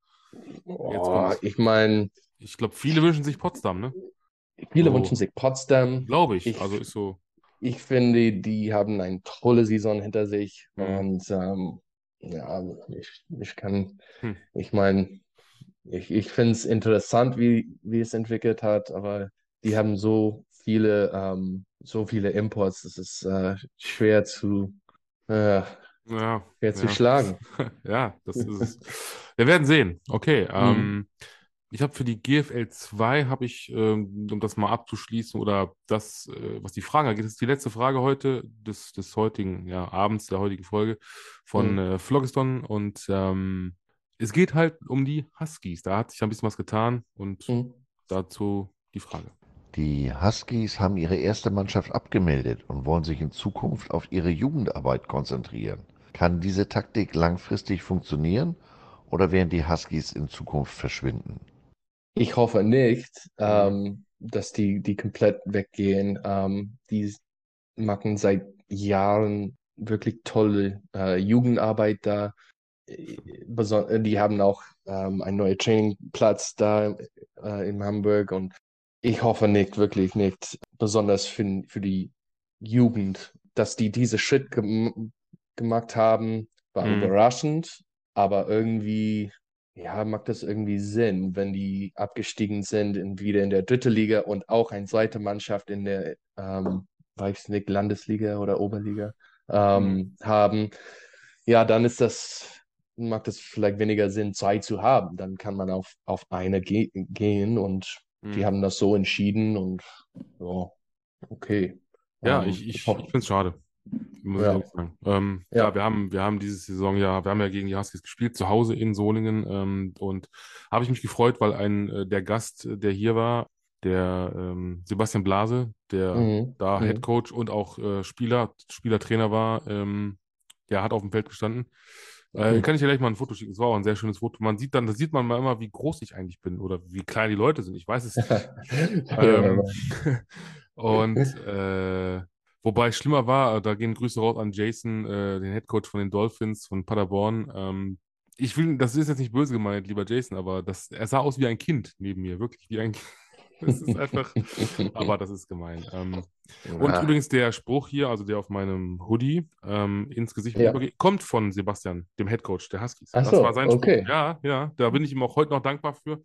Jetzt Oh, kommt's. ich meine, Ich glaube, viele wünschen sich Potsdam, ne? viele wünschen So, sich Potsdam. glaube ich. Ich Also ist so. Ich finde, die haben eine tolle Saison hinter sich Hm, und ähm, ja, ich, ich kann, hm, ich meine, ich, ich finde es interessant, wie, wie es entwickelt hat, aber die haben so viele, ähm, so viele Imports, es ist äh, schwer zu, äh, ja, schwer zu ja. schlagen. Ja, das ist es. Wir werden sehen. Okay. Mhm. Ähm, ich habe für die G F L zwei habe ich, ähm, um das mal abzuschließen oder das, äh, was die Frage angeht, das ist die letzte Frage heute des, des heutigen, ja, Abends der heutigen Folge von Mhm. äh, Phlogiston und ähm, es geht halt um die Huskies. Da hat sich ein bisschen was getan und Mhm. dazu die Frage. Die Huskies haben ihre erste Mannschaft abgemeldet und wollen sich in Zukunft auf ihre Jugendarbeit konzentrieren. Kann diese Taktik langfristig funktionieren oder werden die Huskies in Zukunft verschwinden? Ich hoffe nicht, Mhm. ähm, dass die, die komplett weggehen. Ähm, die machen seit Jahren wirklich tolle äh, Jugendarbeit da. Äh, beson- äh, Die haben auch ähm, einen neuen Trainingplatz da äh, in Hamburg und ich hoffe nicht, wirklich nicht, besonders für, für die Jugend, dass die diese Schritt gem gemacht haben, war Mhm. überraschend, aber irgendwie, ja, macht das irgendwie Sinn, wenn die abgestiegen sind in, wieder in der dritten Liga und auch eine zweite Mannschaft in der, ähm, weiß nicht, Landesliga oder Oberliga Mhm. ähm, haben. Ja, dann ist das macht es vielleicht weniger Sinn, zwei zu haben. Dann kann man auf, auf eine ge gehen und die Mhm. haben das so entschieden und ja, okay. Ja, Ähm, ich, ich ich, ich hoffe, finde es schade, muss ich ja, ehrlich sagen. Ähm, klar, wir ja. haben, wir haben diese Saison ja, wir haben ja gegen die Huskies gespielt, zu Hause in Solingen. Ähm, und habe ich mich gefreut, weil ein äh, der Gast, äh, der hier war, der ähm, Sebastian Blase, der Mhm, da Head mhm, Coach und auch äh, Spieler, Spielertrainer war, ähm, der hat auf dem Feld gestanden. Äh, Hm. kann ich dir gleich mal ein Foto schicken. Das war auch ein sehr schönes Foto. Man sieht dann, da sieht man mal immer, wie groß ich eigentlich bin oder wie klein die Leute sind. Ich weiß es nicht. Ja, wer Ähm, weiß. und äh, wobei schlimmer war, da gehen Grüße raus an Jason, äh, den Headcoach von den Dolphins von Paderborn. Ähm, ich will, das ist jetzt nicht böse gemeint, lieber Jason, aber das, er sah aus wie ein Kind neben mir, wirklich wie ein Kind. Es ist einfach, aber das ist gemein. Ähm, und Ah, übrigens der Spruch hier, also der auf meinem Hoodie ähm, ins Gesicht mir ja. übergeht, kommt von Sebastian, dem Headcoach der Huskies. Ach Das war so, sein Spruch. okay. Ja, ja, da bin ich ihm auch heute noch dankbar für.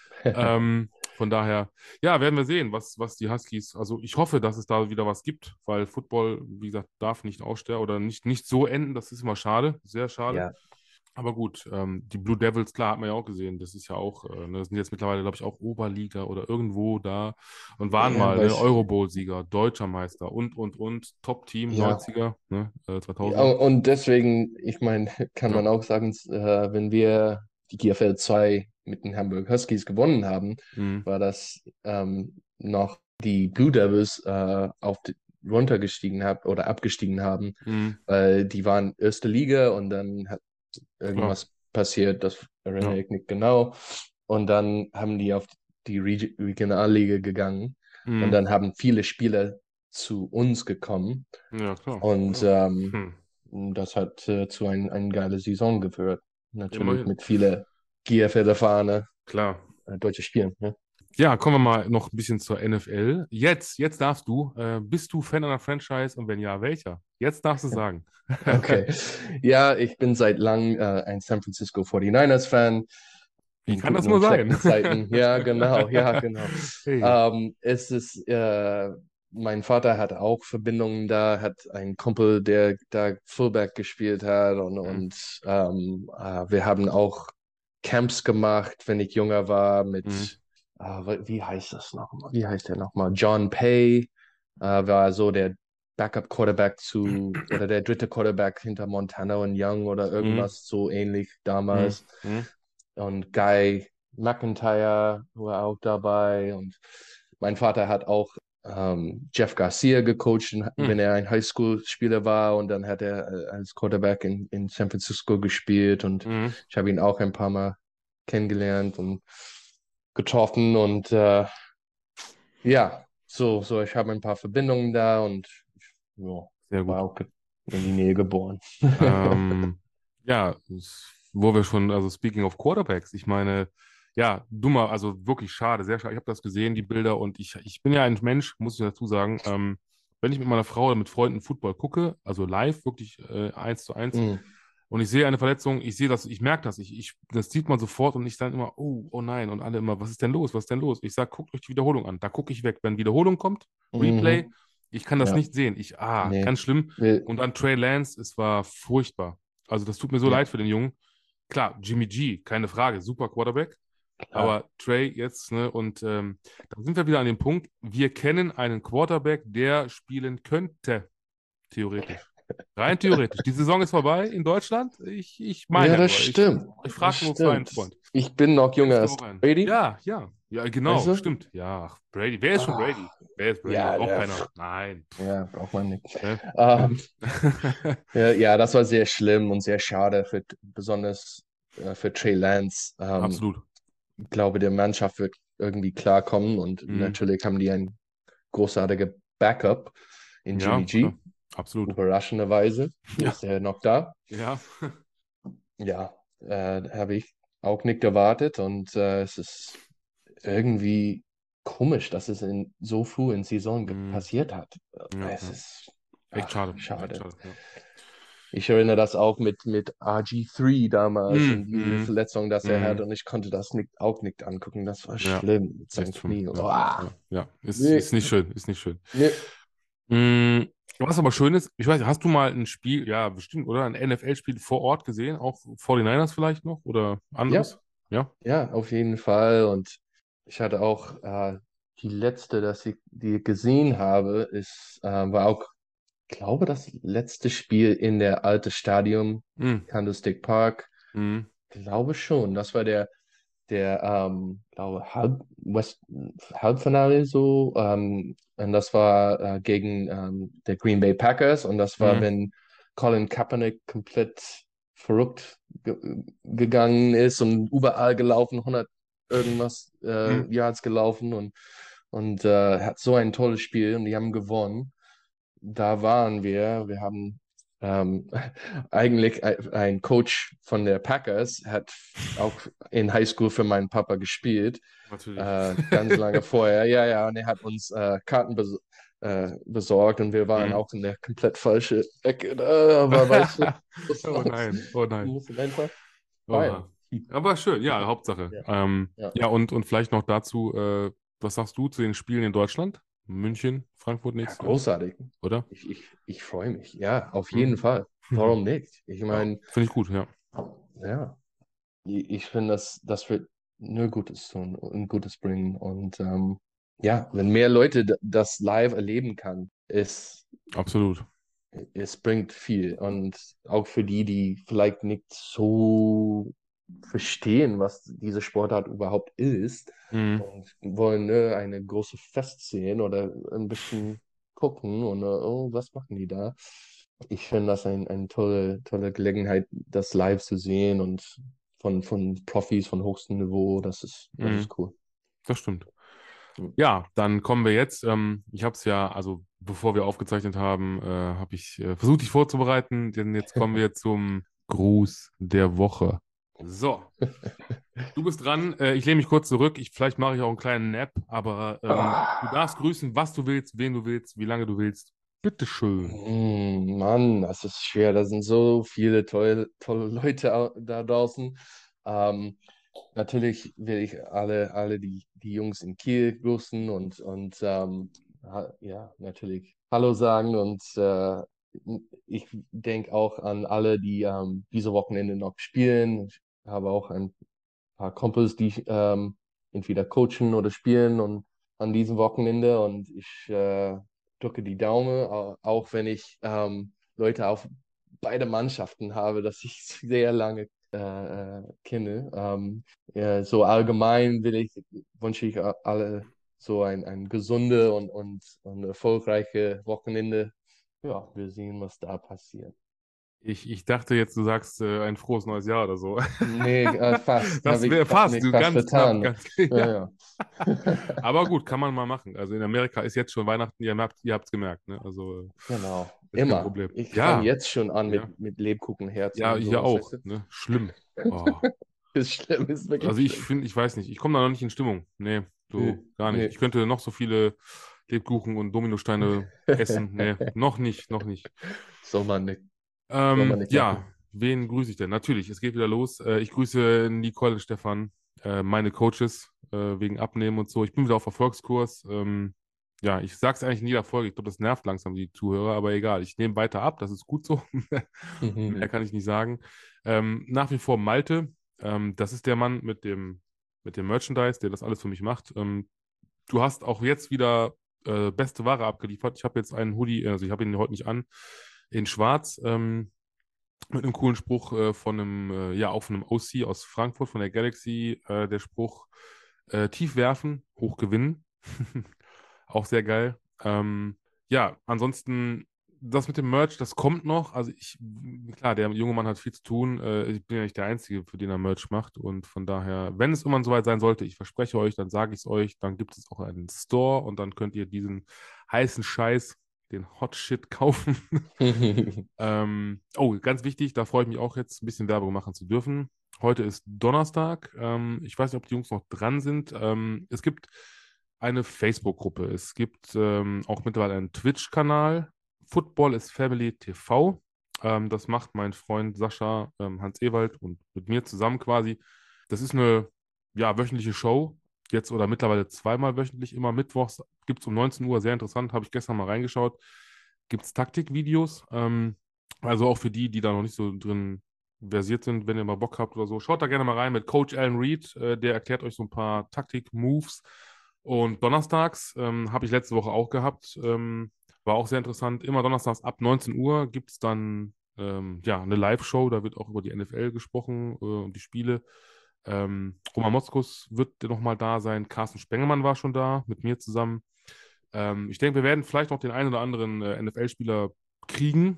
Ähm, von daher, ja, werden wir sehen, was, was die Huskies, also ich hoffe, dass es da wieder was gibt, weil Football, wie gesagt, darf nicht aussterben oder nicht, nicht so enden. Das ist immer schade, sehr schade. Ja, Aber gut, ähm, die Blue Devils, klar, hat man ja auch gesehen. Das ist ja auch, äh, ne, sind jetzt mittlerweile, glaube ich, auch Oberliga oder irgendwo da und waren ja, mal ne, weiß, Euro-Bowl-Sieger, Deutscher Meister und, und, und, Top-Team, ja. neunziger, ne, äh, Ja, zweitausender. und deswegen, ich meine, kann Ja. man auch sagen, äh, wenn wir die G F L zwei mit den Hamburg Huskies gewonnen haben, Mhm. war das ähm, noch die Blue Devils äh, auf die, runtergestiegen haben oder abgestiegen haben, Mhm. weil die waren erste Liga und dann hat Klar. irgendwas passiert, das Ja. erinnere ich nicht genau. Und dann haben die auf die Reg Regionalliga gegangen und Mhm. dann haben viele Spieler zu uns gekommen. Ja, klar. Und Ja. ähm, Hm. das hat äh, zu ein, eine geile Saison geführt. Natürlich Immerhin. mit vielen G F L-erfahrene Klar. äh, deutsche Spielen. Ne? Ja, kommen wir mal noch ein bisschen zur N F L. Jetzt, jetzt darfst du, äh, bist du Fan einer Franchise und wenn ja, welcher? Jetzt darfst du sagen. Okay. Ja, ich bin seit langem äh, ein San Francisco forty-niners-Fan. Wie In kann das guten nur und sein? schlechten Zeiten. Ja, genau, ja, genau. Hey. Ähm, es ist, äh, mein Vater hat auch Verbindungen da, hat einen Kumpel, der da Fullback gespielt hat und, Hm. und ähm, äh, wir haben auch Camps gemacht, wenn ich jünger war, Hm. mit, äh, wie heißt das nochmal? Wie heißt der nochmal? John Pay äh, war so der Backup-Quarterback zu, oder der dritte Quarterback hinter Montana und Young oder Hm. irgendwas so ähnlich Hm. damals. Hm. Und Guy McIntyre war auch dabei. Und mein Vater hat auch ähm, Jeff Garcia gecoacht, Hm. wenn er ein Highschool-Spieler war. Und dann hat er äh, als Quarterback in, in San Francisco gespielt. Und Hm. ich habe ihn auch ein paar Mal kennengelernt und getroffen. Und äh, ja, so, so, ich habe ein paar Verbindungen da und ja, Sehr war gut. auch ge- in die Nähe geboren. Ähm, ja, s- wo wir schon, also speaking of Quarterbacks, ich meine, ja, dummer, also wirklich schade, sehr schade. Ich habe das gesehen, die Bilder, und ich, ich bin ja ein Mensch, muss ich dazu sagen, ähm, wenn ich mit meiner Frau oder mit Freunden Football gucke, also live, wirklich äh, eins zu eins, Mm, und ich sehe eine Verletzung, ich sehe das, ich merke das, ich, ich, das sieht man sofort und ich dann immer, oh, oh nein, und alle immer, was ist denn los, was ist denn los? Ich sage, guckt euch die Wiederholung an. Da gucke ich weg. Wenn Wiederholung kommt, Replay, mhm, ich kann das ja, nicht sehen. Ich, ah, nee. ganz schlimm. Wir, Und dann Trey Lance, es war furchtbar. Also das tut mir so ja, leid für den Jungen. Klar, Jimmy G, keine Frage, super Quarterback. klar. Aber Trey jetzt, ne, und ähm, da sind wir wieder an dem Punkt, wir kennen einen Quarterback, der spielen könnte, theoretisch. Rein theoretisch. Die Saison ist vorbei in Deutschland. Ich, ich meine Ja, ja das nur. Ich, stimmt. ich Das frage nur für einen stimmt. Freund. Ich bin noch jünger Kennst du als auch einen? Brady, Ja, ja. Ja, weißt genau, du? stimmt. Ja, ach, Brady. Wer ist schon Ah, Brady? Wer ist Brady? ja, Braucht ja, keiner. pff, Nein. ja, braucht man nicht. Ne? Ähm, ja, ja, das war sehr schlimm und sehr schade, für, besonders äh, für Trey Lance. Ähm, Absolut. ich glaube, der Mannschaft wird irgendwie klarkommen und Mhm. natürlich haben die ein großartiger Backup in Ja, Jimmy klar. G. Absolut. Überraschenderweise Ja, ist er noch da. ja. Ja, äh, habe ich auch nicht erwartet und äh, es ist irgendwie komisch, dass es in, so früh in Saison ge- Mhm. passiert hat. Ja, Es ja. ist, Echt ach, schade. Echt schade. schade. Ja. Ich erinnere das auch mit, mit R G drei damals Mhm. und diese Mhm. Verletzung, dass er hat Mhm. und ich konnte das nicht, auch nicht angucken. Das war Ja, schlimm mit seinem ist schon. Knie. Ja, Oh, ja, ja. Ist, nee, ist nicht schön. Ist nicht schön. nee. Mm, Was aber schön ist, ich weiß nicht, hast du mal ein Spiel, ja, bestimmt, oder? Ein N F L-Spiel vor Ort gesehen? Auch forty-niners vielleicht noch? Oder Ja, anderes? Ja? ja, auf jeden Fall. Und ich hatte auch äh, die letzte, dass ich die gesehen habe, ist, äh, war auch, glaube, das letzte Spiel in der alte Stadion, Mm, Candlestick Park. mm, Glaube schon. Das war der, der, ähm, glaube, Halb, West, Halbfinale so. Ähm, und das war äh, gegen ähm, der Green Bay Packers. Und das war, mm, wenn Colin Kaepernick komplett verrückt ge gegangen ist und überall gelaufen, hundert irgendwas äh, Mhm. Yards gelaufen und, und äh, hat so ein tolles Spiel und die haben gewonnen. Da waren wir. Wir haben ähm, eigentlich ein, ein Coach von der Packers hat auch in Highschool für meinen Papa gespielt, Natürlich. äh, ganz lange vorher. Ja, ja, und er hat uns äh, Karten bes äh, besorgt und wir waren Mhm. auch in der komplett falschen Ecke da, aber weißt du, muss Oh nein, oh nein. muss einfach feiern. Oha. Aber schön, ja, Hauptsache. Ja, Ähm, ja. ja, und, und vielleicht noch dazu, äh, was sagst du zu den Spielen in Deutschland? München, Frankfurt Ja, nächstes Jahr, großartig. oder? Ich, ich, ich freue mich. Ja, auf Hm? jeden Fall. Warum nicht? Ich Ja, meine, finde ich gut, ja. ja. Ich ich finde, das, das wird nur Gutes tun und Gutes bringen. Und ähm, ja, wenn mehr Leute d- das live erleben kann, es, Absolut. es bringt viel. Und auch für die, die vielleicht nicht so verstehen, was diese Sportart überhaupt ist Mhm. und wollen ne, eine große Fest sehen oder ein bisschen gucken und äh, oh, was machen die da? Ich finde das ein, eine tolle, tolle Gelegenheit, das live zu sehen und von, von Profis von höchstem Niveau. Das ist, das Mhm. ist cool. Das stimmt. Hm. Ja, dann kommen wir jetzt. Ähm, ich habe es ja, also bevor wir aufgezeichnet haben, äh, habe ich äh, versucht, dich vorzubereiten, denn jetzt kommen wir zum Gruß der Woche. So, du bist dran. Äh, ich lehne mich kurz zurück. Ich, vielleicht mache ich auch einen kleinen Nap, aber ähm, du darfst Ah, grüßen, was du willst, wen du willst, wie lange du willst. Bitteschön. hm, Mann, das ist schwer. Da sind so viele tolle, tolle Leute au- da draußen. Ähm, Natürlich will ich alle, alle die, die Jungs in Kiel grüßen und, und ähm, ha- ja, natürlich Hallo sagen. Und äh, ich denke auch an alle, die ähm, diese Wochenende noch spielen. Ich habe auch ein paar Kumpels, die ähm, entweder coachen oder spielen und an diesem Wochenende. Und ich äh, drücke die Daumen, au- auch wenn ich ähm, Leute auf beide Mannschaften habe, dass ich sehr lange äh, äh, kenne. Ähm, ja, so allgemein will ich, wünsche ich a- alle so ein, ein gesunde und, und, und erfolgreiche Wochenende. Ja, wir sehen, was da passiert. Ich, ich dachte jetzt, du sagst äh, ein frohes neues Jahr oder so. Nee, äh, fast. Das Habe ich, wäre hab fast, mich du fast ganz knapp, vertan. ganz Ja, ja. ja. Aber gut, kann man mal machen. Also in Amerika ist jetzt schon Weihnachten, ihr habt, ihr habt's gemerkt, ne? Also äh, Genau, ist kein immer. Problem. Ich fange Ja, jetzt schon an ja, mit, mit Lebkuchenherzen ja, und ich ja sowas, weißt auch, du? ne? Schlimm. Oh. Ist schlimm, ist Also wirklich ich schlimm. finde, ich weiß nicht, ich komme da noch nicht in Stimmung. Nee, Nee, so gar nicht. Ich nee. könnte noch so viele Lebkuchen und Dominosteine essen. Nee, noch nicht, noch nicht. Soll man nicht, soll man Ähm, nicht ja, machen. wen grüße ich denn? Natürlich, es geht wieder los. Äh, ich grüße Nicole und Stefan, äh, meine Coaches, äh, wegen Abnehmen und so. Ich bin wieder auf Erfolgskurs. Ähm, ja, ich sage es eigentlich in jeder Folge. Ich glaube, das nervt langsam die Zuhörer, aber egal. Ich nehme weiter ab, das ist gut so. Mehr kann ich nicht sagen. Ähm, nach wie vor Malte. Ähm, das ist der Mann mit dem, mit dem Merchandise, der das alles für mich macht. Ähm, du hast auch jetzt wieder äh, beste Ware abgeliefert. Ich habe jetzt einen Hoodie, also ich habe ihn heute nicht an, in Schwarz. Ähm, mit einem coolen Spruch äh, von einem, äh, ja, auch von einem O C aus Frankfurt, von der Galaxy. Äh, der Spruch, äh, tief werfen, hoch gewinnen. Auch sehr geil. Ähm, ja, ansonsten, das mit dem Merch, das kommt noch. Also ich, klar, der junge Mann hat viel zu tun. Äh, ich bin ja nicht der Einzige, für den er Merch macht. Und von daher, wenn es irgendwann soweit sein sollte, ich verspreche euch, dann sage ich es euch, dann gibt es auch einen Store und dann könnt ihr diesen heißen Scheiß, den Hot Shit kaufen. Ähm, oh, ganz wichtig, da freue ich mich auch jetzt ein bisschen Werbung machen zu dürfen. Heute ist Donnerstag. Ähm, ich weiß nicht, ob die Jungs noch dran sind. Ähm, es gibt eine Facebook-Gruppe. Es gibt ähm, auch mittlerweile einen Twitch-Kanal. Football is Family T V. Ähm, das macht mein Freund Sascha, ähm, Hans Ewald und mit mir zusammen quasi. Das ist eine ja, wöchentliche Show. Jetzt oder mittlerweile zweimal wöchentlich, immer mittwochs gibt es um neunzehn Uhr. Sehr interessant, habe ich gestern mal reingeschaut. Gibt es Taktikvideos. Ähm, also auch für die, die da noch nicht so drin versiert sind, wenn ihr mal Bock habt oder so, schaut da gerne mal rein mit Coach Alan Reed. Äh, der erklärt euch so ein paar Taktik-Moves. Und donnerstags ähm, habe ich letzte Woche auch gehabt. Ähm, war auch sehr interessant. Immer donnerstags ab neunzehn Uhr gibt es dann ähm, ja, eine Live-Show. Da wird auch über die N F L gesprochen äh, und die Spiele. Ähm, Roman Moskos wird nochmal da sein. Carsten Spengemann war schon da, mit mir zusammen. Ähm, ich denke, wir werden vielleicht noch den einen oder anderen äh, N F L-Spieler kriegen.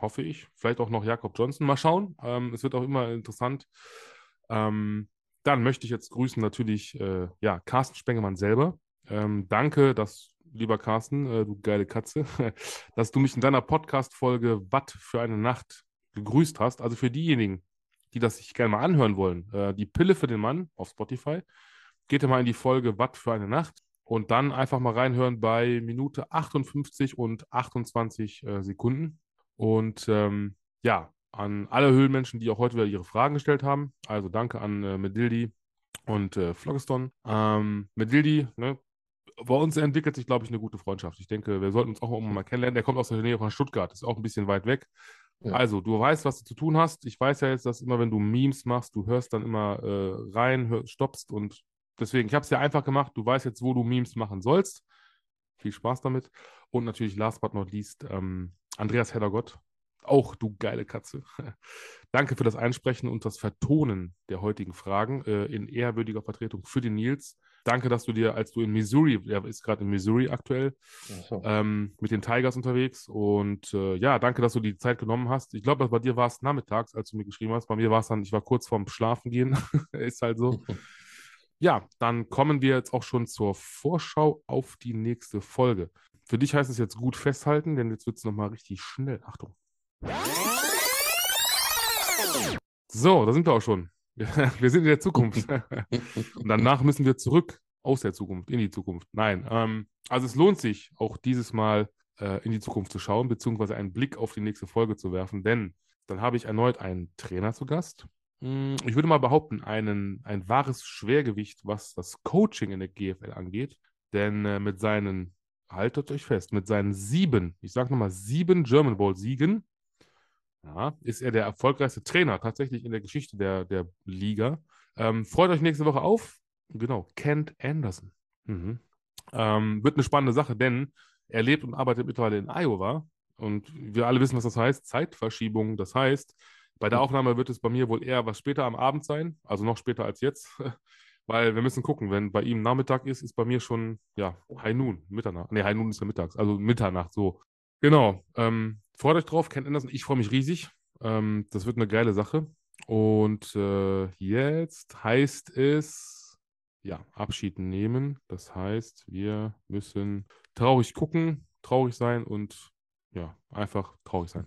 hoffe ich. Vielleicht auch noch Jakob Johnson. Mal schauen. Ähm, es wird auch immer interessant. Ähm, dann möchte ich jetzt grüßen natürlich äh, ja, Carsten Spengemann selber. Ähm, danke, dass, lieber Carsten, äh, du geile Katze, dass du mich in deiner Podcast-Folge Watt für eine Nacht gegrüßt hast. Also für diejenigen, die das sich gerne mal anhören wollen, äh, die Pille für den Mann auf Spotify, geht ihr mal in die Folge Watt für eine Nacht und dann einfach mal reinhören bei Minute achtundfünfzig und achtundzwanzig äh, Sekunden. Und ähm, ja, an alle Höhlenmenschen, die auch heute wieder ihre Fragen gestellt haben. Also danke an äh, Medildi und äh, Phlogiston. Ähm, Medildi, ne, bei uns entwickelt sich, glaube ich, eine gute Freundschaft. Ich denke, wir sollten uns auch mal kennenlernen. Der kommt aus der Nähe von Stuttgart, ist auch ein bisschen weit weg. Ja. Also, du weißt, was du zu tun hast. Ich weiß ja jetzt, dass immer, wenn du Memes machst, du hörst dann immer äh, rein, hör, stoppst und deswegen, ich habe es ja einfach gemacht. Du weißt jetzt, wo du Memes machen sollst. Viel Spaß damit. Und natürlich, last but not least, ähm, Andreas Heddergott. Auch du geile Katze. Danke für das Einsprechen und das Vertonen der heutigen Fragen äh, in ehrwürdiger Vertretung für den Nils. Danke, dass du dir, als du in Missouri, er ist gerade in Missouri aktuell, Ach so. ähm, mit den Tigers unterwegs. Und äh, ja, danke, dass du die Zeit genommen hast. Ich glaube, bei dir war es nachmittags, als du mir geschrieben hast. Bei mir war es dann, ich war kurz vorm Schlafen gehen. Ist halt so. Ja, dann kommen wir jetzt auch schon zur Vorschau auf die nächste Folge. Für dich heißt es jetzt gut festhalten, denn jetzt wird es nochmal richtig schnell. Achtung. So, da sind wir auch schon. Wir sind in der Zukunft. Und danach müssen wir zurück aus der Zukunft, in die Zukunft. Nein, ähm, also es lohnt sich auch dieses Mal äh, in die Zukunft zu schauen, beziehungsweise einen Blick auf die nächste Folge zu werfen, denn dann habe ich erneut einen Trainer zu Gast. Hm, Ich würde mal behaupten, einen, ein wahres Schwergewicht, was das Coaching in der G F L angeht, denn äh, mit seinen, haltet euch fest, mit seinen sieben, ich sage nochmal sieben German Bowl-Siegen, ja, ist er der erfolgreichste Trainer tatsächlich in der Geschichte der, der Liga. Ähm, freut euch nächste Woche auf. Genau, Kent Anderson. Mhm. Ähm, wird eine spannende Sache, denn er lebt und arbeitet mittlerweile in Iowa. Und wir alle wissen, was das heißt. Zeitverschiebung. Das heißt, bei der Aufnahme wird es bei mir wohl eher was später am Abend sein. Also noch später als jetzt. Weil wir müssen gucken, wenn bei ihm Nachmittag ist, ist bei mir schon, ja, High Noon, Mitternacht. Nee, High Noon ist ja mittags, also Mitternacht so. Genau. Ähm, freut euch drauf, Ken Anderson. Ich freue mich riesig. Ähm, das wird eine geile Sache. Und äh, jetzt heißt es, ja, Abschied nehmen. Das heißt, wir müssen traurig gucken, traurig sein und ja, einfach traurig sein.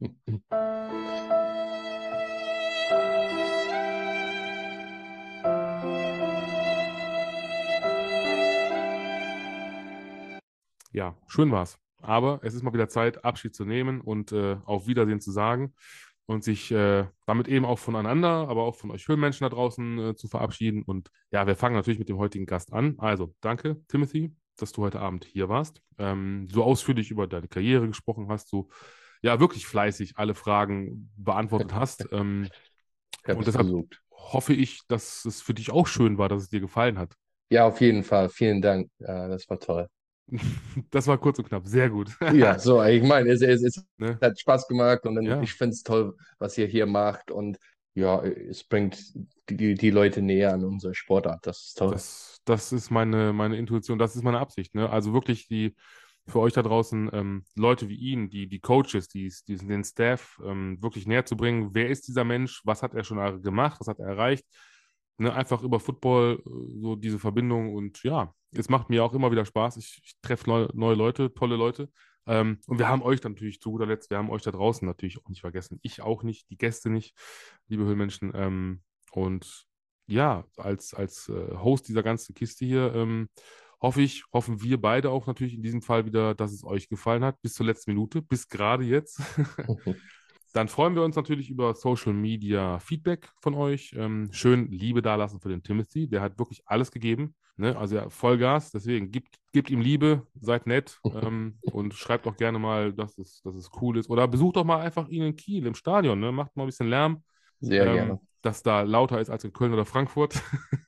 Ja, schön war's. Aber es ist mal wieder Zeit, Abschied zu nehmen und äh, auf Wiedersehen zu sagen und sich äh, damit eben auch voneinander, aber auch von euch Höhlenmenschen da draußen äh, zu verabschieden. Und ja, wir fangen natürlich mit dem heutigen Gast an. Also, danke, Timothy, dass du heute Abend hier warst, ähm, so ausführlich über deine Karriere gesprochen hast, so ja wirklich fleißig alle Fragen beantwortet hast. Ähm, Ich habe und es deshalb versucht. hoffe ich, dass es für dich auch schön war, dass es dir gefallen hat. Ja, auf jeden Fall. Vielen Dank. Ja, das war toll. Das war kurz und knapp, sehr gut. Ja, so, ich meine, es, es, es Ne? hat Spaß gemacht und dann, Ja. ich finde es toll, was ihr hier macht und ja, es bringt die, die, die Leute näher an unsere Sportart. Das ist toll. Das, das ist meine, meine Intuition, das ist meine Absicht. Ne? Also wirklich die für euch da draußen ähm, Leute wie ihn, die, die Coaches, die, die, den Staff ähm, wirklich näher zu bringen. Wer ist dieser Mensch? Was hat er schon gemacht? Was hat er erreicht? Ne? Einfach über Football äh, so diese Verbindung und ja, es macht mir auch immer wieder Spaß. Ich, ich treffe neue, neue Leute, tolle Leute. Ähm, und wir haben euch dann natürlich zu guter Letzt, wir haben euch da draußen natürlich auch nicht vergessen. Ich auch nicht, die Gäste nicht, liebe Höhlenmenschen. Ähm, und ja, als, als äh, Host dieser ganzen Kiste hier, ähm, hoffe ich, hoffen wir beide auch natürlich in diesem Fall wieder, dass es euch gefallen hat, bis zur letzten Minute, bis gerade jetzt. Dann freuen wir uns natürlich über Social Media Feedback von euch. Ähm, schön Liebe dalassen für den Timothy, der hat wirklich alles gegeben. Ne? Also ja, Vollgas, deswegen gebt, gebt ihm Liebe, seid nett ähm, und schreibt auch gerne mal, dass es, dass es cool ist. Oder besucht doch mal einfach ihn in Kiel im Stadion, ne? Macht mal ein bisschen Lärm. Sehr Ähm, gerne. dass da lauter ist als in Köln oder Frankfurt.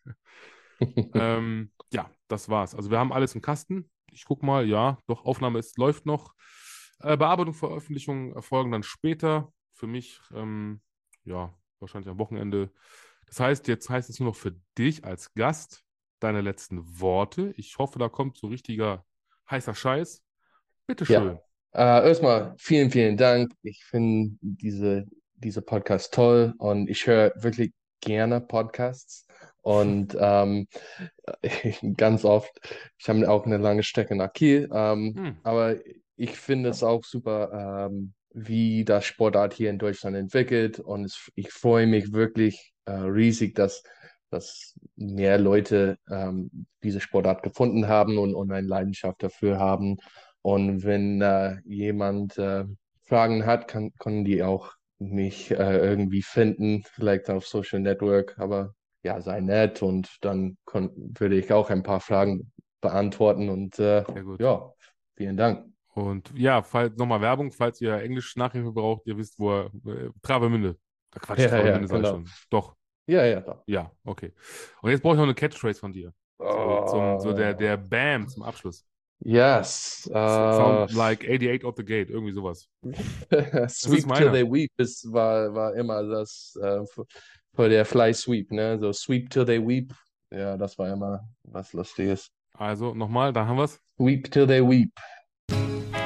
ähm, ja, das war's. Also wir haben alles im Kasten. Ich gucke mal, ja, doch, Aufnahme ist, läuft noch. Äh, Bearbeitung, Veröffentlichung erfolgen dann später. Für mich, ähm, ja, wahrscheinlich am Wochenende. Das heißt, jetzt heißt es nur noch für dich als Gast deine letzten Worte. Ich hoffe, da kommt so richtiger heißer Scheiß. Ja, Bitteschön. Äh, erstmal vielen, vielen Dank. Ich finde diese, diese Podcast toll und ich höre wirklich gerne Podcasts. Und ähm, ganz oft, ich habe auch eine lange Strecke nach Kiel, ähm, Hm, aber ich finde es auch super, ähm, wie das Sportart hier in Deutschland entwickelt. Und es, ich freue mich wirklich äh, riesig, dass, dass mehr Leute ähm, diese Sportart gefunden haben und, und eine Leidenschaft dafür haben. Und wenn äh, jemand äh, Fragen hat, kann, können die auch mich äh, irgendwie finden, vielleicht auf Social Network, aber ja, sei nett und dann kon würde ich auch ein paar Fragen beantworten und äh, sehr gut. ja, vielen Dank. Und ja, falls nochmal Werbung, falls ihr Englisch Nachhilfe braucht, ihr wisst, wo er, äh, Travemünde. Ach, Quatsch, Ja, ja, Travemünde sage ich genau. schon. Doch, Ja, ja, doch. ja, okay. Und jetzt brauche ich noch eine Catchphrase von dir. So zum, so der, der Oh, Bam zum Abschluss. yes. S- Uh, Sound like eighty-eight of the Gate, irgendwie sowas. Das ist Sweep till meiner. they weep ist, war, war immer das äh, für der Fly Sweep, ne? So Sweep till they weep. Ja, das war immer was Lustiges. Also nochmal, da haben wir es. Sweep till they weep.